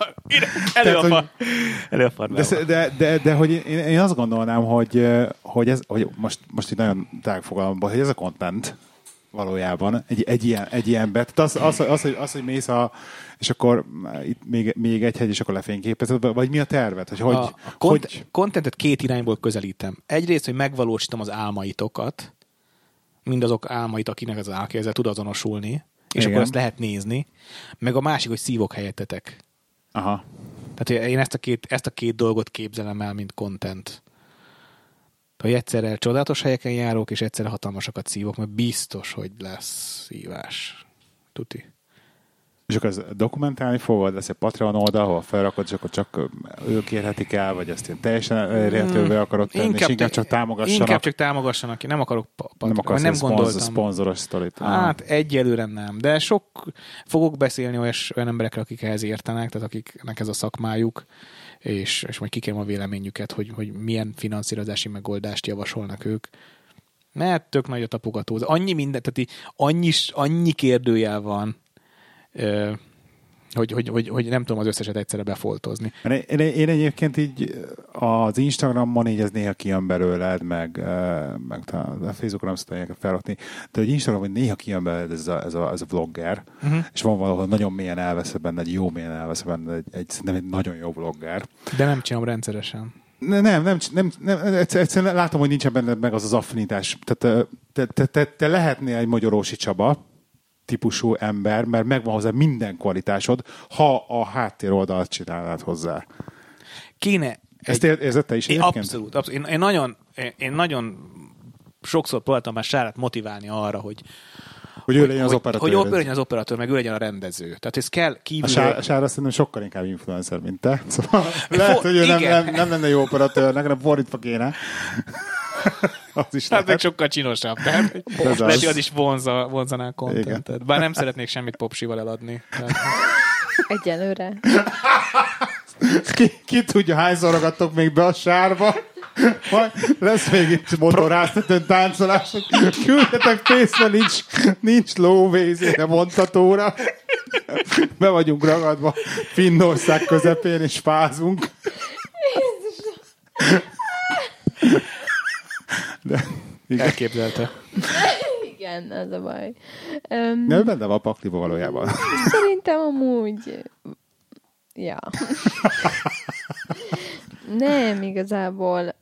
elő a farmába. De hogy én azt gondolnám, hogy most itt nagyon tág fogalmamban, hogy ez a content valójában egy ilyen bet. Az, hogy mész és akkor itt még egy hegy, és akkor lefényképezed, vagy mi a terved? Hogy contentet 2 irányból közelítem. Egyrészt, hogy megvalósítom az álmaitokat, mindazok álmait, akinek az álkézzel tud azonosulni, és igen. Akkor ezt lehet nézni. Meg a másik, hogy szívok helyettetek. Aha. Tehát én ezt a két dolgot képzelem el, mint content. Hogy egyszerre csodálatos helyeken járok, és egyszerre hatalmasakat szívok, mert biztos, hogy lesz szívás. Tuti. És akkor ezt dokumentálni fogod, lesz egy Patreon oldal, ahol felrakod, és akkor csak ők érhetik el, vagy ezt én teljesen elérhetővé akarod tenni, és inkább csak támogassanak. Inkább csak támogassanak, nem akarok nem gondoltam. Szponzoros sztorit. Hát egyelőre nem, de fogok beszélni olyan emberekkel, akik ehhez értenek, tehát akiknek ez a szakmájuk, és majd kikérem a véleményüket, hogy milyen finanszírozási megoldást javasolnak ők. Mert tök nagy a tapogató. Annyi minden, tehát annyi kérdőjel van, hogy nem tudom az összeset egyszerre befoltozni. Én egyébként így az Instagramon így ez néha kijön belőled, meg a Facebookon nem szoktam felrakni, de hogy Instagramon néha kijön belőled ez a vlogger, és van valahol nagyon mélyen elvesz benne, jó mélyen elvesz benne szerintem egy nagyon jó vlogger. De nem csinálom rendszeresen. Nem, egyszerűen látom, hogy nincsen benned meg az affinitás. Tehát te lehetnél egy Magyarósi Csaba típusú ember, mert megvan hozzá minden kvalitásod, ha a háttér oldalt csinálnád hozzá. Kéne... Ezt érzed te is egyébként? Abszolút. Én nagyon sokszor próbáltam már Sárát motiválni arra, Hogy ő legyen az operatőr. Hogy ő legyen az operatőr, meg ő legyen a rendező. Tehát ez kell kívülről... A Sára szerintem sokkal inkább influencer, mint te. Szóval lehet, hogy ő nem lenne jó operatőr, nekem fordítva kéne. Az is hát meg sokkal csinosabb. Tehát lehet, hogy az is vonzaná a kontentet. Bár nem szeretnék semmit popsival eladni. Egyelőre. Ki tudja, hányszor ragadtok még be a sárba? Majd lesz még itt motoráztatón táncolások. Küldjetek pénzre, nincs lóvézére, mondhatóra. Be vagyunk ragadva Finnország közepén, és fázunk. De, elképzelte. Igen, az a baj. De ő benne van a pakliba valójában. Szerintem amúgy... Ja. Nem, igazából...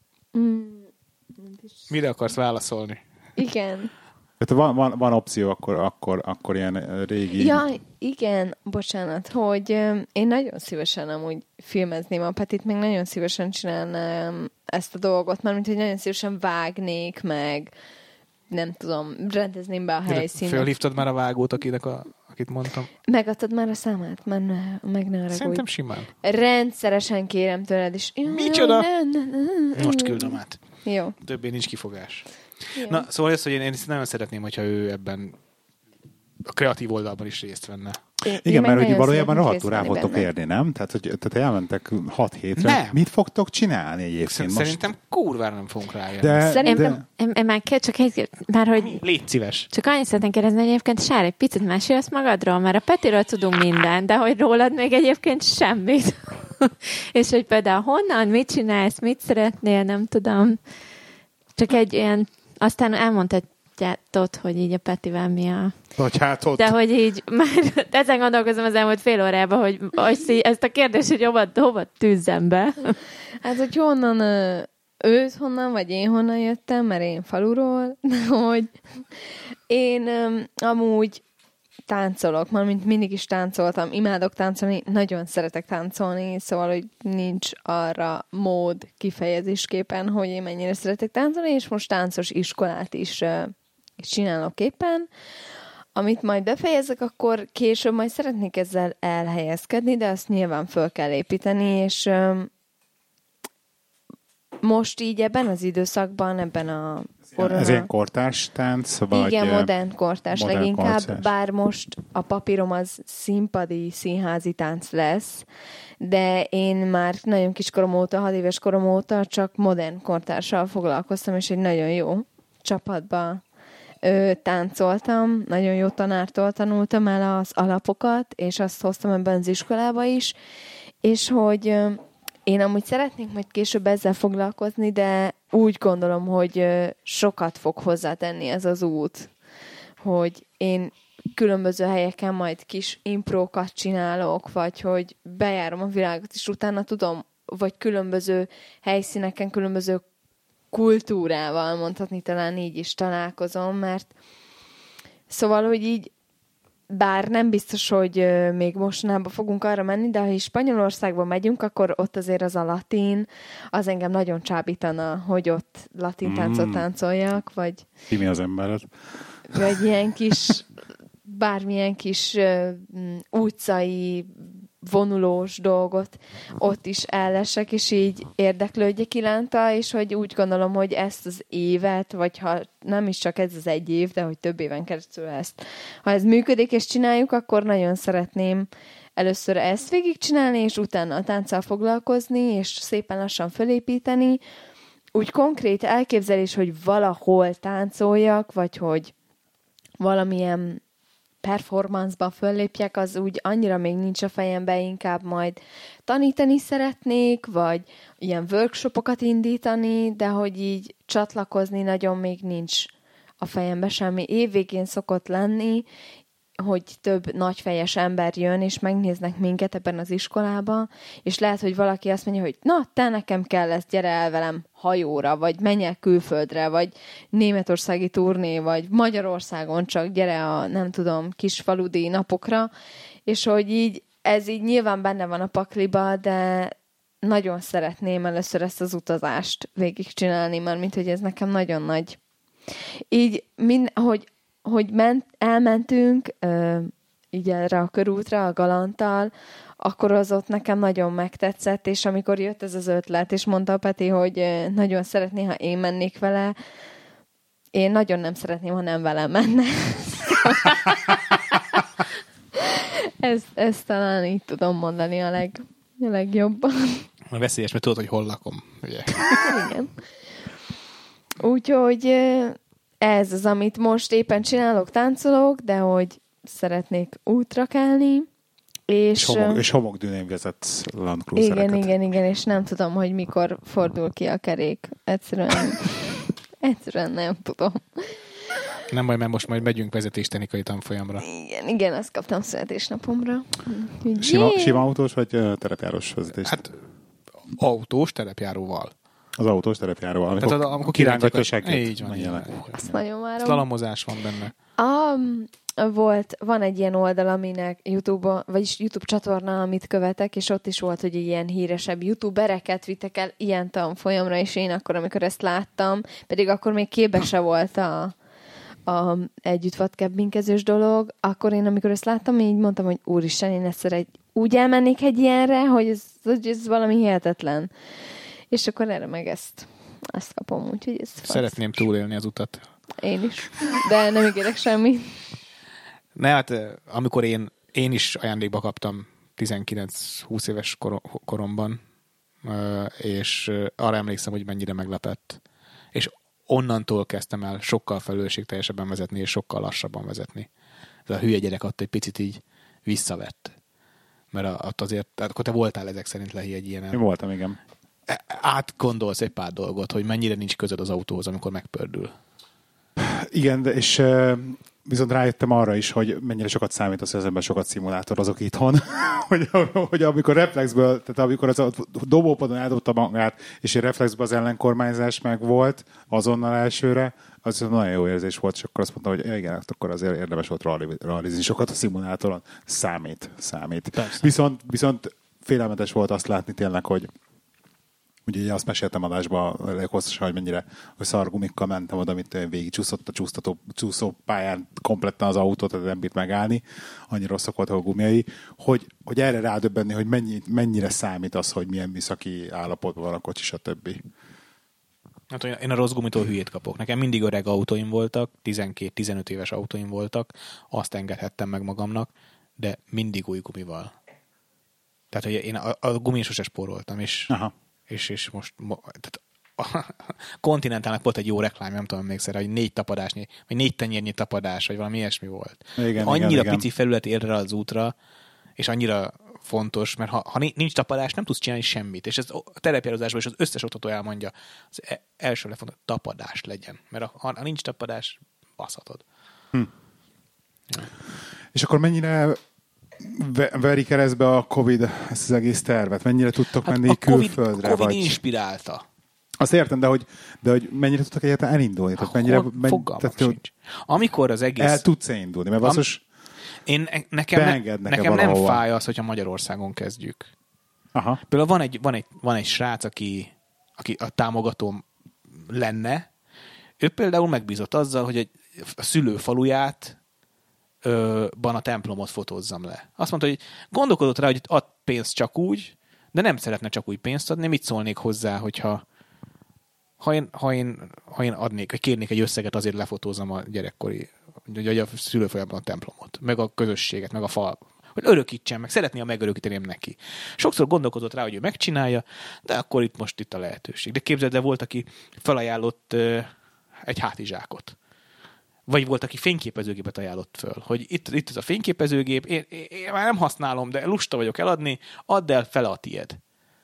Mire akarsz válaszolni? Igen. Tehát van opció, akkor ilyen régi... Ja, igen, bocsánat, hogy én nagyon szívesen amúgy filmezném a Petit, meg nagyon szívesen csinálnám ezt a dolgot, mert mint hogy nagyon szívesen vágnék, meg nem tudom, rendezném be a helyszínet. Fölhívtad már a vágót, akit mondtam? Megadtad már a számát? Már meg ne arra. Szerintem simán. Rendszeresen kérem tőled is. Micsoda? Most küldöm át. Jó. Többé nincs kifogás. Jó. Na, szóval ez, hogy én nagyon szeretném, hogyha ő ebben a kreatív oldalban is részt venne. Igen, mert hogy valójában rohadtul rá fogtok érni, nem? Tehát elmentek 6 hétre. Nem. Mit fogtok csinálni egyébként? Szerintem kurvára nem fogunk rájönni. Szerintem, már hogy... Légy szíves. Csak annyit szeretném kérdezni, hogy egyébként Sár, egy picit mesélsz magadról, mert a Petiről tudunk mindent, de hogy rólad még egyébként semmit. És hogy például honnan, mit csinálsz, mit szeretnél, nem tudom. Csak egy ilyen, aztán elmondhatjátok, hogy így a Petivel mi a... De hogy így már ezen gondolkozom az elmúlt fél órában, hogy ezt a kérdést, hogy hova tűzzem be. Hát, hogy honnan, vagy én honnan jöttem, mert én faluról, hogy én amúgy táncolok, mint mindig is táncoltam, imádok táncolni, nagyon szeretek táncolni, szóval, hogy nincs arra mód kifejezésképpen, hogy én mennyire szeretek táncolni, és most táncos iskolát is csinálok éppen. Amit majd befejezek, akkor később majd szeretnék ezzel elhelyezkedni, de azt nyilván föl kell építeni, és most így ebben az időszakban, ebben a korona... Ez ilyen kortárs tánc? Vagy igen, modern kortárs leginkább, kortárs. Bár most a papírom az színpadi, színházi tánc lesz, de én már nagyon kiskorom óta, 6 éves korom óta csak modern kortárssal foglalkoztam, és egy nagyon jó csapatba táncoltam, nagyon jó tanártól tanultam el az alapokat, és azt hoztam ebben az iskolába is, és hogy én amúgy szeretnék majd később ezzel foglalkozni, de úgy gondolom, hogy sokat fog hozzátenni ez az út, hogy én különböző helyeken majd kis imprókat csinálok, vagy hogy bejárom a világot, és utána tudom, vagy különböző helyszíneken, különböző kultúrával, mondhatni talán így is találkozom, mert szóval, hogy így bár nem biztos, hogy még mostanában fogunk arra menni, de ha Spanyolországba megyünk, akkor ott azért az a latin, az engem nagyon csábítana, hogy ott latin táncot táncoljak, vagy... Ki mi az embered? Vagy ilyen kis, bármilyen kis utcai vonulós dolgot ott is ellesek, és így érdeklődjek iránta, és hogy úgy gondolom, hogy ezt az évet, vagy ha nem is csak ez az egy év, de hogy több éven keresztül ezt, ha ez működik és csináljuk, akkor nagyon szeretném először ezt végigcsinálni, és utána a tánccal foglalkozni, és szépen lassan fölépíteni. Úgy konkrét elképzelés, hogy valahol táncoljak, vagy hogy valamilyen performance-ba föllépjek, az úgy annyira még nincs a fejemben, inkább majd tanítani szeretnék, vagy ilyen workshopokat indítani, de hogy így csatlakozni nagyon még nincs a fejemben semmi. Évvégén szokott lenni, hogy több nagyfejes ember jön, és megnéznek minket ebben az iskolában, és lehet, hogy valaki azt mondja, hogy na, te nekem kell lesz, gyere el velem hajóra, vagy menjek külföldre, vagy németországi turné, vagy Magyarországon csak gyere a, nem tudom, kis faludi napokra, és hogy így, ez így nyilván benne van a pakliba, de nagyon szeretném először ezt az utazást végigcsinálni, mert mint hogy ez nekem nagyon nagy. Így, hogy elmentünk így erre a körútra, a Galanttal, akkor az ott nekem nagyon megtetszett, és amikor jött ez az ötlet, és mondta a Peti, hogy nagyon szeretné, ha én mennék vele, én nagyon nem szeretném, ha nem velem menne. Ezt talán így tudom mondani a legjobban. Veszélyes, mert tudod, hogy hol lakom. Ugye? Igen. Úgyhogy ez az, amit most éppen csinálok, táncolok, de hogy szeretnék útra kelni. És homokdűnén vezetsz Land Cruisereket. Igen, és nem tudom, hogy mikor fordul ki a kerék. Egyszerűen nem tudom. Nem baj, mert most majd megyünk vezetéstechnikai tanfolyamra. Igen, azt kaptam születésnapomra. Sima autós vagy terepjárós vezetés? Hát autós terepjáróval. Az autós terepjáróval. Tehát amikor kirángatja a seggét. Így van. Azt nagyon várom. Slalomozás van benne. Van egy ilyen oldal, aminek YouTube csatorna, amit követek, és ott is volt, hogy ilyen híresebb youtubereket vittek el ilyen tanfolyamra, és én akkor, amikor ezt láttam, pedig akkor még képbe se volt a együtt vadkebbinkezős dolog, akkor én, amikor ezt láttam, így mondtam, hogy úristen, én egyszer úgy elmennék egy ilyenre, hogy ez valami hihetetlen. És akkor erre meg ezt kapom, úgyhogy ez szeretném túlélni az utat. Én is, de nem ígérek semmit. Ne, hát amikor én is ajándékba kaptam 19-20 éves koromban, és arra emlékszem, hogy mennyire meglepett. És onnantól kezdtem el sokkal felelősségteljesebben vezetni, és sokkal lassabban vezetni. Ez a hülye gyerek ott egy picit így visszavett. Mert azért, akkor te voltál ezek szerint Lehi egy ilyen. Én voltam, igen. Átgondolsz egy pár dolgot, hogy mennyire nincs közöd az autóhoz, amikor megpördül. Igen, és viszont rájöttem arra is, hogy mennyire sokat számít az, hogy az ember sokat szimulátorozzok itthon, hogy amikor reflexből, tehát amikor az a dobópadon eldobta magát, és egy reflexből az ellenkormányzás meg volt azonnal elsőre, az nagyon jó érzés volt, és akkor azt mondtam, hogy igen, akkor azért érdemes volt rallizni sokat a szimulátoron. Számít. Viszont félelmetes volt azt látni tényleg, hogy ugye azt meséltem adásban leghosszasan, hogy mennyire hogy szargumikkal mentem oda, amit végig csúszott a csúszó pályán kompletten az autót, tehát nem bírt megállni, annyira rosszak voltak a gumiai, hogy erre rádöbbenni, hogy mennyire számít az, hogy milyen műszaki állapotban van a kocsi, stb. Hát én a rossz gumitól hülyét kapok. Nekem mindig öreg autóim voltak, 12-15 éves autóim voltak, azt engedhettem meg magamnak, de mindig új gumival. Tehát, hogy én a gumin sose spóroltam, és most tehát a Continentalnak volt egy jó reklám, nem tudom még szerint, hogy 4 tapadásnyi, vagy 4 tenyérnyi tapadás, vagy valami ilyesmi volt. Annyira pici felület ér rá az útra, és annyira fontos, mert ha nincs tapadás, nem tudsz csinálni semmit. És ez a terepjározásban is az összes oktató elmondja, az első lefontos tapadás legyen. Mert ha nincs tapadás, baszhatod. Ja. És akkor mennyire veri keresztbe a Covid ezt az egész tervet? Mennyire tudtok menni külföldre? A Covid inspirálta. Azt értem, de hogy mennyire tudtak egyáltalán elindulni? Tehát mennyire, fogalmam sincs. Amikor az egész... El tudsz indulni? Mert basszus, nekem nem fáj az, hogyha Magyarországon kezdjük. Aha. Például van egy srác, aki a támogatóm lenne. Ő például megbízott azzal, hogy a szülőfaluját a templomot fotózzam le. Azt mondta, hogy gondolkodott rá, hogy ad pénzt csak úgy, de nem szeretne csak úgy pénzt adni. Mit szólnék hozzá, hogyha ha én adnék, vagy kérnék egy összeget, azért lefotózzam a gyerekkori, vagy a szülőfalujában a templomot, meg a közösséget, meg a fal, hogy örökítsem, meg szeretné, ha megörökíteném neki. Sokszor gondolkodott rá, hogy ő megcsinálja, de akkor itt a lehetőség. De képzeld, de volt, aki felajánlott egy hátizsákot. Vagy volt, aki fényképezőgépet ajánlott föl, hogy itt ez a fényképezőgép, én már nem használom, de lusta vagyok eladni, add el, fele a tied.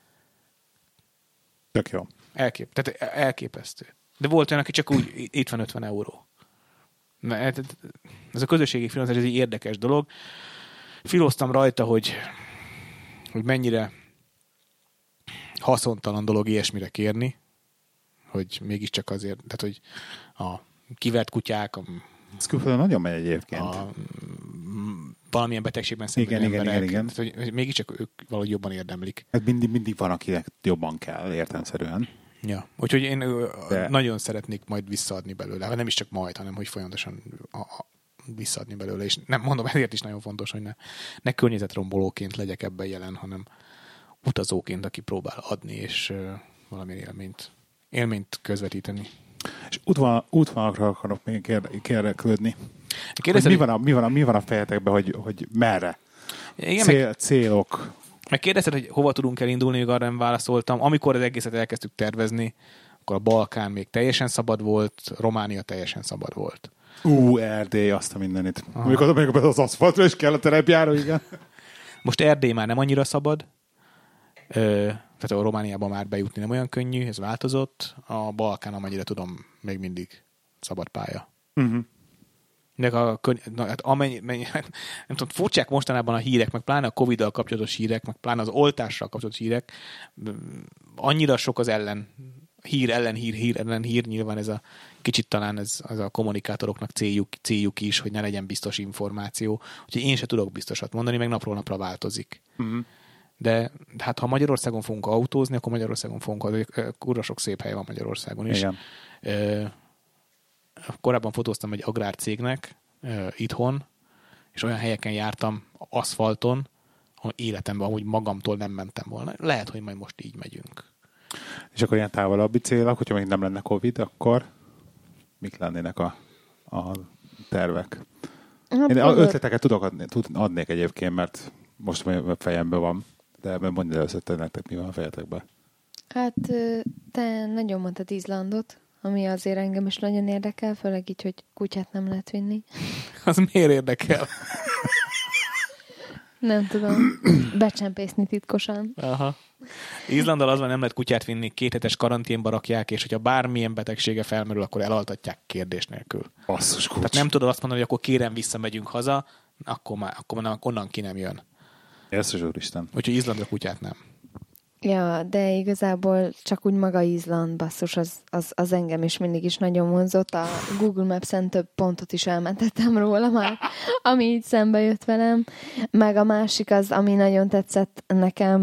Tök jó. Tehát elképesztő. De volt olyan, aki csak úgy, itt van 50 euró. Ez a közösségi finanszírozás, ez egy érdekes dolog. Filóztam rajta, hogy mennyire haszontalan dolog ilyesmire kérni, hogy mégiscsak azért, tehát hogy a kivert kutyák, ez külföldön nagyon megy egyébként. Valamilyen betegségben szenvedő emberek. Igen. Tehát, hogy mégiscsak ők valahogy jobban érdemlik. Hát mindig van, akinek jobban kell, értelemszerűen. Ja, úgyhogy én nagyon szeretnék majd visszaadni belőle. Nem is csak majd, hanem hogy folyamatosan visszaadni belőle, és nem mondom, ezért is nagyon fontos, hogy ne környezetrombolóként legyek ebben jelen, hanem utazóként, aki próbál adni, és valamilyen élményt közvetíteni. És útvonalakra akarok még kérdeklődni. Mi van a fejetekben, hogy merre? Igen, célok. Meg kérdezted, hogy hova tudunk elindulni, még arra nem válaszoltam. Amikor az egészet elkezdtük tervezni, akkor a Balkán még teljesen szabad volt, Románia teljesen szabad volt. Erdély, azt a mindenit. Amikor az aszfaltra is kell a terepjáró, igen. Most Erdély már nem annyira szabad, tehát a Romániában már bejutni nem olyan könnyű, ez változott. A Balkán, amennyire tudom, még mindig szabad pálya. Nem tudom, furcsák mostanában a hírek, meg pláne a Covid-dal kapcsolatos hírek, meg pláne az oltással kapcsolatos hírek, annyira sok az hír, nyilván ez a kicsit talán ez a kommunikátoroknak céljuk is, hogy ne legyen biztos információ. Úgyhogy én se tudok biztosat mondani, meg napról napra változik. De hát ha Magyarországon fogunk autózni, akkor Magyarországon fogunk, kurva sok szép hely van Magyarországon is. Igen. Korábban fotóztam egy agrárcégnek itthon, és olyan helyeken jártam, aszfalton, ahol életemben amúgy magamtól nem mentem volna. Lehet, hogy majd most így megyünk. És akkor ilyen távolabbi célok, hogyha még nem lenne Covid, akkor mik lennének a tervek? Én ötleteket adnék egyébként, mert most a fejemben van, de ebben mondj először nektek, mi van a fejetekben. Hát te nagyon mondtad Izlandot, ami azért engem is nagyon érdekel, főleg így, hogy kutyát nem lehet vinni. Az miért érdekel? Nem tudom. Becsempészni titkosan. Aha. Izlandal az van, nem lehet kutyát vinni, 2 hetes karanténba rakják, és hogyha bármilyen betegsége felmerül, akkor elaltatják kérdés nélkül. Basszus kulcs. Tehát nem tudod azt mondani, hogy akkor kérem visszamegyünk haza, akkor onnan ki nem jön. Jézus Úristen. Úgyhogy Izlandra kutyát nem. Ja, de igazából csak úgy maga Izland, basszus, az engem is mindig is nagyon vonzott. A Google Maps-en több pontot is elmentettem róla már, ami így szembe jött velem. Meg a másik az, ami nagyon tetszett nekem,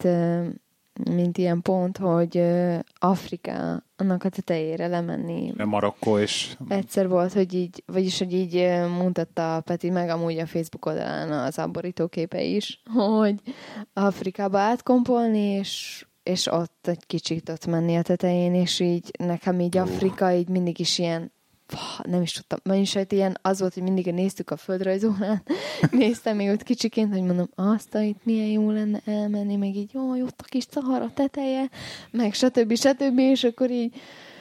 mint ilyen pont, hogy Afrika, annak a tetejére lemenni. Marokkó is. Egyszer volt, hogy így mutatta Peti meg amúgy a Facebook oldalán az abborító képe is, hogy Afrikába átkompolni, és ott egy kicsit ott menni a tetején, és így nekem így Afrika így mindig is ilyen, nem is tudtam, vagyis ilyen az volt, hogy mindig néztük a földrajzórán, néztem még ott kicsiként, hogy mondom, azt itt milyen jó lenne elmenni, meg így, ott a kis Szahara teteje, meg stb. És akkor így,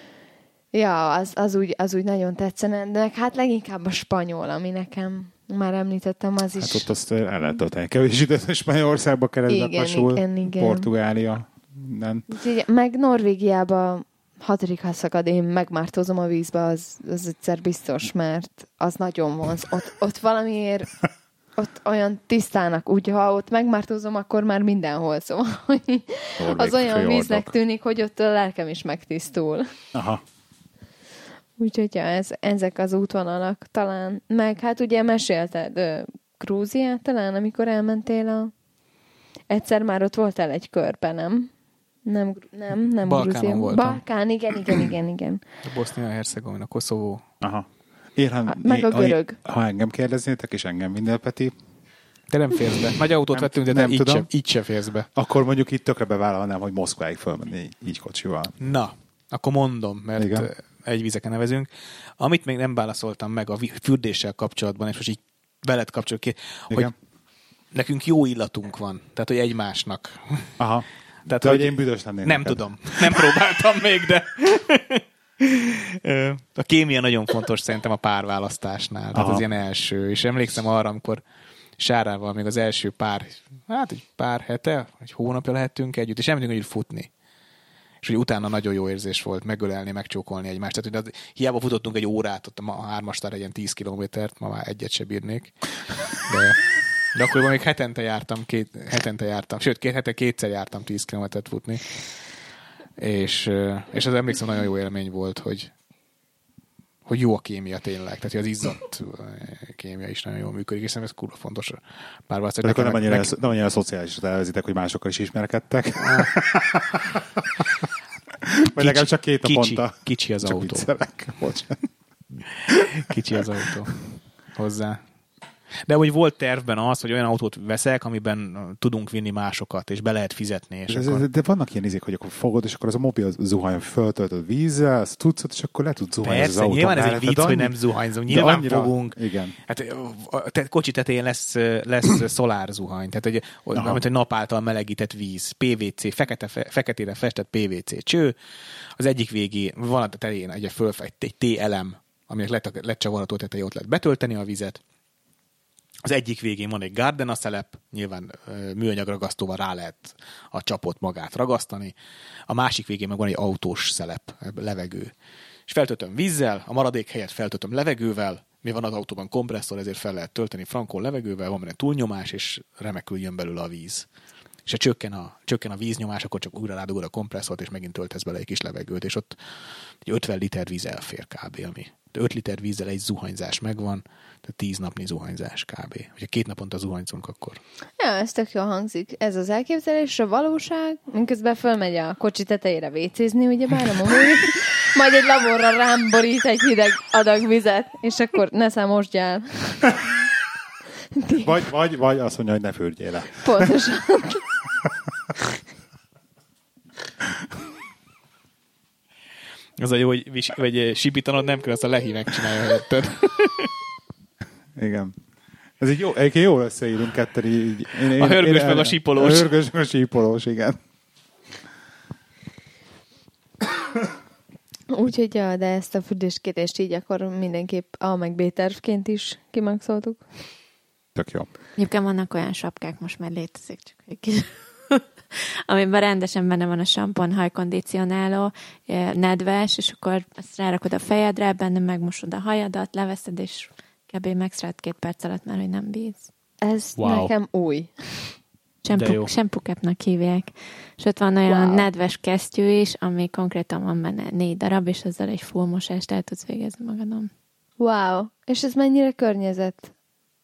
ja, az úgy nagyon tetszene, de hát leginkább a spanyol, ami nekem már említettem, az is. Hát ott azt el lehet ott elkevésíteni, Spanyolországba keresztbe pasul, igen. Portugália, minden. Meg Norvégiába 6. szakad, én megmártózom a vízbe, az egyszer biztos, mert az nagyon vonz. Ott valamiért ott olyan tisztának, úgy, ha ott megmártózom, akkor már mindenhol, szóval az olyan víznek tűnik, hogy ott a lelkem is megtisztul. Aha. Úgyhogy ja, ezek az útvonalak talán. Meg hát ugye mesélted Grúziát talán, amikor elmentél egyszer már ott voltál egy körben, nem? Nem Balkánon voltam. Balkán, igen. Bosznia-Hercegovina, Koszovó. Aha. Meg a görög. Ha engem kérdeznétek, és engem minden, Peti. De nem férsz be. Nagy autót vettünk, de nem így se férsz be. Akkor mondjuk itt tökre bevállalnám, hogy Moszkváig fölmenni így kocsival. Na, akkor mondom, mert igen. Egy vizeken nevezünk. Amit még nem válaszoltam meg a fürdéssel kapcsolatban, és most így veled kapcsolatban, hogy nekünk jó illatunk van. Tehát, hogy egymásnak. Aha. Tehát, hogy én büdös lennék. Nem neked. Tudom. Nem próbáltam még, de a kémia nagyon fontos szerintem a párválasztásnál. Tehát az ilyen első. És emlékszem arra, amikor Sárával még az első pár hete, egy hónapja lehettünk együtt, és elmentünk együtt futni. És hogy utána nagyon jó érzés volt megölelni, megcsókolni egymást. Tehát hogy hiába futottunk egy órát, ott a hármastára egy ilyen 10 kilométert, ma már egyet se bírnék. De akkor még hetente jártam, sőt, 2 hete kétszer jártam 10 kilométert futni. És az emlékszem, nagyon jó élmény volt, hogy jó a kémia tényleg. Tehát az izzadt kémia is nagyon jól működik, és szerintem ez kurva fontos. De akkor nem annyira szociálisra elvezitek, hogy másokkal is ismerkedtek. Vagy legalább csak 2 naponta. Kicsi az autó. Kicsi az autó. hozzá. De úgy volt tervben az, hogy olyan autót veszek, amiben tudunk vinni másokat, és be lehet fizetni. És de vannak ilyen izék, hogy akkor fogod, és akkor az a mobil zuhany föltöltöd vízzel, azt tudsz, és akkor le tudsz zuhanyzni az autón. Nyilván ez egy vicc, hogy nem zuhanyzunk. Nyilván annyira, fogunk. Igen. Hát kocsi tetején lesz szolárzuhany. Tehát, hogy nap által melegített víz, PVC, feketére festett PVC cső. Az egyik végé van a tetején egy T-elem, aminek lecsavarható tetején ott lehet betölteni a vizet. Az egyik végén van egy Gardena szelep, nyilván műanyag ragasztóval rá lehet a csapot magát ragasztani. A másik végén meg van egy autós szelep, levegő. És feltöltöm vízzel, a maradék helyet feltöltöm levegővel, mi van az autóban kompresszor, ezért fel lehet tölteni frankon levegővel, van benne túlnyomás, és remekül jön belőle a víz. És ha csökken a víznyomás, akkor csak újra rádugod a kompresszort, és megint töltesz bele egy kis levegőt, és ott egy 50 liter víz elfér kb. Ami 5 liter vízzel egy zuhanyzás megvan, tehát 10 napnyi zuhanyzás kb. Hogyha 2 naponta zuhanyzunk, akkor... Ja, ez tök jól hangzik. Ez az elképzelés, a valóság, miközben fölmegy a kocsi tetejére vécézni, ugyebár a momói, majd egy laborra rám borít egy hideg adag vizet, és akkor ne számosdjál. Vagy azt mondja, hogy ne fürdjél le. Pontosan. Az a jó, hogy sipítanod nem kell, azt a Lehi megcsinálja helyetted. Igen. Ez így jó, egyébként jól összeírunk ketten így. A hörgős meg a sípolós. A hörgős meg a sípolós, igen. Úgyhogy, de ezt a fürdéskétést így akkor mindenképp A meg B tervként is kimaxoltuk. Tök jó. Egyébként vannak olyan sapkák, most már létezik, csak egy kis... amiben rendesen benne van a sampon, hajkondicionáló, nedves, és akkor azt rárakod a fejedre, benne megmosod a hajadat, leveszed, és kb. Megszállt 2 perc alatt már, hogy nem víz. Ez nekem új. Shampoo-capnak hívják. És ott van olyan nedves kesztyű is, ami konkrétan van benne 4 darab, és ezzel egy full mosást el tudsz végezni magadon. Wow. És ez mennyire környezet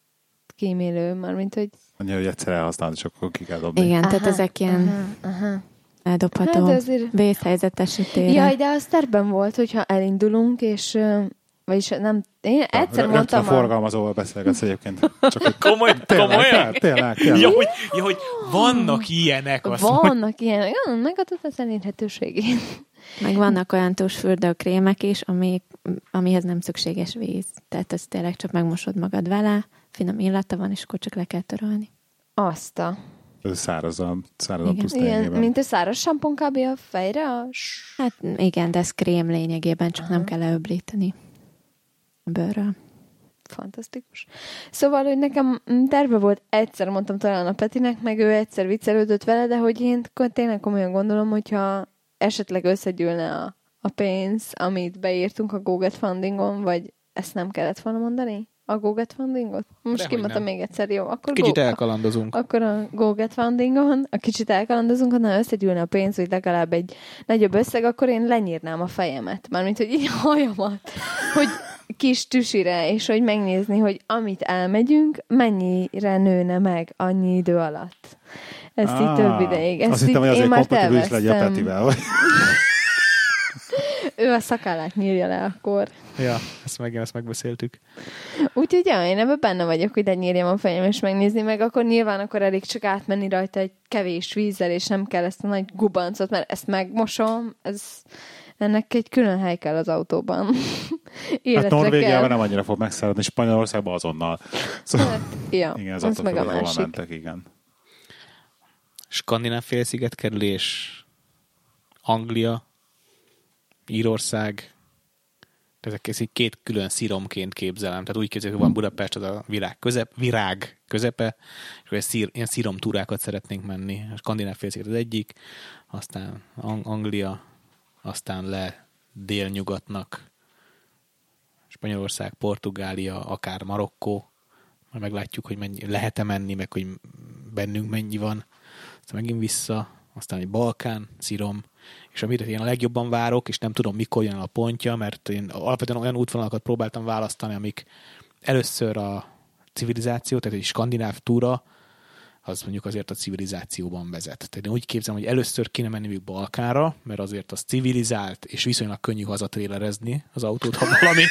kímélő, mármint, hogy... Annyira, hogy egyszer elhasználod, és akkor ki kell dobni. Igen, tehát ezek ilyen eldobható vészhelyzet esetére. Jaj, de az tervben volt, hogyha elindulunk, és... Vagyis nem... Én egyszer mondtam... A forgalmazóval beszélgetsz egyébként. Csak komolyan? Tényleg. Ja, hogy vannak ilyenek. Vannak ilyenek. Megadod az elérhetőségét. Meg vannak olyan tusfürdőkrémek is, amihez nem szükséges víz. Tehát ezt tényleg csak megmosod magad vele, finom illata van, és akkor csak le kell törölni. Azt a... Száraz a ilyen, mint a száraz sampon kb. A fejre? Hát igen, de ez krém lényegében, csak nem kell leöblíteni a bőrről. Fantasztikus. Szóval, hogy nekem terve volt, egyszer mondtam talán a Petinek, meg ő egyszer viccelődött vele, de hogy én tényleg komolyan gondolom, hogyha esetleg összegyűlne a pénz, amit beírtunk a GoGet Fundingon, vagy ezt nem kellett volna mondani? A GoGet Fundingot? Most kimondtam még egyszer, jó? Akkor kicsit elkalandozunk. Akkor a GoGet Fundingon, ha összegyűlne a pénz, hogy legalább egy nagyobb összeg, akkor én lenyírnám a fejemet. Mármint, hogy így a hajamat, hogy kis tüsire, és hogy megnézni, hogy amit elmegyünk, mennyire nőne meg annyi idő alatt. Ezt így több ideig. Azt hittem, hogy azért kompatibilis legyen a Petivel. Ő a szakállát nyírja le akkor. Ja, ezt megbeszéltük. Úgyhogy én ebben benne vagyok, hogy lenyírjam a fejem és megnézni meg, akkor nyilván akkor elég csak átmenni rajta egy kevés vízzel, és nem kell ezt a nagy gubancot, mert ezt megmosom, ennek egy külön hely kell az autóban. Hát Norvégiában nem annyira fog megszállni, Spanyolországban azonnal. Szóval, hát, ja, igen, az attól meg a ahol másik. mentek, igen. Skandináv félsziget kerülés, Anglia, Írország, ezek így 2 külön sziromként képzelem. Tehát úgy képzeljük, hogy van Budapest, az a virág közepe, és ilyen sziromtúrákat szeretnénk menni. A Skandináv félsziget az egyik, aztán Anglia, aztán le délnyugatnak, Spanyolország, Portugália, akár Marokkó. Majd meglátjuk, hogy lehet-e menni, meg hogy bennünk mennyi van. Aztán megint vissza, aztán egy Balkán, szirom, és amire én a legjobban várok, és nem tudom, mikor jön a pontja, mert én alapvetően olyan útvonalakat próbáltam választani, amik először a civilizáció, tehát egy skandináv túra, az mondjuk azért a civilizációban vezet. Tehát én úgy képzelem, hogy először kéne menni még Balkánra, mert azért az civilizált, és viszonylag könnyű hazatrélerezni az autót, ha valami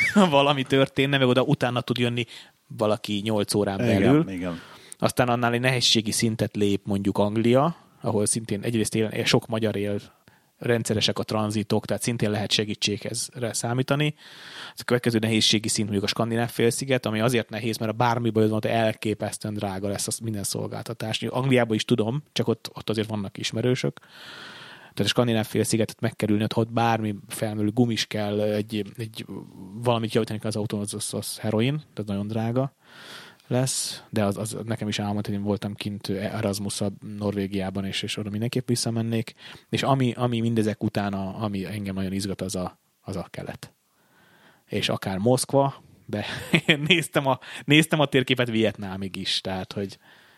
valami történne, meg oda utána tud jönni valaki 8 órán belül. Igen. Aztán annál egy nehézségi szintet lép mondjuk Anglia, ahol szintén egyrészt sok magyar él, rendszeresek a tranzitok, tehát szintén lehet segítségre számítani. A következő nehézségi szint mondjuk a Skandináv-félsziget, ami azért nehéz, mert a bármi bajod van, elképesztően drága lesz az minden szolgáltatás. Angliában is tudom, csak ott azért vannak ismerősök. Tehát a Skandináv-félszigetet megkerülni, ott bármi felmerül, gumis kell, egy valamit javítani az autón, az heroin, tehát nagyon drága lesz, de az nekem is álmod, hogy én voltam kint Erasmusszal Norvégiában, és oda mindenképp visszamennék. És ami mindezek után, ami engem nagyon izgat, az a kelet. És akár Moszkva, de én néztem a térképet Vietnámig is, tehát, hogy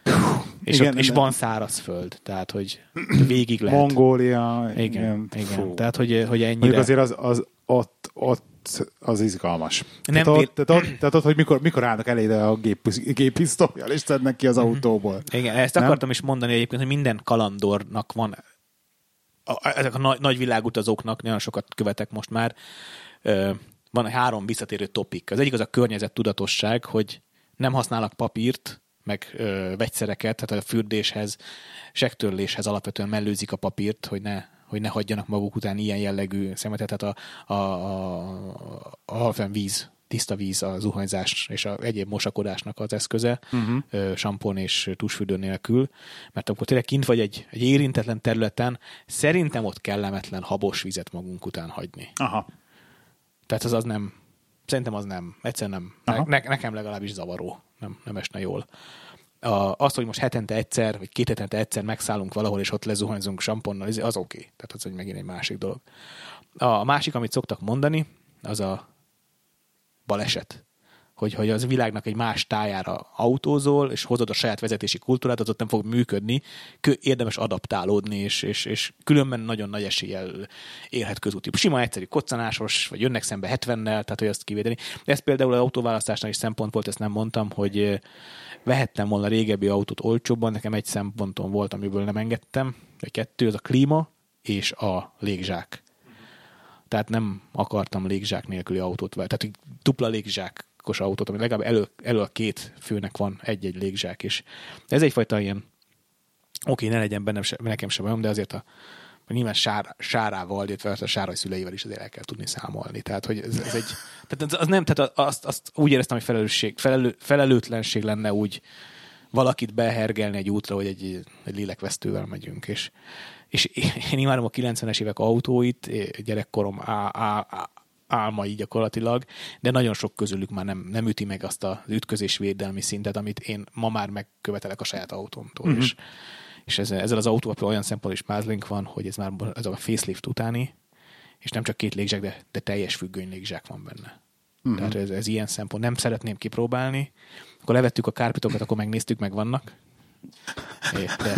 és van szárazföld, tehát, hogy végig lehet. Mongólia. Igen. Tehát, hogy ennyire... Mondjuk azért ott az izgalmas. Tehát ott, hogy mikor állnak eléd a géppisztolyjal, és szednek ki az autóból. Igen, ezt akartam is mondani egyébként, hogy minden kalandornak van, ezek a nagy világutazóknak, nagyon sokat követek most már, van 3 visszatérő topik. Az egyik az a környezettudatosság, hogy nem használnak papírt, meg vegyszereket, tehát a fürdéshez, segtörléshez alapvetően mellőzik a papírt, hogy ne hagyjanak maguk után ilyen jellegű szemetet, tehát alapvetően víz, tiszta víz a zuhanyzás és a egyéb mosakodásnak az eszköze, sampon és tusfürdő nélkül, mert akkor tényleg kint vagy egy érintetlen területen, szerintem ott kellemetlen habos vizet magunk után hagyni. Aha. Tehát az nem, szerintem az nem, egyszerűen nem, nekem legalábbis zavaró, nem esne jól. Azt, hogy most hetente egyszer, vagy 2 hetente egyszer megszállunk valahol, és ott lezuhanyzunk samponnal, az oké. Tehát az megint egy másik dolog. A másik, amit szoktak mondani, az a baleset. Hogy az világnak egy más tájára autózol, és hozod a saját vezetési kultúrát, az ott nem fog működni. Érdemes adaptálódni, és különben nagyon nagy eséllyel élhet közúti. Sima egyszerű koccanásos, vagy jönnek szembe 70-nel, tehát hogy azt kivédeni. Ez például az autóválasztásnál is szempont volt, ezt nem mondtam, hogy vehettem volna régebbi autót olcsóbban, nekem egy szemponton volt, amiből nem engedtem, vagy 2, az a klíma és a légzsák. Tehát nem akartam légzsák nélküli autót venni. Tehát dupla légzsákos autót, ami legalább elő a 2 főnek van egy-egy légzsák is. Ez egyfajta ilyen, oké, ne legyen bennem nekem sem olyan, de azért nyilván Sárával, illetve a Sárai szüleivel is azért el kell tudni számolni. Tehát, hogy ez egy... Tehát az nem, tehát azt úgy éreztem, hogy felelőtlenség lenne úgy valakit behergelni egy útra, hogy egy lélekvesztővel megyünk. És én imádom a 90-es évek autóit, gyerekkorom álmai gyakorlatilag, de nagyon sok közülük már nem üti meg azt az ütközésvédelmi szintet, amit én ma már megkövetelek a saját autómtól. Mm-hmm. És ezzel az autóval olyan szempont is mázlink van, hogy ez a facelift utáni, és nem csak 2 légzsák, de teljes függöny légzsák van benne. Mm-hmm. Tehát ez ilyen szempont. Nem szeretném kipróbálni. Akkor levettük a kárpitokat, akkor megnéztük, meg vannak. De...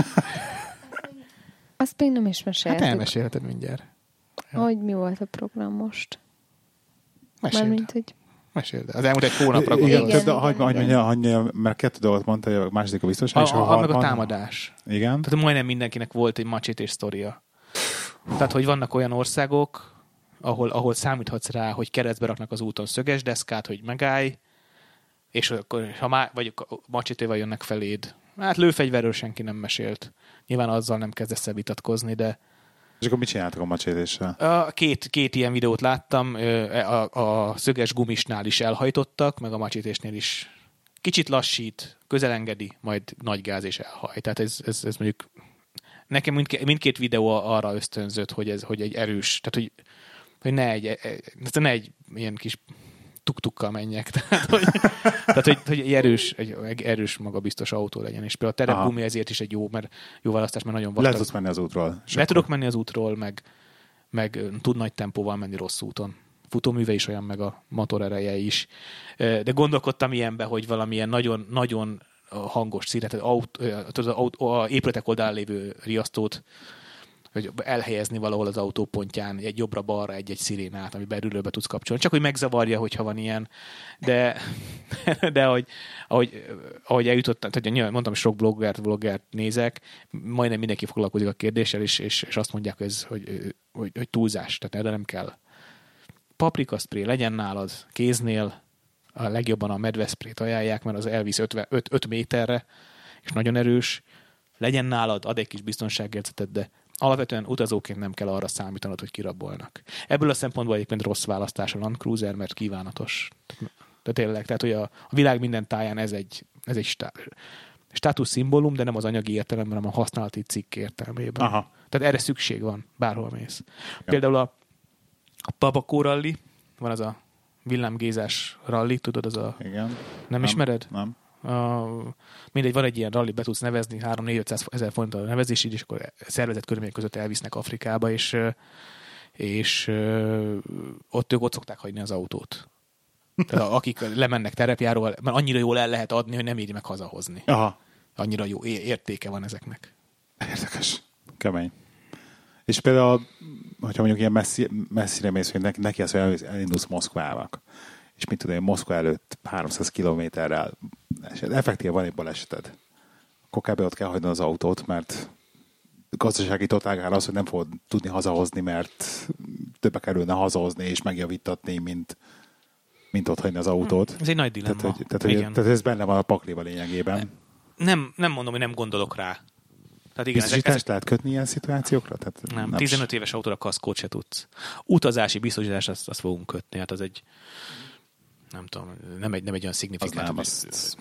Azt még nem is meséltük. Hát elmesélheted mindjárt. Ja. Hogy mi volt a program most? Meséld. Az elmúlt egy hónapra Igen, mert 2 dolgot mondta, a második a biztonság, és meg a támadás. Igen. Tehát majdnem mindenkinek volt egy machetés sztoria. Tehát, hogy vannak olyan országok, ahol számíthatsz rá, hogy keresztbe raknak az úton szöges deszkát, hogy megállj, és akkor, vagy macsétével jönnek feléd. Hát lőfegyverről senki nem mesélt. Nyilván azzal nem kezdesz el vitatkozni, de... És akkor mit csináltak a macsétéssel? Két ilyen videót láttam. A szöges gumisnál is elhajtottak, meg a macsétésnél is kicsit lassít, közelengedi, majd nagy gáz és elhajt. Tehát ez mondjuk... Nekem mindkét videó arra ösztönzött, hogy egy erős... Tehát, hogy ne egy ilyen kis tuk-tukkal menjek. Tehát, hogy egy erős magabiztos autó legyen. És például a terepgumi ezért is egy jó választás, mert nagyon vastag. Le tudsz menni az útról. Le tudok menni az útról, meg tud nagy tempóval menni rossz úton. Futóműve is olyan, meg a motor ereje is. De gondolkodtam ilyenbe, hogy valamilyen nagyon, nagyon hangos színet, a épületek oldalán lévő riasztót, hogy elhelyezni valahol az autópontján, egy jobbra-balra egy szirénát, ami belülről be tudsz kapcsolni. Csak hogy megzavarja, hogyha van ilyen. De ahogy eljutottam, tehát mondtam, sok bloggert nézek, majdnem mindenki foglalkozik a kérdéssel, és azt mondják, hogy túlzás, tehát erre nem kell. paprikaszpré legyen nálad kéznél, a legjobban a medveszprét ajánlják, mert az elvisz 5 méterre, és nagyon erős. Legyen nálad, ad egy kis biztonságérzetet, de alapvetően utazóként nem kell arra számítanod, hogy kirabolnak. Ebből a szempontból egyébként rossz választás a Land Cruiser, mert kívánatos. De tényleg, tehát hogy a világ minden táján ez egy státuszszimbólum, de nem az anyagi értelemben, hanem a használati cikk értelmében. Aha. Tehát erre szükség van, bárhol mész. Ja. Például a Babakó rally, van az a villámgézás rally, tudod, az a... Igen. Nem ismered? Nem. Mindegy, van egy ilyen rally, be tudsz nevezni, 300-400 ezer forint a nevezésig, és akkor szervezett körülmények között elvisznek Afrikába, és ott ők ott szokták hagyni az autót. Tehát akik lemennek terepjáróval, mert annyira jól el lehet adni, hogy nem éri meg hazahozni. Aha. Annyira jó értéke van ezeknek. Érdekes. Kemény. És például, hogyha mondjuk ilyen messzire mész, hogy neki az, hogy elindulsz Moszkvának, és mit tudom, Moszkva előtt 300 kilométerrel, effektíve van egy baleseted, akkor kb. Ott kell hagynod az autót, mert gazdasági totálgál az, hogy nem fogod tudni hazahozni, mert többe kerülne hazahozni és megjavítatni, mint ott hagyni az autót. Ez egy nagy dilemma. Tehát ez benne van a pakliba lényegében. Nem mondom, hogy nem gondolok rá. Tehát igen, biztosítást lehet kötni ilyen szituációkra? Tehát nem 15 éves autóra kaszkót se tudsz. Utazási biztosítást azt fogunk kötni. Hát az egy nem tudom, nem egy olyan szignifikáns.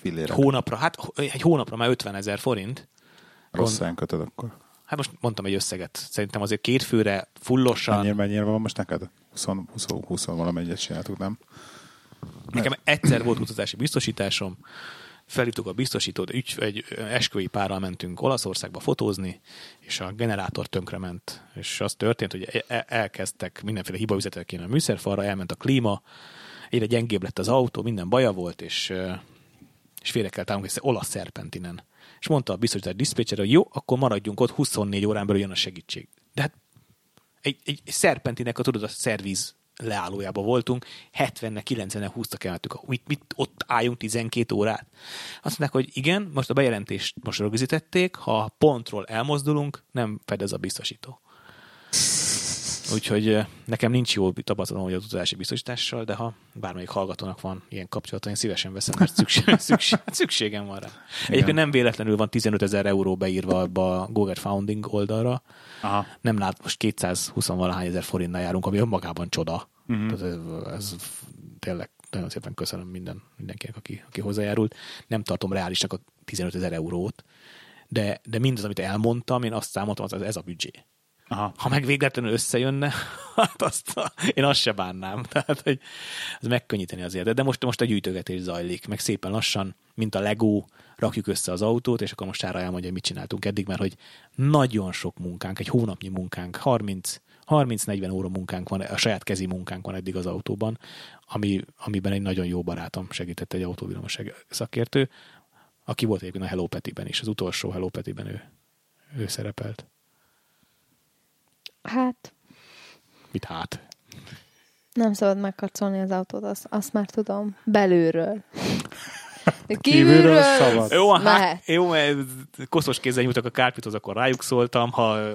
Egy hónapra már 50 000 forint. Rosszán kötöd akkor. Hát most mondtam egy összeget. Szerintem azért 2 főre fullosan. Mennyire van most neked? 20 valamennyit csináltuk, nem? Nekem egyszer volt utazási biztosításom, felhívtuk a biztosítót, egy esküvői párral mentünk Olaszországba fotózni, és a generátor tönkrement. És az történt, hogy elkezdtek mindenféle hibaüzetek kéne a műszerfalra, elment a klíma, egyre gyengébb lett az autó, minden baja volt, és félre kell állnunk egy olasz szerpentinen. És mondta a biztosítás diszpécser, hogy jó, akkor maradjunk ott, 24 órán belül jön a segítség. De hát egy szerpentinek, tudod, a szerviz leállójában voltunk, 70-90-en húztak emeltük. Mit ott álljunk 12 órát? Azt mondták, hogy igen, most a bejelentést most rögzítették, ha a pontról elmozdulunk, nem fedez a biztosító. Úgyhogy nekem nincs jó tapasztalatom, hogy az utazási biztosítással, de ha bármelyik hallgatónak van ilyen kapcsolata, én szívesen veszem, mert szükségem van rá. Egyébként nem véletlenül van 15 000 euró beírva abba a Google Founding oldalra. Aha. Nem lát, most 220-valahány ezer forintnál járunk, ami önmagában csoda. Ez tényleg nagyon szépen köszönöm mindenkinek, aki hozzájárult. Nem tartom reálisnak a 15 000 eurót, de mindaz, amit elmondtam, én azt számoltam, az ez a büdzsé. Aha. Ha meg végletlenül összejönne, hát én azt se bánnám. Tehát, hogy ez megkönnyíteni az életet. De most a gyűjtögetés zajlik, meg szépen lassan, mint a Lego, rakjuk össze az autót, és akkor most Sára elmondja, hogy mit csináltunk eddig, mert hogy nagyon sok munkánk, egy hónapnyi munkánk, 30-40 óra munkánk van, a saját kezi munkánk van eddig az autóban, amiben egy nagyon jó barátom segített, egy autóvillamos szakértő, aki volt egyébként a Hello Petiben is, az utolsó Hello Petiben ő szerepelt. Hát. Mit hát? Nem szabad megkarcolni az autót, azt már tudom. Belülről. De kívülről szabad. Jó, mert koszos kézzel nyújtak a kárpithoz, akkor rájuk szóltam.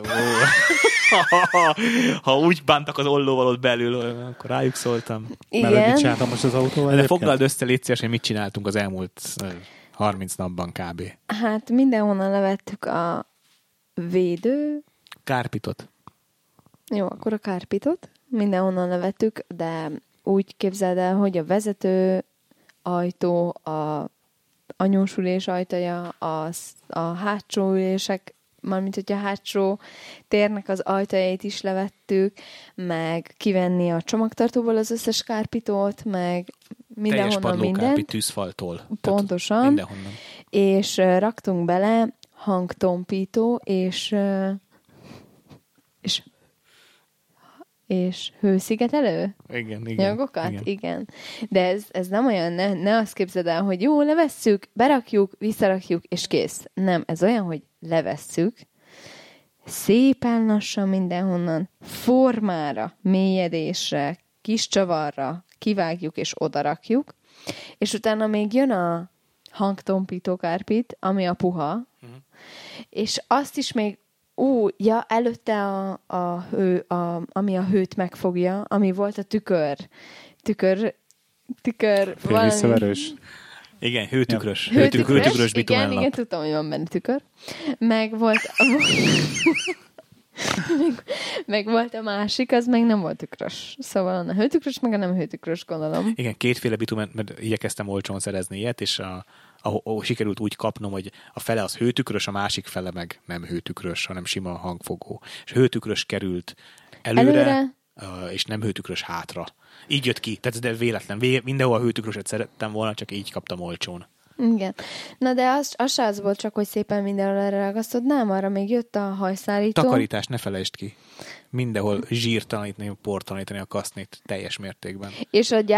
Ha úgy bántak az ollóval ott belül, akkor rájuk szóltam. Igen. Mert mit csináltam most az autóval? De foglald össze, légy szíves, hogy mit csináltunk az elmúlt 30 napban kb. Hát mindenhonnan levettük a védő... Kárpitot. Jó, akkor a kárpitot mindenhonnan levettük, de úgy képzeld el, hogy a vezető ajtó, a anyósülés ajtaja, a hátsó ülések, mármint hogy a hátsó térnek az ajtajait is levettük, meg kivenni a csomagtartóból az összes kárpitót, meg mindenhonnan teljes padlókárpit tűzfaltól. Pontosan. Mindenhonnan. És raktunk bele hangtompító, és hőszigetelő? Igen. Nyagokat? Igen. De ez nem olyan, ne azt képzeld el, hogy jó, levesszük, berakjuk, visszarakjuk, és kész. Nem, ez olyan, hogy levesszük, szépen lassan mindenhonnan, formára, mélyedésre, kis csavarra kivágjuk és odarakjuk, és utána még jön a hangtompító kárpit, ami a puha, és azt is még előtte a hő, ami a hőt megfogja, ami volt a tükör visszaverős. Igen, hőtükrös bitumenlap. Igen, tudtam, hogy van benne tükör. Meg volt a másik, az meg nem volt tükrös. Szóval a hőtükrös, meg a nem hőtükrös, gondolom. Igen, kétféle bitument, mert igyekeztem olcsón szerezni ilyet, és ahol sikerült úgy kapnom, hogy a fele az hőtükrös, a másik fele meg nem hőtükrös, hanem sima hangfogó. És hőtükrös került előre? És nem hőtükrös hátra. Így jött ki, tehát de véletlen. Mindenhol a hőtükröset szerettem volna, csak így kaptam olcsón. Igen. Na de az se az volt csak, hogy szépen mindenhol erre ragasztod, nem, arra még jött a hajszárító. Takarítás, ne felejtsd ki. Mindenhol zsírtalanítani, portalanítani a kasznét teljes mértékben. És a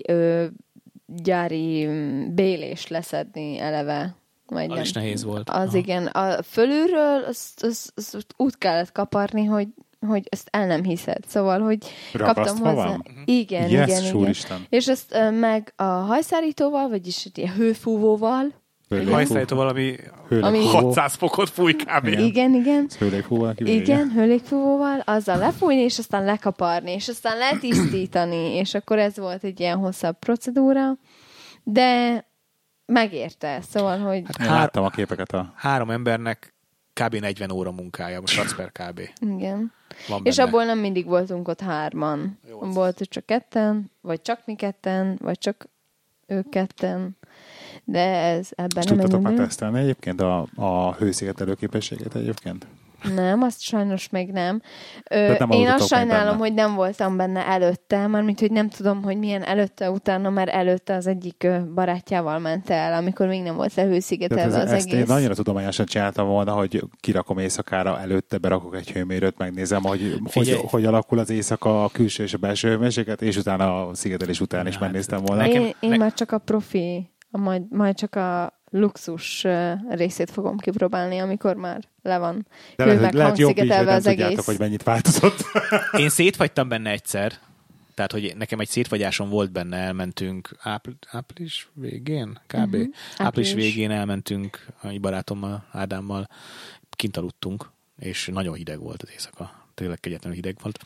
gyári bélést leszedni eleve. Vagy az is nehéz volt. Az igen. A fölülről azt úgy kellett kaparni, hogy ezt el nem hiszed. Szóval, hogy kaptam hozzá. Van? Igen, yes, igen. És ezt meg a hajszárítóval, vagyis egy hőfúvóval. Hajszárítóval, ami 600 fokot fúj kb. Igen. Hőlégfúvóval igen, hőlégfúvóval, azzal lefújni, és aztán lekaparni, és aztán letisztítani, és akkor ez volt egy ilyen hosszabb procedúra. De megérte, szóval, hogy... Hát láttam a képeket 3 embernek kb. 40 óra munkája, most Raspberry kb. Igen. És abból nem mindig voltunk ott 3-an. Volt csak 2, vagy csak mi 2, vagy csak ők 2. De ez ebben nem tudtatok már tesztelni egyébként a hőszigetelő képességet egyébként? Nem, azt sajnos még nem. Én azt sajnálom, hogy nem voltam benne előtte, mármint, hogy nem tudom, hogy milyen előtte, utána, mert előtte az egyik barátjával ment el, amikor még nem volt lehőszigetelve az ezt egész. Én annyira tudományosan csináltam volna, hogy kirakom éjszakára előtte, berakok egy hőmérőt, megnézem, hogy alakul az éjszaka, a külső és a belső hőmérséklet, és utána a szigetelés után is megnéztem volna. Én már csak a profi, majd csak a luxus részét fogom kipróbálni, amikor már le van lehet jobb is, hogy nem tudjátok, hogy mennyit változott. Én szétfagytam benne egyszer, tehát hogy nekem egy szétfagyásom volt benne, elmentünk április végén, kb. Április végén elmentünk egy barátommal, Ádámmal, kint aludtunk, és nagyon hideg volt az éjszaka. Tényleg kegyetlenül hideg volt.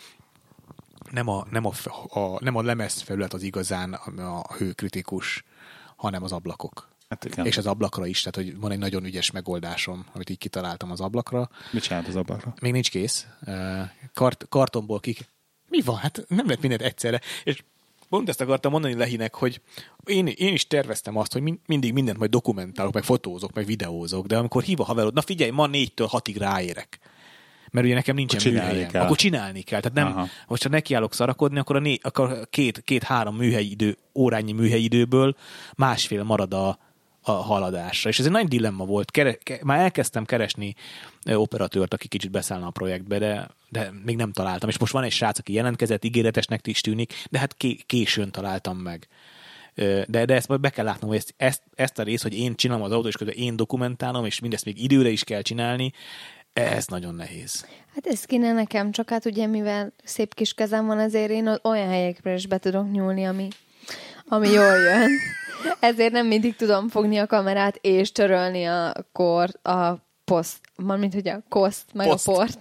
Nem a lemezfelület az igazán a hőkritikus, hanem az ablakok. Hát és az ablakra is, tehát hogy van egy nagyon ügyes megoldásom, amit így kitaláltam az ablakra. Mit csinált az ablakra? Még nincs kész. Kartonból Mi van? Hát nem lehet mindent egyszerre. És pont ezt akartam mondani Lehinek, hogy én is terveztem azt, hogy mindig mindent majd dokumentálok, meg fotózok, meg videózok, de amikor hív a haverod, na figyelj, ma 4-től 6-ig ráérek. Mert ugye nekem nincsen műhelyem. Akkor csinálni kell. Tehát nem, most ha nekiállok szarakodni, akkor akkor 2-3 órányi műhelyidőből másfél marad a haladásra. És ez egy nagy dilemma volt. Már elkezdtem keresni operatőrt, aki kicsit beszállna a projektbe, de még nem találtam. És most van egy srác, aki jelentkezett, ígéretesnek is tűnik, de hát későn találtam meg. De ezt majd be kell látnom, hogy ezt a részt, hogy én csinálom az autó, és közben én dokumentálom, és mindezt még időre is kell csinálni, ez nagyon nehéz. Hát ez kéne nekem, csak hát ugye mivel szép kis kezem van, ezért én olyan helyekre is be tudok nyúlni, ami jól jön. Ezért nem mindig tudom fogni a kamerát és törölni a poszt. Mármint, hogy a koszt, meg Post. A port.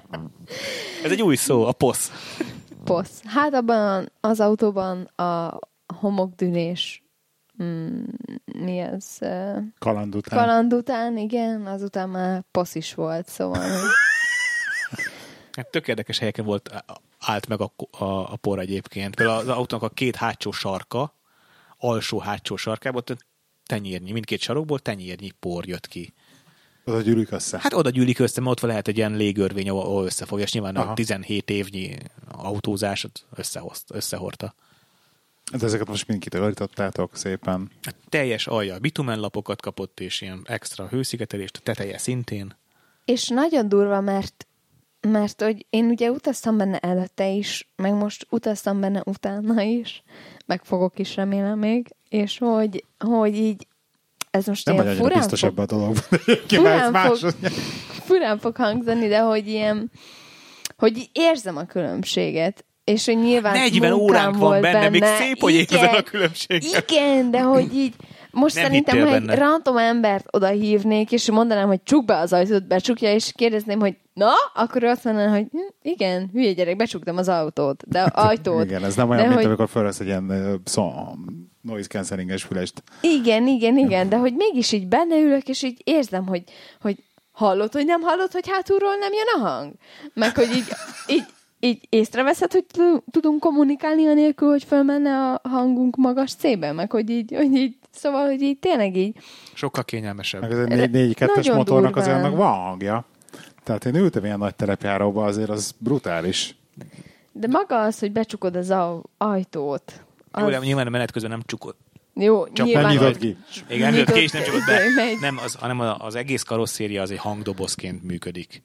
Ez egy új szó, a poszt. Poszt. Hát abban az autóban a homokdűnés mi ez? Kaland után, igen. Azután már posz is volt, szóval. Hát tök érdekes helyeken állt meg a por egyébként. Például az autónak a 2 hátsó sarka, alsó hátsó sarkából tenyérnyi, mindkét sarokból tenyérnyi por jött ki. Oda gyűlik össze. Hát oda gyűlik össze, mert ott lehet egy ilyen légörvény, ahol összefogja, és nyilván a 17 évnyi autózásot összehordta. De ezeket most mind kitakarítattátok szépen. Hát teljes alja bitumenlapokat kapott, és ilyen extra hőszigetelést, a teteje szintén. És nagyon durva, mert hogy én ugye utaztam benne előtte is, meg most utaztam benne utána is, meg fogok is remélem még, és hogy így ez most nem ilyen furán biztos ebben a dologban. Furán fog hangzani, de hogy ilyen, hogy érzem a különbséget. És hogy nyilván 40 óránk van benne, még szép, hogy érzem a különbséget. Igen, de hogy így most nem szerintem, ha egy random embert oda hívnék, és mondanám, hogy csukd be az ajtót, becsukja, és kérdezném, hogy na, akkor ő azt mondaná, hogy igen, hülye gyerek, becsuktam az autót, de ajtót. Igen, ez nem olyan, mint amikor felvesz egy ilyen noise cancellinges fülest. Igen, de hogy mégis így benne ülök, és így érzem, hogy hallod, hogy nem hallod, hogy hátulról nem jön a hang? Meg hogy így észreveszed, hogy tudunk kommunikálni anélkül, hogy fölmenne a hangunk magas C-be? Meg hogy így szóval, hogy így tényleg így. Sokkal kényelmesebb. Meg ez egy 4.2-es motornak azért annak van hangja. Tehát én ültem ilyen nagy terepjáróba, azért az brutális. De maga az, hogy becsukod az ajtót. Az... Jó, de nyilván a menet közben nem csukod. Jó, csak nyilván... nem nyitod ki. Igen, nyitod ki, és nem csukod be. hanem az egész karosszéria az egy hangdobozként működik.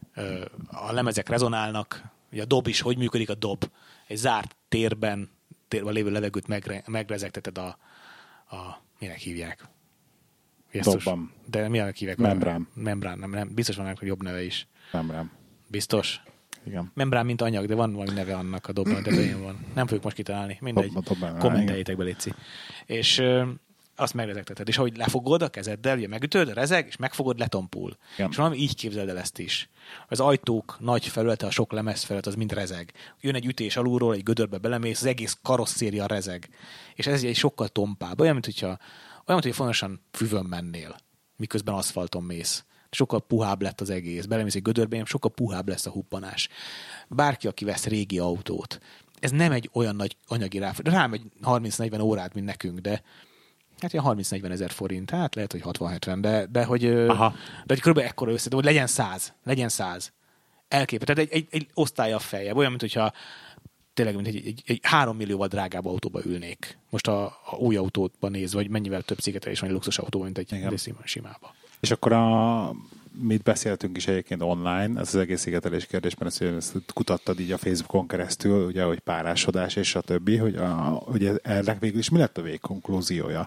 A lemezek rezonálnak, ugye a dob is, hogy működik a dob? Egy zárt térben lévő levegőt megrezegteted a minek hívják? Dobban. De minek hívják? Membrán, nem. Biztos van ennek jobb neve is. Membrán. Biztos? Igen. Membrán, mint anyag, de van valami neve annak a dobban, de olyan van. Nem fogjuk most kitalálni. Mindegy. Kommenteljétek be, létszik. És azt megrezegteted. És ahogy lefogod a kezeddel, ugye megütöd, rezeg, és megfogod, letompul. Igen. És valami így képzeld el ezt is. Az ajtók nagy felülete, a sok lemezfelület, az mind rezeg. Jön egy ütés alulról, egy gödörbe belemész, az egész karosszéria rezeg. És ez egy sokkal tompább. Olyan, hogy fontosan füvön mennél, miközben aszfalton mész. Sokkal puhább lett az egész. Belemész egy gödörbe, sokkal puhább lesz a huppanás. Bárki, aki vesz régi autót, ez nem egy olyan nagy anyagi rám egy 30-40 órát, mint nekünk, de hát ilyen 30-40 ezer forint, hát lehet, hogy 60-70, de hogy körülbelül ekkora össze, de hogy legyen 100. Elképesztő. Tehát egy osztálya feljebb. Olyan, mint hogyha tényleg, mint egy 3 millióval drágább autóba ülnék. Most a új autóban néz, vagy mennyivel több szigetelés van egy luxus autóban, mint egy simába. És akkor mit beszéltünk is egyébként online, ez az egész szigetelés kérdés, mert ezt kutattad így a Facebookon keresztül, ugye, hogy párásodás és a többi, hogy ennek végül is mi lett a végkonklúziója?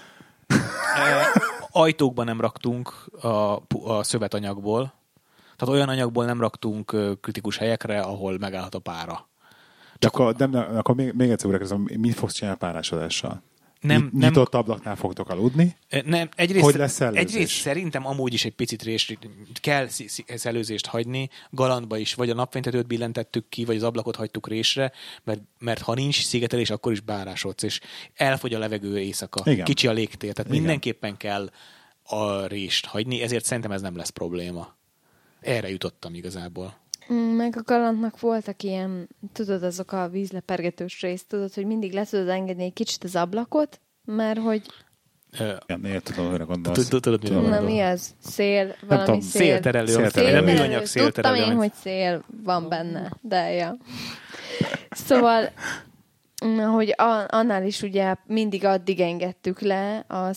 Ajtókban nem raktunk a szövetanyagból, tehát olyan anyagból nem raktunk kritikus helyekre, ahol megállhat a pára. Akkor még egyszer újra kérdezem, mit fogsz csinálni a párásodással? Nyitott ablaknál fogtok aludni? Nem, hogy lesz szellőzés? Egyrészt szerintem amúgy is egy picit kell szellőzést hagyni, galantba is, vagy a napfénytetőt billentettük ki, vagy az ablakot hagytuk résre, mert ha nincs szigetelés, akkor is bárásodsz, és elfogy a levegő éjszaka. Igen. Kicsi a légtér, tehát mindenképpen kell a rést hagyni, ezért szerintem ez nem lesz probléma. Erre jutottam igazából. Meg a galantnak voltak ilyen, tudod, azok a vízlepergetős rész, tudod, hogy mindig le tudod engedni egy kicsit az ablakot, mert hogy... Én tudom, hogy gondolsz. Na, mi az? Szél, valami szélterelő. Nem műanyag szélterelő. Tudtam én, hogy szél van benne, de ja. Szóval, hogy annál is ugye mindig addig engedtük le a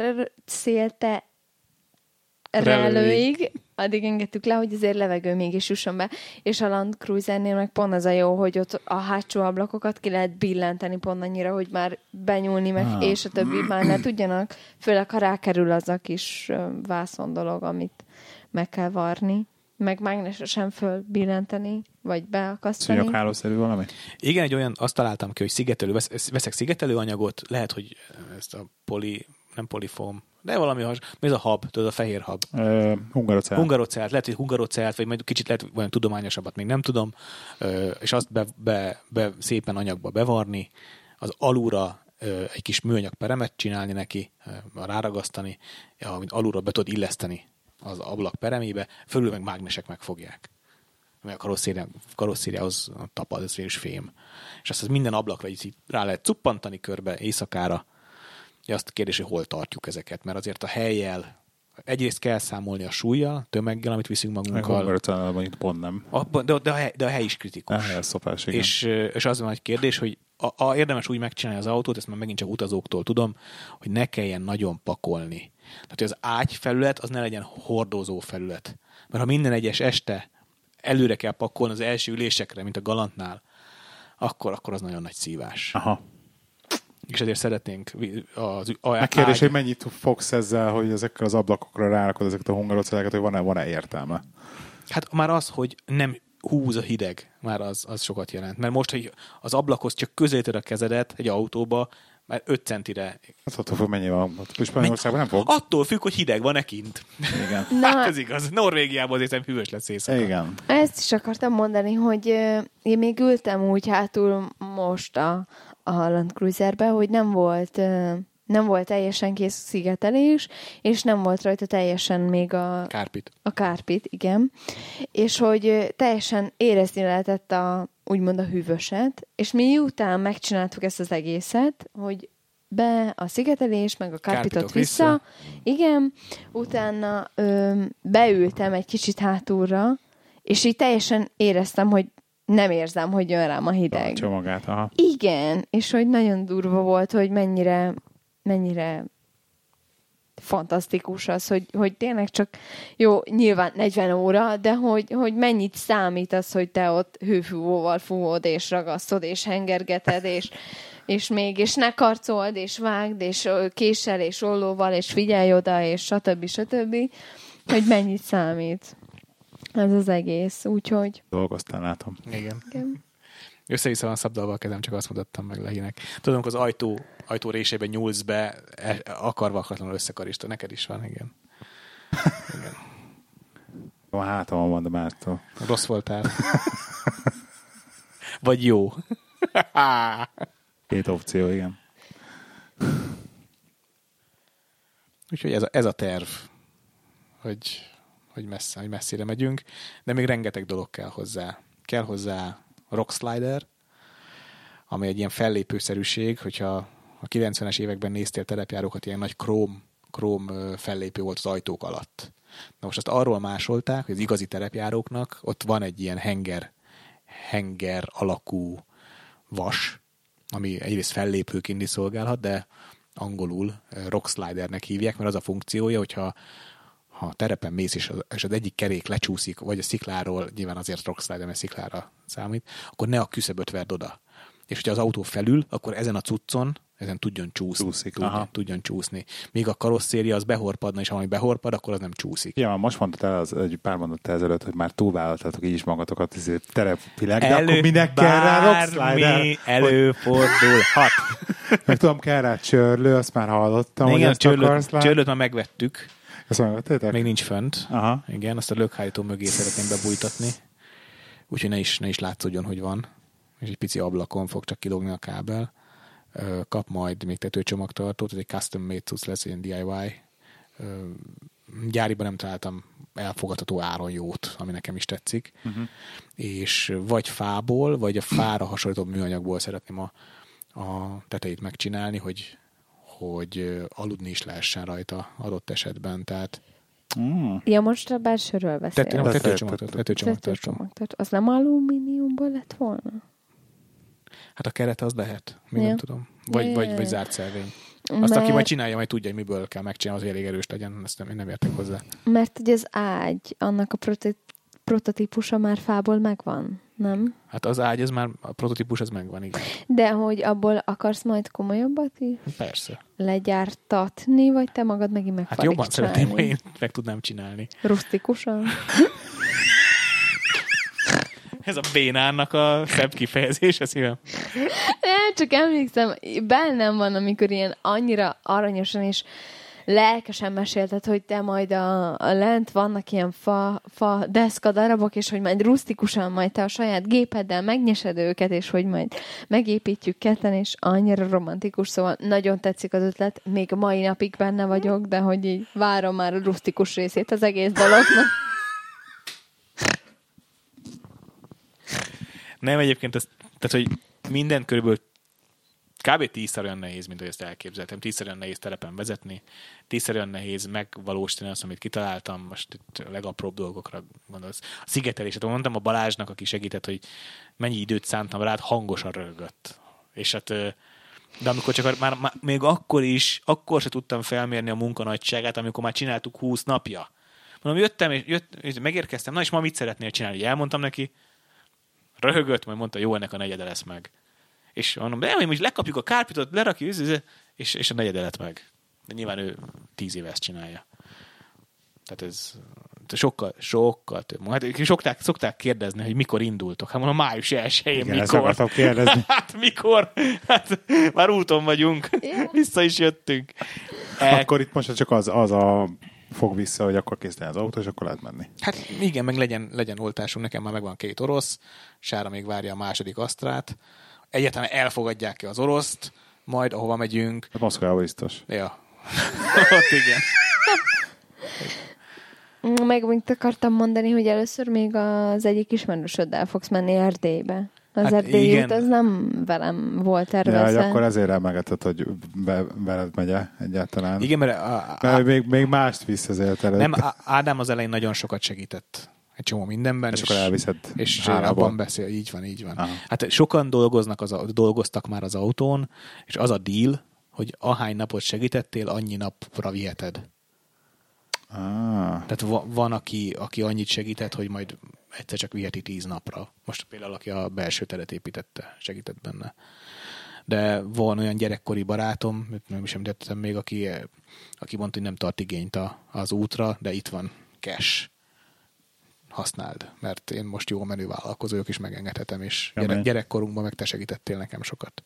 szélterelőig, addig engedtük le, hogy azért levegő mégis jusson be, és a Land Cruisernél meg pont az a jó, hogy ott a hátsó ablakokat ki lehet billenteni pont annyira, hogy már benyúlni meg, és a többi már ne tudjanak, főleg ha rákerül az a kis vászon dolog, amit meg kell varni, meg mágnesesen fölbillenteni, vagy beakasztani. Szúnyoghálószerű valami? Igen, egy olyan, azt találtam ki, hogy veszek szigetelőanyagot, lehet, hogy ezt a nem polifóm, de valami mi ez a hab, tudod, a fehér hab? Hungarocelt, lehet, hogy hungarocelt, vagy majd kicsit lehet olyan tudományosabbat, még nem tudom, és azt szépen anyagba bevarni, az alulra egy kis műanyag peremet csinálni neki, ráragasztani, amit alulra be tudod illeszteni az ablak peremébe, fölül meg mágnesek megfogják. Ami a karosszériához tapad, ez végül is fém. És azt minden ablakra így rá lehet cuppantani körbe éjszakára. Azt a kérdés, hogy hol tartjuk ezeket, mert azért a helyjel egyrészt kell számolni a súllyal, tömeggel, amit viszünk magunkkal. Pont nem. De a hely is kritikus. Szopás, és az van egy kérdés, hogy érdemes úgy megcsinálni az autót, ezt már megint csak utazóktól tudom, hogy ne kelljen nagyon pakolni. Tehát, hogy az ágyfelület az ne legyen hordozó felület. Mert ha minden egyes este előre kell pakolni az első ülésekre, mint a Galantnál, akkor az nagyon nagy szívás. Aha. És ezért szeretnénk a kérdés, hogy mennyit fogsz ezzel, hogy ezekkel az ablakokra rárakod ezeket a hungaroceleket, hogy van-e értelme? Hát már az, hogy nem húz a hideg, már az sokat jelent. Mert most, hogy az ablakhoz csak közelíted a kezedet egy autóba, Már 5 centire. Attól függ, mennyi van. Spanyolországban nem fog. Attól függ, hogy hideg van-e kint. Igen. Hát ez igaz. Norvégiában azért hűvös lesz éjszaka. Igen. Ezt is akartam mondani, hogy én még ültem úgy hátul most a Land Cruiserbe, hogy nem volt teljesen kész szigetelés, és nem volt rajta teljesen még a kárpit, igen. És hogy teljesen érezni lehetett úgymond a hűvöset, és miután megcsináltuk ezt az egészet, hogy be a szigetelés, meg a kárpitot vissza. Igen, utána beültem egy kicsit hátulra, és így teljesen éreztem, hogy nem érzem, hogy jön rám a hideg. A csomagát, aha. Igen, és hogy nagyon durva volt, hogy mennyire fantasztikus az, hogy tényleg csak jó, nyilván 40 óra, de hogy mennyit számít az, hogy te ott hőfúvóval fúvod, és ragasztod, és hengergeted, és ne karcold, és vágd, és késsel, és ollóval, és figyelj oda, és stb. Hogy mennyit számít. Ez az egész, úgyhogy... Dolgoztál, látom. Igen. Össze-vissza van szabdalva a kezem, csak azt mutattam meg Lehinek. Tudom, az ajtó résében nyúlsz be, akarva akatlanul összekarista. Neked is van, igen. Igen. A hátamon van, de mártól. Rossz voltál. Vagy jó. Két opció, igen. Úgyhogy ez a terv, hogy messzire megyünk, de még rengeteg dolog kell hozzá. Kell hozzá Rock Slider, ami egy ilyen fellépőszerűség, hogyha a 90-es években néztél terepjárókat, ilyen nagy króm fellépő volt az ajtók alatt. Na most azt arról másolták, hogy az igazi terepjáróknak ott van egy ilyen henger alakú vas, ami egyrészt fellépőként is szolgálhat, de angolul Rock Slidernek hívják, mert az a funkciója, hogyha terepen mész, és az egyik kerék lecsúszik, vagy a szikláról, nyilván azért Rock Slider, mert sziklára számít, akkor ne a küszöböt verd oda. És hogyha az autó felül, akkor ezen a cuccon, ezen tudjon csúszni. Tudjon csúszni. Míg a karosszéria az behorpadna, és ha valami behorpad, akkor az nem csúszik. Ja, most mondtad el egy pár mondat ezelőtt, hogy már túlvállaltatok így is magatokat terepvileg, de akkor minek kell rá Rock Slider? Előfordulhat. Meg tudom, kell rá csörlő, azt már hallottam. Igen, a csörlőt már megvettük. Ezt megvettétek? Még nincs fönt. Aha. Igen, azt a lökhárító mögé szeretném bebújtatni. Úgyhogy ne is látszódjon, hogy van. És egy pici ablakon fog csak kilógni a kábel. Kap majd még tetőcsomagtartót, ez egy custom made cucc lesz, ilyen DIY. Gyáriban nem találtam elfogadható áron jót, ami nekem is tetszik. Uh-huh. És vagy fából, vagy a fára hasonlító műanyagból szeretném a tetejét megcsinálni, hogy aludni is lehessen rajta adott esetben, tehát... Ja, most a belsőről beszél. Tetőcsomagtartó. Az nem alumíniumból lett volna? Hát a keret az lehet, még nem tudom. Vagy zárt szelvény. Azt, aki majd csinálja, majd tudja, hogy miből kell megcsinálni, az elég erős legyen, ezt én nem értek hozzá. Mert ugye az ágy, annak a prototípusa már fából megvan, nem? Hát az ágy, a prototípus az megvan, igen. De hogy abból akarsz majd komolyabbat is? Persze. Legyártatni, vagy te magad megint meg Hát jobban szeretném, ha én meg tudnám csinálni. Rustikusan? Ez a bénának a szebb kifejezés, ez szívem. Nem, csak emlékszem, bennem van, amikor ilyen annyira aranyosan és lelkesen mesélted, hogy te majd a lent vannak ilyen fa deszka darabok, és hogy majd rustikusan majd te a saját gépeddel megnyesed őket, és hogy majd megépítjük ketten, és annyira romantikus, szóval nagyon tetszik az ötlet, még a mai napig benne vagyok, de hogy így várom már a rustikus részét az egész dolognak. Nem, egyébként tehát, hogy minden körülbelül kb. 10-szer olyan nehéz, mint hogy ezt elképzeltem. 10-szer olyan nehéz telepen vezetni, 10-szer olyan nehéz megvalósítani azt, amit kitaláltam. Most itt a legapróbb dolgokra gondolsz. A szigetelés, mondtam a Balázsnak, aki segített, hogy mennyi időt szántam rád, hangosan röhögött. És hát, de amikor csak már még akkor se tudtam felmérni a munka nagyságát, amikor már csináltuk 20 napja. Mondom, jöttem, és megérkeztem, na és ma mit szeretnél csinálni? Elmondtam neki, röhögött, majd mondta, jó, ennek a negyede lesz meg. És mondom, de hogy most lekapjuk a kárpitot, lerakjuk, és a negyede lett meg. De nyilván ő 10 éve ezt csinálja. Tehát ez sokkal több. Hát szokták kérdezni, hogy mikor indultok. Hát mondom, május 1-én mikor. Ezt akartam kérdezni. Hát mikor? Hát már úton vagyunk. Vissza is jöttünk. Akkor itt most csak az a fog vissza, hogy akkor készíten az autó, és akkor lehet menni. Hát igen, meg legyen oltásunk. Nekem már megvan 2 orosz. Sára még várja a második asztrát. Egyáltalán elfogadják ki az oroszt, majd ahova megyünk. Hát Moszkvába biztos. Ja. Ott igen. Meg mit akartam mondani, hogy először még az egyik ismerősöddel fogsz menni Erdélybe. Az Erdély út, az nem velem volt tervezve. Ja, akkor ezért elmegetett, hogy veled megye egyáltalán. Igen, mert még mást visz azért előtt. Nem, Ádám az elején nagyon sokat segített. Egy csomó mindenben. És akkor elviszed és abban beszél. Így van. Aha. Hát sokan dolgoztak már az autón, és az a deal, hogy ahány napot segítettél, annyi napra viheted. Tehát van, aki annyit segített, hogy majd egyszer csak viheti 10 napra. Most például, aki a belső teret építette, segített benne. De van olyan gyerekkori barátom, nem is említettem még, aki mondta, hogy nem tart igényt az útra, de itt van cash. Használd, mert én most jó menő vállalkozó vagyok, és megengedhetem, és gyerekkorunkban meg te segítettél nekem sokat.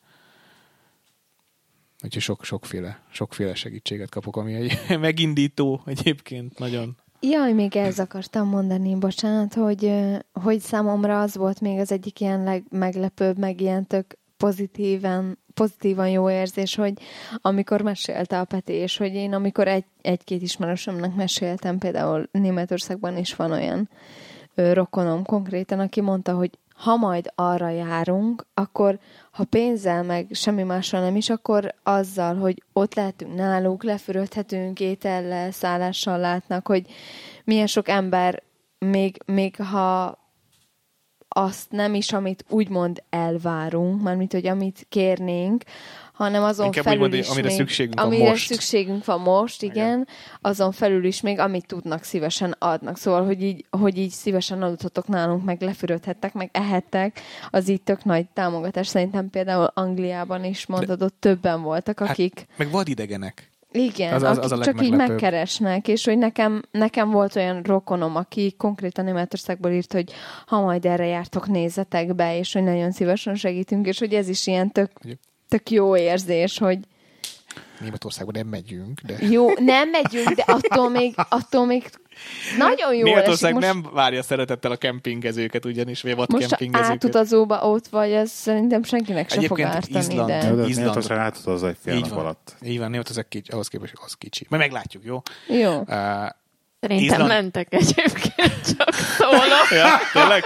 Úgyhogy sokféle segítséget kapok, ami egy megindító egyébként nagyon. Jaj, még ezt akartam mondani, bocsánat, hogy számomra az volt még az egyik ilyen legmeglepőbb, meg ilyen tök pozitívan jó érzés, hogy amikor mesélte a Peti, és hogy én amikor egy-két ismerősömnek meséltem, például Németországban is van olyan rokonom konkrétan, aki mondta, hogy ha majd arra járunk, akkor ha pénzzel meg semmi mással nem is, akkor azzal, hogy ott lehetünk náluk, lefürödhetünk étellel, szállással látnak, hogy milyen sok ember még ha azt nem is, amit úgymond elvárunk, mármint, hogy amit kérnénk, hanem azon inkább felül mondani, is amire szükségünk van most, igen, azon felül is még, amit tudnak, szívesen adnak. Szóval, hogy így szívesen adhatok nálunk, meg lefürödhettek, meg ehettek, az így tök nagy támogatás. Szerintem például Angliában is mondod, ott többen voltak, akik... Hát, meg vadidegenek. Igen, akik csak így megkeresnek, és hogy nekem volt olyan rokonom, aki konkrétan Németországból írt, hogy ha majd erre jártok, nézzetek be, és hogy nagyon szívesen segítünk, és hogy ez is ilyen tök jó érzés, hogy Németországban nem megyünk, de... Jó, nem megyünk, de attól még nagyon jó. Németország nem várja szeretettel a kempingezőket ugyanis, vagy vadkempingezőket. Most átutazóba ott vagy, ez szerintem senkinek se fog ártani. Németország átutazza egy fél nap alatt. Így van, Németország ahhoz képest az kicsi. Majd meglátjuk, jó? Jó. Szerintem mentek egyébként, csak szólok. Ja, tényleg?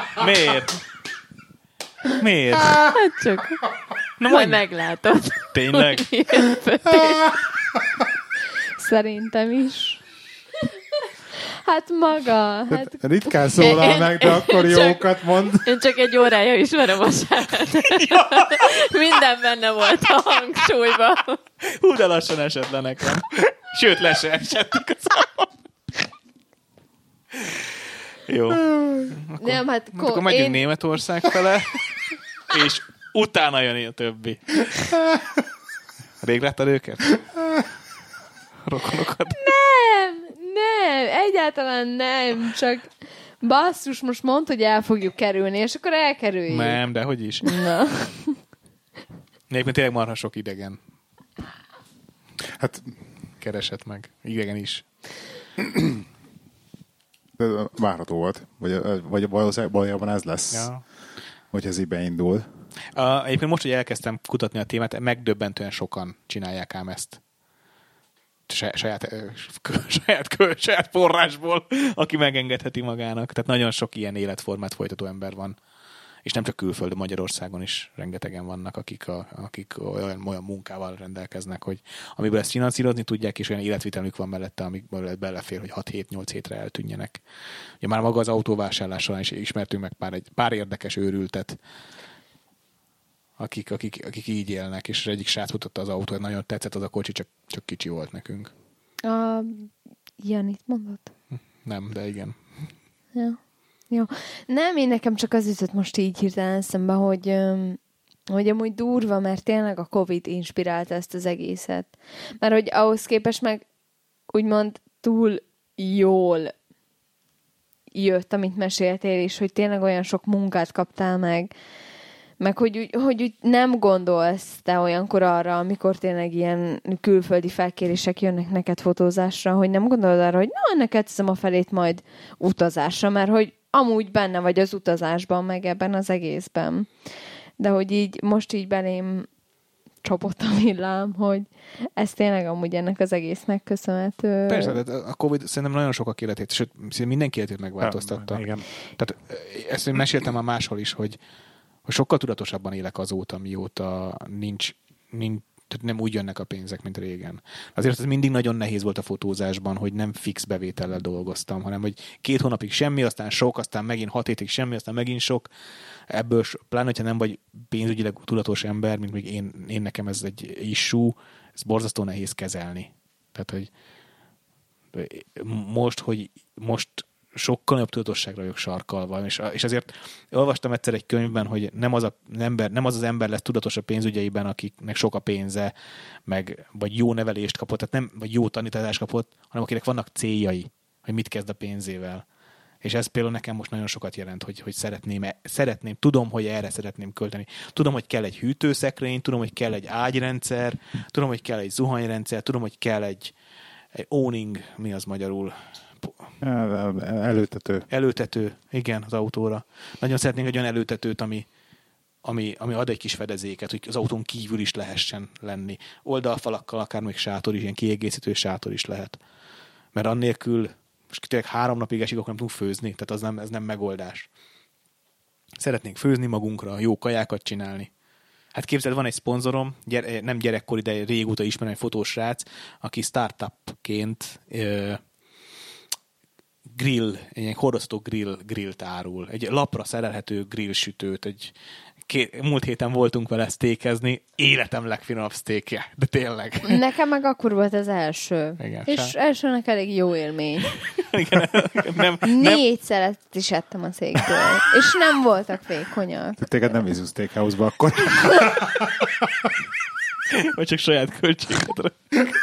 Miért? Hát csak... Majd meglátod. Tényleg? Szerintem is. Hát maga. Hát... Ritkán szólal meg, de akkor jókat mond. Én csak egy órája ismerem a Sárát. Minden benne volt a hangsúlyban. Hú, de lassan esett le nekem. Sőt, le se esettik a számon. Jó. Nem, akkor megyünk Németország fele, és utána jön a többi. Rég láttad őket? Rokonokat? Nem, egyáltalán nem, csak basszus, most mondd, hogy el fogjuk kerülni, és akkor elkerüljük. Nem, de hogy is. Na. Egyébként tényleg marha sok idegen. Hát keresett meg. Idegen is. Várható volt. Vagy valójában ez lesz, ja. Hogy ez így beindul. Egyébként most, hogy elkezdtem kutatni a témát, megdöbbentően sokan csinálják ám ezt. Saját forrásból, aki megengedheti magának. Tehát nagyon sok ilyen életformát folytató ember van. És nem csak külföldön, Magyarországon is rengetegen vannak, akik olyan munkával rendelkeznek, hogy amiből ezt finanszírozni tudják, és olyan életvitelük van mellette, amikből belefér, hogy 6-7-8 hétre eltűnjenek. Ugye már maga az autóvásárlás során is ismertünk meg pár érdekes őrültet, akik így élnek, és egyik srác mutatta az autót, nagyon tetszett az a kocsi, csak kicsi volt nekünk. Janit mondott? Nem, de igen. Ja. Jó. Nem, én nekem csak az jutott most így hirtelen eszembe, hogy amúgy durva, mert tényleg a Covid inspirálta ezt az egészet. Mert hogy ahhoz képest meg úgymond túl jól jött, amit meséltél is, hogy tényleg olyan sok munkát kaptál meg hogy úgy nem gondolsz te olyankor arra, amikor tényleg ilyen külföldi felkérések jönnek neked fotózásra, hogy nem gondolod arra, hogy na, neked teszem a felét majd utazásra, mert hogy amúgy benne vagy az utazásban, meg ebben az egészben. De hogy így most így belém csapott a villám, hogy ez tényleg amúgy ennek az egésznek köszönhető. Persze, de a Covid szerintem nagyon sokak életét, sőt, mindenki életét megváltoztatta. Igen. Tehát ezt én meséltem már máshol is, hogy sokkal tudatosabban élek azóta, mióta nincs tehát nem úgy jönnek a pénzek, mint régen. Azért ez mindig nagyon nehéz volt a fotózásban, hogy nem fix bevétellel dolgoztam, hanem hogy 2 hónapig semmi, aztán sok, aztán megint 6 hétig semmi, aztán megint sok. Ebből, pláne, hogyha nem vagy pénzügyileg tudatos ember, mint még én nekem ez egy issue, ez borzasztó nehéz kezelni. Tehát, hogy most sokkal nagyobb tudatosságra vagyok sarkalva, és azért olvastam egyszer egy könyvben, hogy nem az ember lesz tudatos a pénzügyeiben, akiknek sok a pénze, vagy jó nevelést kapott, tehát nem, vagy jó tanítást kapott, hanem akinek vannak céljai, hogy mit kezd a pénzével. És ez például nekem most nagyon sokat jelent, hogy szeretném, tudom, hogy erre szeretném költeni. Tudom, hogy kell egy hűtőszekrény, tudom, hogy kell egy ágyrendszer, tudom, hogy kell egy zuhanyrendszer, tudom, hogy kell egy awning, mi az magyarul? Előtető, igen, az autóra. Nagyon szeretnénk egy olyan előtetőt, ami ad egy kis fedezéket, hogy az autón kívül is lehessen lenni. Oldalfalakkal, akár még sátor is, ilyen kiegészítő sátor is lehet. Mert annélkül, most tényleg 3 napig esik, akkor nem tudunk főzni, tehát ez nem megoldás. Szeretnénk főzni magunkra, jó kajákat csinálni. Hát képzeld, van egy szponzorom, nem gyerekkori, de régóta ismerem, egy fotós srác, aki startupként egy hordozható grillt árul. Egy lapra szerelhető grillsütőt. Múlt héten voltunk vele sztékezni, életem legfinomabb sztékje, de tényleg. Nekem meg akkor volt az első. Igen, és elsőnek elég jó élmény. Igen, nem. 4 szeletet is ettem a székből, és nem voltak vékonyak. Téged nem vízünk steakhouse-ba akkor. Vagy csak saját költségedre.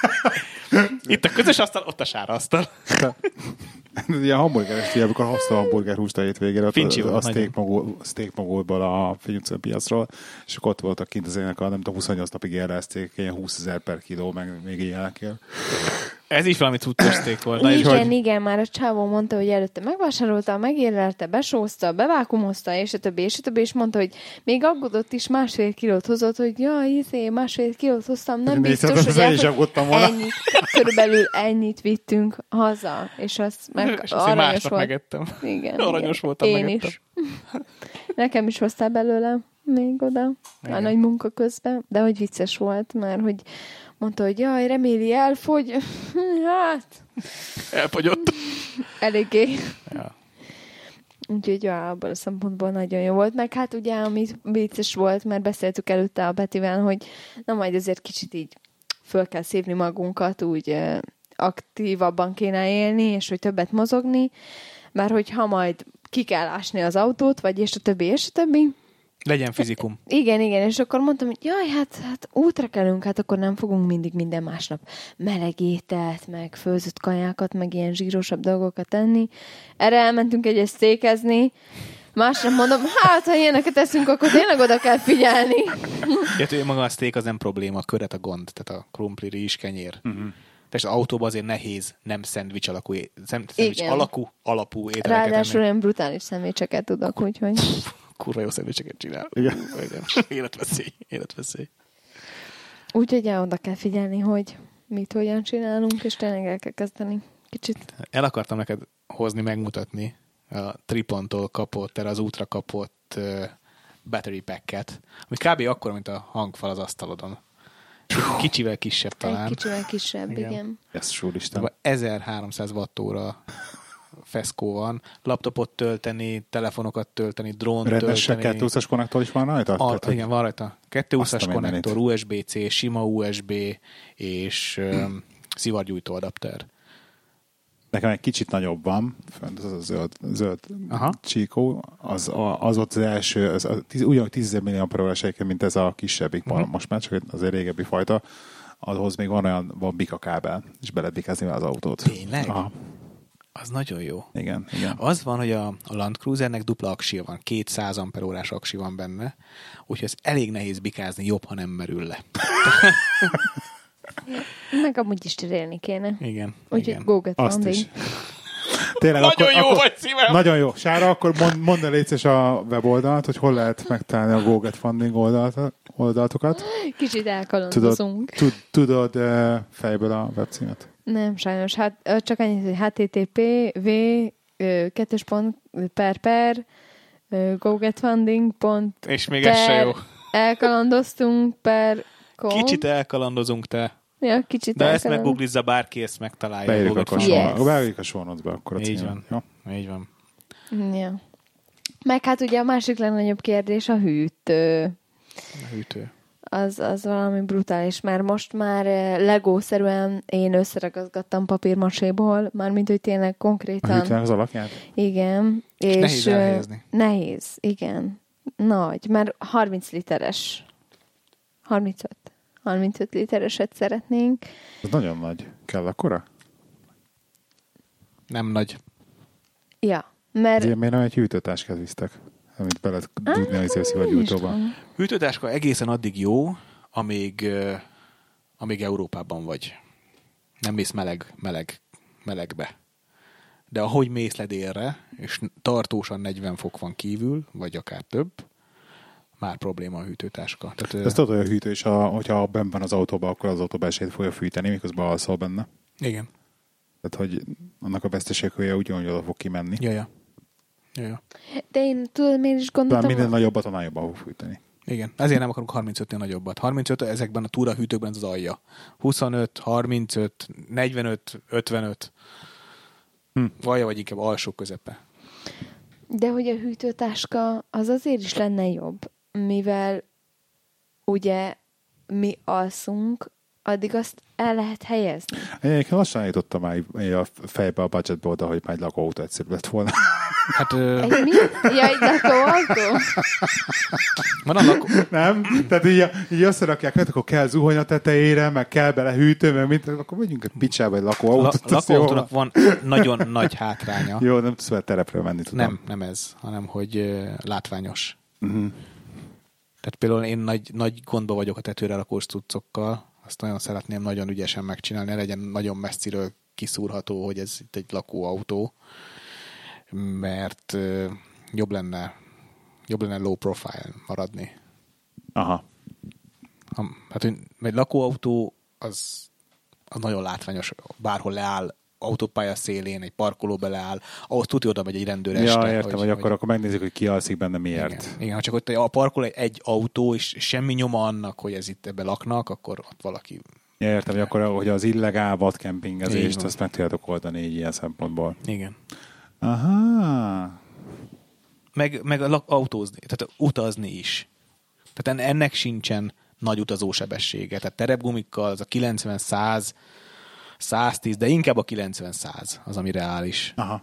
Itt a közös asztal, ott a sára asztal. Ilyen hamburgeres, amikor hoztam a hamburgerhúst a hétvégére, a steak mogulból a piacról, és akkor ott voltak kint az ének, nem tudom, 28 napig érezték, ilyen 20 000 per kiló, meg még ilyenekért. Ez is valami tudtos steak volt. Igen, már a csávó mondta, hogy előtte megvásárolta, megérlelte, besózta, bevákumozta, és a többi, és mondta, hogy még aggódott is, 1,5 kilót hozott, hogy jaj, 1,5 kilót hoztam, nem biztos, hogy ennyit, körülbelül ennyit vittünk haza, és azt meg aranyos volt. Megettem. Igen, aranyos voltam, én megettem. Is. Nekem is hoztál belőle még oda, a nagy munka közben, de hogy vicces volt, mert hogy mondta, hogy jaj, reméli elfogy. Hát... Elfogyott. Eléggé. Ja. Úgyhogy abban a szempontból nagyon jó volt. Meg hát ugye, ami vicces volt, mert beszéltük előtte a Betivel, hogy na majd azért kicsit így föl kell szívni magunkat, úgy aktívabban kéne élni, és hogy többet mozogni, mert hogyha majd ki kell ásni az autót, vagy és a többi, legyen fizikum. Igen, és akkor mondtam, hogy jaj, hát útra kelünk, hát akkor nem fogunk mindig minden másnap meleg ételt, meg főzött kajákat, meg ilyen zsírosabb dolgokat tenni. Erre elmentünk egyet sztékezni. Másnap mondom, hát ha ilyeneket eszünk, akkor tényleg oda kell figyelni. Érted, maga a szték az nem probléma, a köret a gond, tehát a krumpli, rizs, kenyér. Tehát az autóban azért nehéz nem szendvics alapú ételeket. Ráadásul olyan brutális szendvicseket tudok, úgyhogy... Kurva jó szendvicseket csinál. Igen. Életveszély. Úgyhogy oda kell figyelni, hogy mit hogyan csinálunk, és tényleg el kell kezdeni kicsit. El akartam neked hozni, megmutatni a Tripontól kapott, erre az útra kapott battery packet, ami kb. Akkora, mint a hangfal az asztalodon. Kicsivel kisebb talán. Egy kicsivel kisebb, igen. Ez súristen. 1300 wattóra feszkó van. Laptopot tölteni, telefonokat tölteni, drónt tölteni. Rendesen 220-as konnektor is van rajta? Igen, van rajta. 220-as konnektor, USB-C, sima USB és szivargyújtó adapter. Nekem egy kicsit nagyobb van, az a zöld csíkó, az volt az első, ugyanúgy 10 000 mAh egyébként, mint ez a kisebbik, most már csak azért régebbi fajta, ahhoz még van bika kábel, és be lehet bikázni vele az autót. Tényleg? Aha. Az nagyon jó. Igen. Az van, hogy a Land Cruisernek dupla aksia van, 200 amperórás aksi van benne, úgyhogy ez elég nehéz bikázni, jobb, ha nem merül le. Meg amúgy is cserélni kéne. Igen. Úgyhogy Go-Get Funding. Tényleg, nagyon jó vagy szívem! Nagyon jó. Sára, akkor mondd el légy a weboldalt, hogy hol lehet megtalálni a Go-Get Funding oldalatokat. Kicsit elkalandozunk. Tudod fejből a webcímet? Nem, sajnos. Csak annyit, hogy http://v gogetfunding. És még ez se jó. Elkalandoztunk .com. Kicsit elkalandozunk te. Ja, kicsit de ezt meggooglizza, bárki ezt megtalálja. Beírjuk a show notes-be akkor a így van. Ja? Így van. Ja. Meg hát ugye a másik legnagyobb kérdés a hűtő. A hűtő. Az valami brutális, mert most már Lego-szerűen én összeragazgattam papírmaséból, mármint, hogy tényleg konkrétan... A hűtőnek az alakját? Igen. És nehéz elhelyezni. Nehéz, igen. Nagy, mert 30 literes. 35 litereset szeretnénk. Ez nagyon nagy. Kell akkora? Nem nagy. Ja, mert... Ezért miért nem egy hűtőtáskát visztek? Amit be lehet dugni a szivagyújtóba. Hűtőtáska egészen addig jó, amíg Európában vagy. Nem mész melegbe. De ahogy mész le délre, és tartósan 40 fok van kívül, vagy akár több, már probléma a hűtőtáska. Tehát, ezt tudod, hogy a hűtő is, hogyha benn van az autóban, akkor az autó belsejét fogja fűteni, miközben alszol benne. Igen. Tehát, hogy annak a veszteséghője ugyanúgy oda fog kimenni. Ja. De én tudom, én is gondoltam... De minden nagyobbat, annál jobban fog fűteni. Igen, ezért nem akarunk 35-nél nagyobbat. 35 ezekben a túrahűtőkben az alja. 25, 35, 45, 55. Alja vagy inkább alsó közepe. De hogy a hűtőtáska az azért is lenne jobb, mivel ugye mi alszunk, addig azt el lehet helyezni. Egyébként lassan jutottam már a fejbe a budgetbe oda, hogy már egy lakóautó egyszerűbb lett volna. Hát... Egy mi? Ja, egy lakóautó? Van a Nem? Tehát így összerakják, mert akkor kell zuhany a tetejére, meg kell bele hűtő, meg mint, akkor megyünk egy picsába egy lakóautót. Lakóautónak van nagyon nagy hátránya. Jó, nem tudsz vele terepről menni, tudom. Nem ez, hanem hogy látványos. Tehát például én nagy gondba vagyok a tetőre rakós cuccokkal, azt nagyon szeretném nagyon ügyesen megcsinálni, ne legyen nagyon messziről kiszúrható, hogy ez itt egy lakóautó, mert jobb lenne low profile maradni. Aha. Hát egy lakóautó az nagyon látványos, bárhol leáll, autópálya szélén, egy parkolóba leáll, ahhoz tudja oda megy egy rendőr este. Ja, értem, hogy akkor megnézzük, hogy ki alszik benne miért. Igen, csak ott a parkoló egy autó, és semmi nyoma annak, hogy ez itt ebbe laknak, akkor ott valaki... Ja, értem, hogy akkor hogy az illegál vadkempingezést, azt meg tudjátok oldani így ilyen szempontból. Igen. Aha. Meg autózni, tehát utazni is. Tehát ennek sincsen nagy utazósebessége. Tehát terepgumikkal az a 90-100, 110, de inkább a 90-100 az, ami reális. Aha.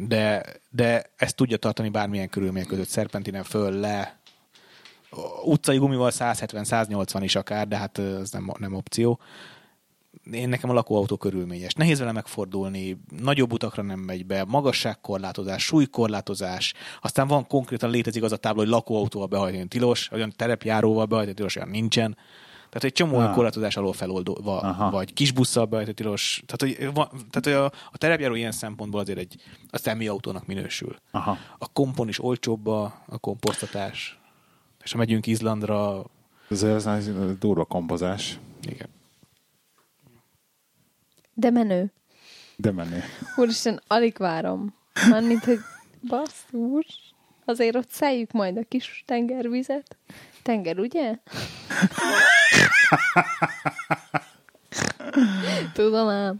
De ezt tudja tartani bármilyen körülmények között, szerpentinen föl, le, utcai gumival 170-180 is akár, de hát ez nem opció. Nekem a lakóautó körülményes. Nehéz vele megfordulni, nagyobb utakra nem megy be, magasságkorlátozás, súlykorlátozás, aztán van konkrétan létezik az a tábla, hogy lakóautóval behajtani tilos, olyan terepjáróval behajtani tilos, olyan nincsen. Tehát egy csomó olyan korlátozás alól feloldva, vagy kisbusszal behajtani tilos. Tehát a terepjáró ilyen szempontból azért a személyautónak minősül. Aha. A kompon is olcsóbb a komposztatás. És ha megyünk Izlandra... Ez durva kompozás. Igen. De menő. Úristen, alig várom. Mármint, hogy basszus. Azért ott szeljük majd a kis tengervizet. Tenger, ugye? Tudom ám.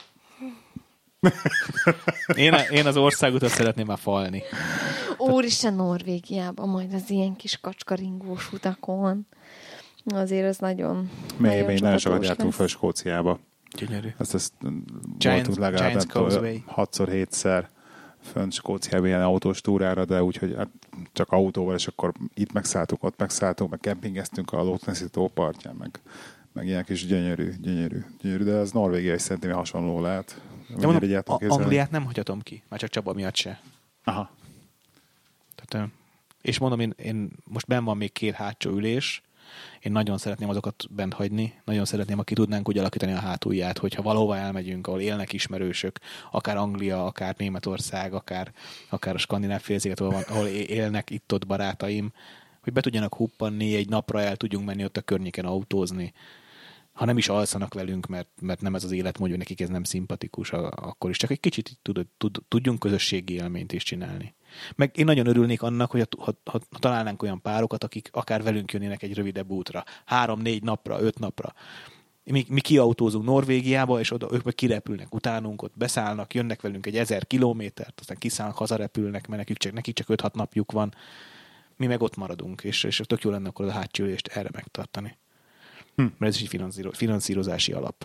Én az országutat szeretném már falni. Úristen, Norvégiában majd az ilyen kis kacskaringós utakon. Azért az nagyon... Még nagyon sokat jártunk fel Skóciába. Gyönyörű. Ezt voltunk legalább 6-7-szer fönt Skóciában ilyen autós túrára, de úgyhogy hát csak autóval, és akkor itt megszálltunk, ott megszálltunk, meg kempingeztünk a Lótneszi tó partján, meg ilyen kis gyönyörű, de az Norvégia is szerintem hasonló lehet. Angliát nem hagyhatom ki, már csak Csaba miatt se. Aha. Tehát, és mondom, én most benn van még 2 hátsó ülés, én nagyon szeretném azokat bent hagyni, nagyon szeretném, aki tudnánk úgy alakítani a hátulját, hogyha valahova elmegyünk, ahol élnek ismerősök, akár Anglia, akár Németország, akár a skandináv félsziget, ahol élnek itt-ott barátaim, hogy be tudjanak huppanni, egy napra el tudjunk menni ott a környéken autózni. Ha nem is alszanak velünk, mert nem ez az életmód, hogy nekik ez nem szimpatikus, akkor is csak egy kicsit tudjunk közösségi élményt is csinálni. Meg én nagyon örülnék annak, hogy ha találnánk olyan párokat, akik akár velünk jönnének egy rövidebb útra. 3-4 napra, 5 napra. Mi kiautózunk Norvégiába, és oda ők meg kirepülnek utánunk, ott beszállnak, jönnek velünk egy 1000 kilométert, aztán kiszállnak, hazarepülnek, mert nekik csak 5-6 napjuk van. Mi meg ott maradunk, és tök jó lenne akkor a hátsó ülést erre megtartani. Mert ez is egy finanszírozási alap.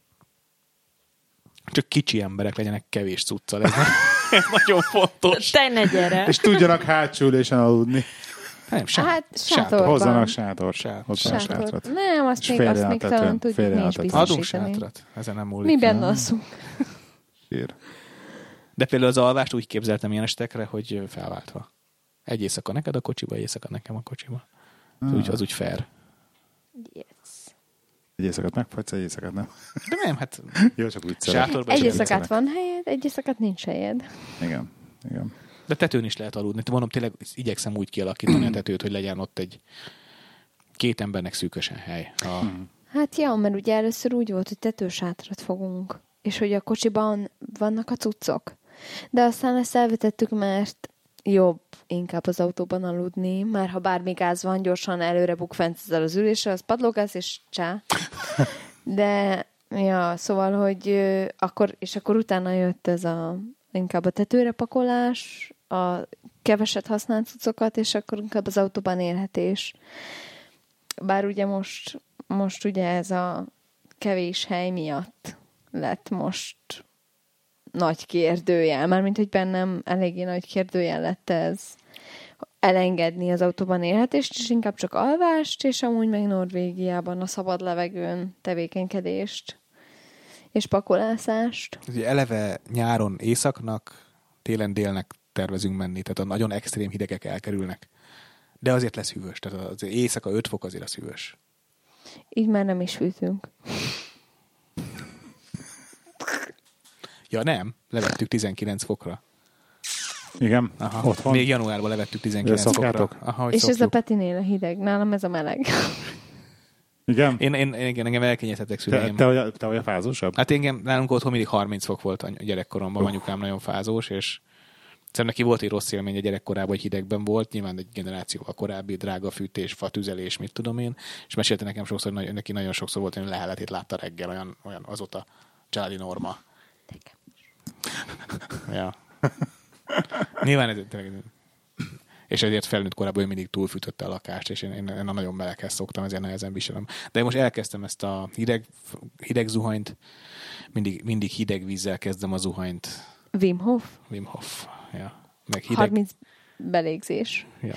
Csak kicsi emberek legyenek kevés cuccal. Ez nagyon fontos. Te ne gyere. És tudjanak hátsó ülésen aludni. Nem, sátorban. Hozzanak sátrat. Nem, azt még talán tudjuk mi is biztosítani. Adunk sátrat. Ezen nem múlik. Mi benne alszunk. De például az alvást úgy képzeltem ilyen estekre, hogy felváltva. Egy éjszaka neked a kocsiba, egy éjszaka nekem a kocsiba. Az úgy fair. Yes. Egy éjszakát megfagysz, egy éjszakát nem. De nem, hát jó, csak úgy egy éjszakát van helyed, egy éjszakát nincs helyed. Igen. De tetőn is lehet aludni. Mondom, tényleg igyekszem úgy kialakítani a tetőt, hogy legyen ott egy 2 embernek szűkösen hely. Hát ja, mert ugye először úgy volt, hogy tetősátrat fogunk, és hogy a kocsiban vannak a cuccok. De aztán ezt elvetettük, mert jobb inkább az autóban aludni, már ha bármi gáz van, gyorsan előre bukfencezzel az ülésre, az padlógáz, és csá. De, ja, szóval, hogy akkor utána jött ez inkább a tetőre pakolás, a keveset használt cuccokat, és akkor inkább az autóban élhetés. Bár ugye most ugye ez a kevés hely miatt lett most nagy kérdőjel, mármint, hogy bennem eléggé nagy kérdőjel lett ez elengedni az autóban élhetést, és inkább csak alvást, és amúgy meg Norvégiában a szabad levegőn tevékenykedést és pakolászást. Ugye eleve nyáron északnak, télen délnek tervezünk menni, tehát a nagyon extrém hidegek elkerülnek. De azért lesz hűvös, tehát az éjszaka 5 fok azért az hűvös. Így már nem is fűtünk. Ja, nem. Levettük 19 fokra. Igen, ott van. Még januárban levettük 19 fokra. Aha, és ez a Petinél a hideg, nálam ez a meleg. Igen? Engem elkényeztetek szüleim. Te olyan fázósabb? Hát nálunk otthon mindig 30 fok volt a gyerekkoromban, anyukám nagyon fázós, és szerintem neki volt egy rossz élmény a gyerekkorában, hogy hidegben volt, nyilván egy generációval korábbi, drága fűtés, fatüzelés, mit tudom én, és mesélte nekem sokszor, hogy neki nagyon sokszor volt, hogy leheletét látta reggel, olyan azóta családi norma. Ja. Nyilván ez és ezért felnőtt korában ő mindig túlfűtötte a lakást, és én a nagyon meleghez szoktam, ezért nehezen viselem. De most elkezdtem ezt a hideg zuhanyt, mindig hideg vízzel kezdem a zuhanyt. Wim Hof, ja. Meg hideg. 30 belégzés. Ja.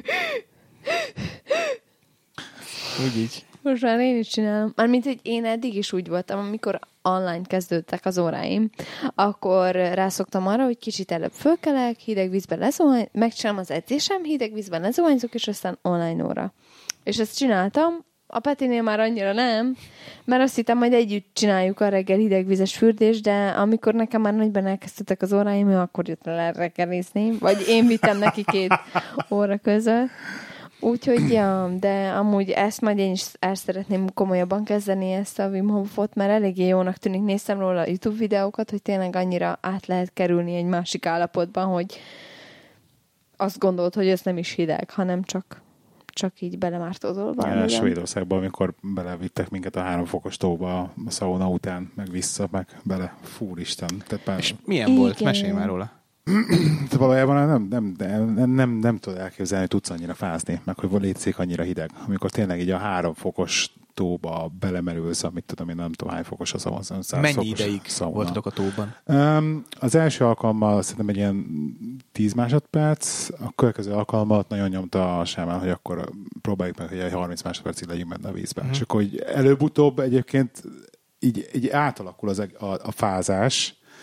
Úgy. Most már én is csinálom. Mármint, hogy én eddig is úgy voltam, amikor online kezdődtek az óráim, akkor rászoktam arra, hogy kicsit előbb fölkelek, hideg vízben megcsinálom az edzésem, hideg vízben lezuhanyzok, és aztán online óra. És ezt csináltam, a Petinél már annyira nem, mert azt hittem, majd együtt csináljuk a reggel hidegvízes fürdést, de amikor nekem már nagyban elkezdtek az óráim, akkor jött le reggelizni, vagy én vittem neki 2 óra között. Úgyhogy, ja, de amúgy ezt majd én is el szeretném komolyabban kezdeni, ezt a Wim Hofot, mert eléggé jónak tűnik. Néztem róla a YouTube videókat, hogy tényleg annyira át lehet kerülni egy másik állapotban, hogy azt gondolod, hogy ez nem is hideg, hanem csak így belemártózol valamiben. Svédországban, amikor belevittek minket a 3 fokos tóba a szauna után, meg vissza, meg bele. Fúristen. És milyen volt? Mesélj már róla. Valójában nem tudod elképzelni, hogy tudsz annyira fázni, meg hogy létszik annyira hideg. Amikor tényleg így a 3 fokos tóba belemerülsz, amit tudom én, nem tudom hány fokos a szauna. Mennyi ideig voltatok a tóban? Az első alkalommal szerintem egy ilyen 10 másodperc, a következő alkalommal nagyon nyomta a sámán, hogy akkor próbáljuk meg, hogy egy 30 másodpercig legyünk benne a vízben. És akkor előbb-utóbb egyébként így átalakul a fázás,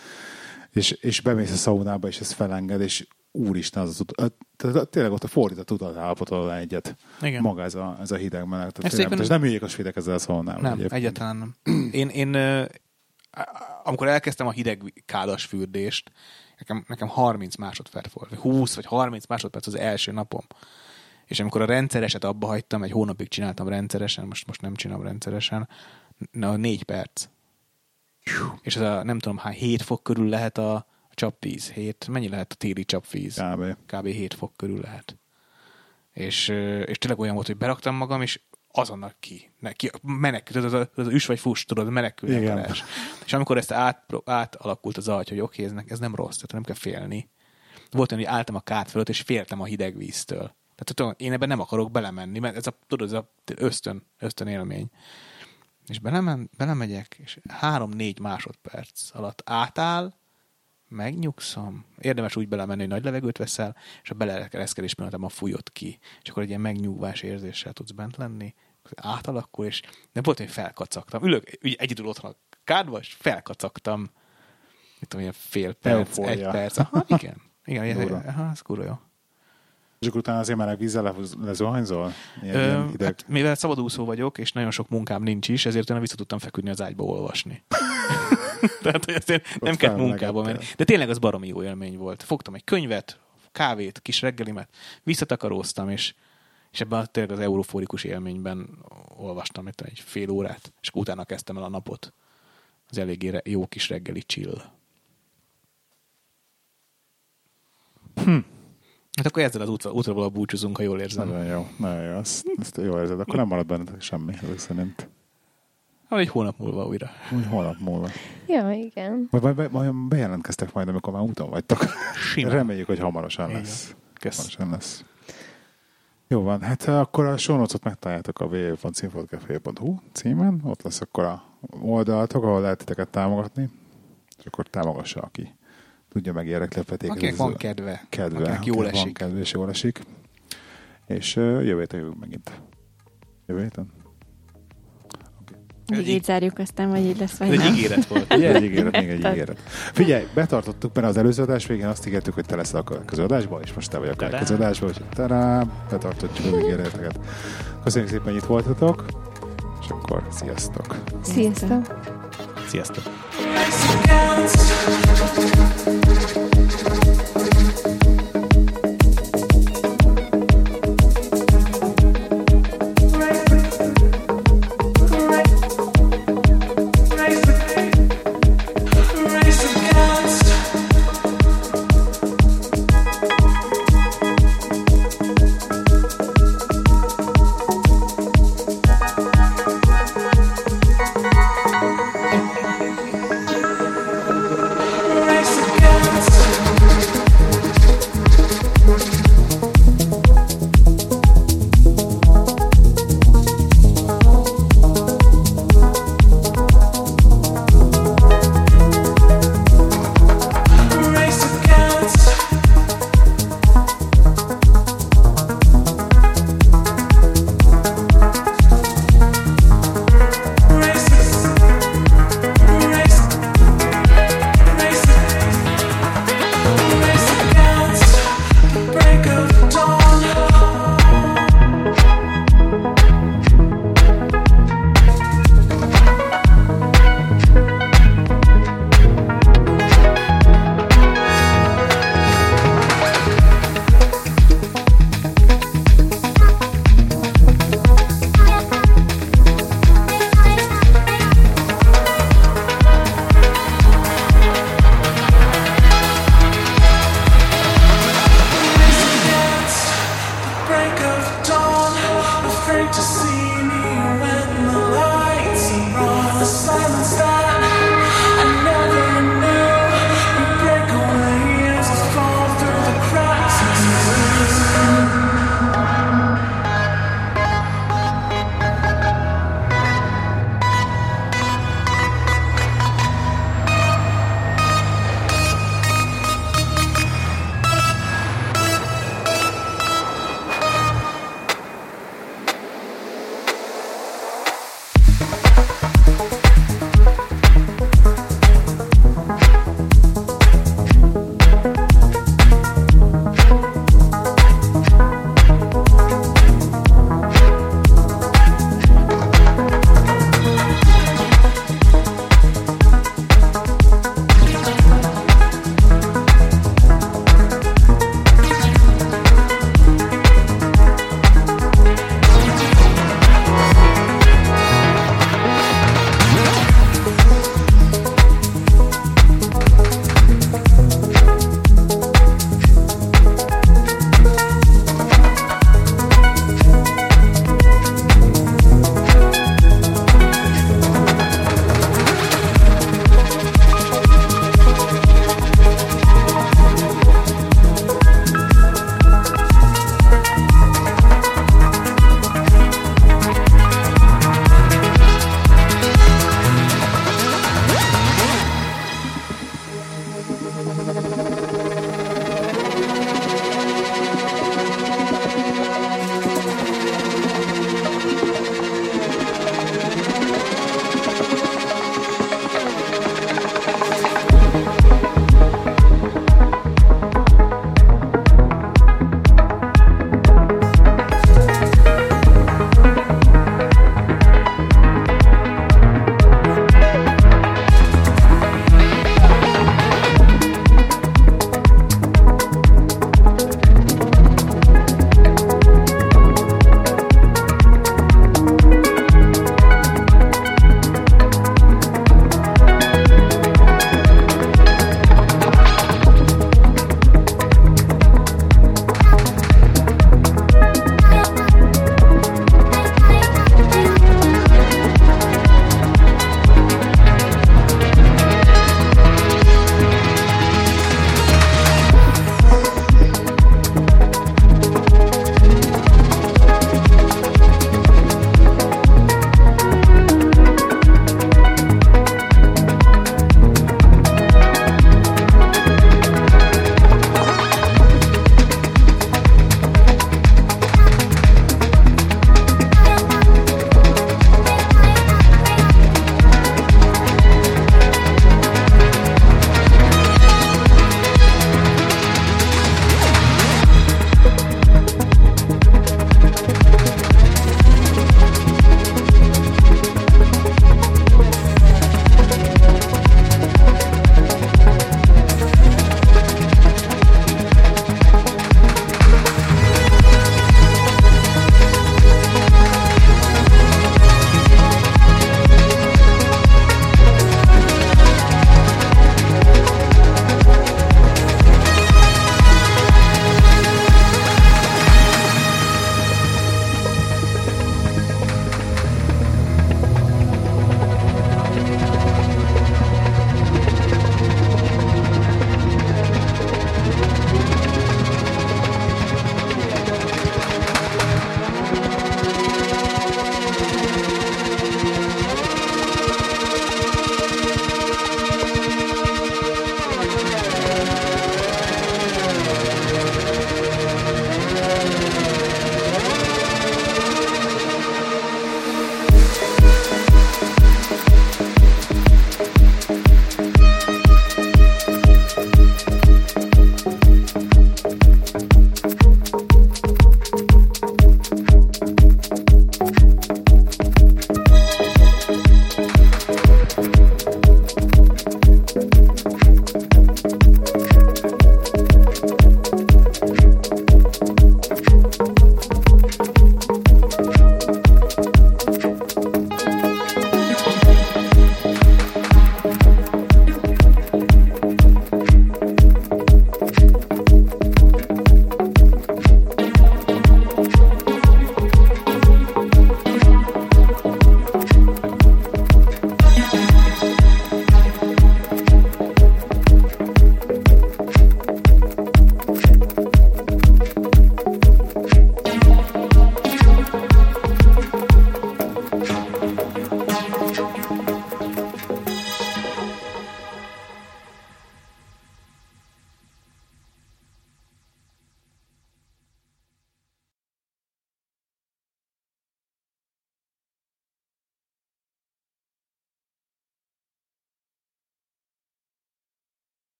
és bemész a szaunába, és ez felenged, és úristen, az tényleg ott a fordított tudatállapotol le egyet. Igen. Maga ez a hideg meleg. És nem üljék a svédek ezzel a szaunával. Nem, egyáltalán nem. Én amikor elkezdtem a hideg kádas fürdést, nekem 30 másodperc volt, 20 vagy 30 másodperc az első napom. És amikor a rendszereset abba hagytam, egy hónapig csináltam rendszeresen, most nem csinálom rendszeresen, 4 perc. És ez a nem tudom, 7 fok körül lehet a csapvíz. Mennyi lehet a téli csapvíz? Kb. 7 fok körül lehet. És tényleg olyan volt, hogy beraktam magam, és azonnal menekült, az üs vagy fuss, tudod, menekülni akarás. És amikor ezt átalakult az agy, hogy oké, ez nem rossz, tehát nem kell félni. Volt olyan, hogy álltam a kárt fölött, és féltem a hideg víztől. Tehát tudom, én ebben nem akarok belemenni, mert ez a ösztön élmény. És belemegyek, és 3-4 másodperc alatt átáll, megnyugszom. Érdemes úgy belemenni, hogy nagy levegőt veszel, és a beleereszkedés pillanatában fújod ki. És akkor egy ilyen megnyugvás érzéssel tudsz bent lenni, átalakul, és nem volt, hogy felkacagtam. Ülök egyedül otthon a kádba, és felkacagtam. Mit tudom, ilyen fél perc, egy perc. Aha, igen, ez kurva jó. És akkor utána azért meleg vízzel lezuhanyzol? Hát, mivel szabadúszó vagyok, és nagyon sok munkám nincs is, ezért én vissza tudtam feküdni az ágyba olvasni. Tehát ezért nem kellett munkába menni. De tényleg az baromi jó élmény volt. Fogtam egy könyvet, kávét, kis reggelimet, visszatakaróztam, és ebben tényleg az eurofórikus élményben olvastam itt egy fél órát, és utána kezdtem el a napot. Az eléggé jó kis reggeli chill. Hát akkor ezzel az útra valahol búcsúzunk, ha jól érzem. Nagyon jó. Ezt jól érzed. Akkor nem marad benned semmi, ezek szerint. Egy hónap múlva újra. Úgy hónap múlva. Ja, igen. Majd bejelentkeztek majd, amikor már úton vagytok. Simán. Reméljük, hogy hamarosan lesz. Jó van, hát akkor a show notes-ot megtaláljátok a www.színfoltcafé.hu címen. Ott lesz akkor a oldalatok, ahol lehet titeket támogatni. És akkor támogassa, aki tudja megérdekli a peték. Akinek van kedve. Akinek jól esik. Van kedve, és jól esik. És jövő héten jövünk megint. Jövő héten? Mindig így zárjuk aztán, vagy így lesz. Ez egy ígéret volt. Egy ígéret. Figyelj, betartottuk benne az előző adás végén, azt ígértük, hogy te leszel a következő adásban, és most te vagy a következő adásban, úgyhogy betartottuk az ígéreteket. Köszönjük szépen, hogy itt voltatok, és akkor sziasztok! Sziasztok! break up.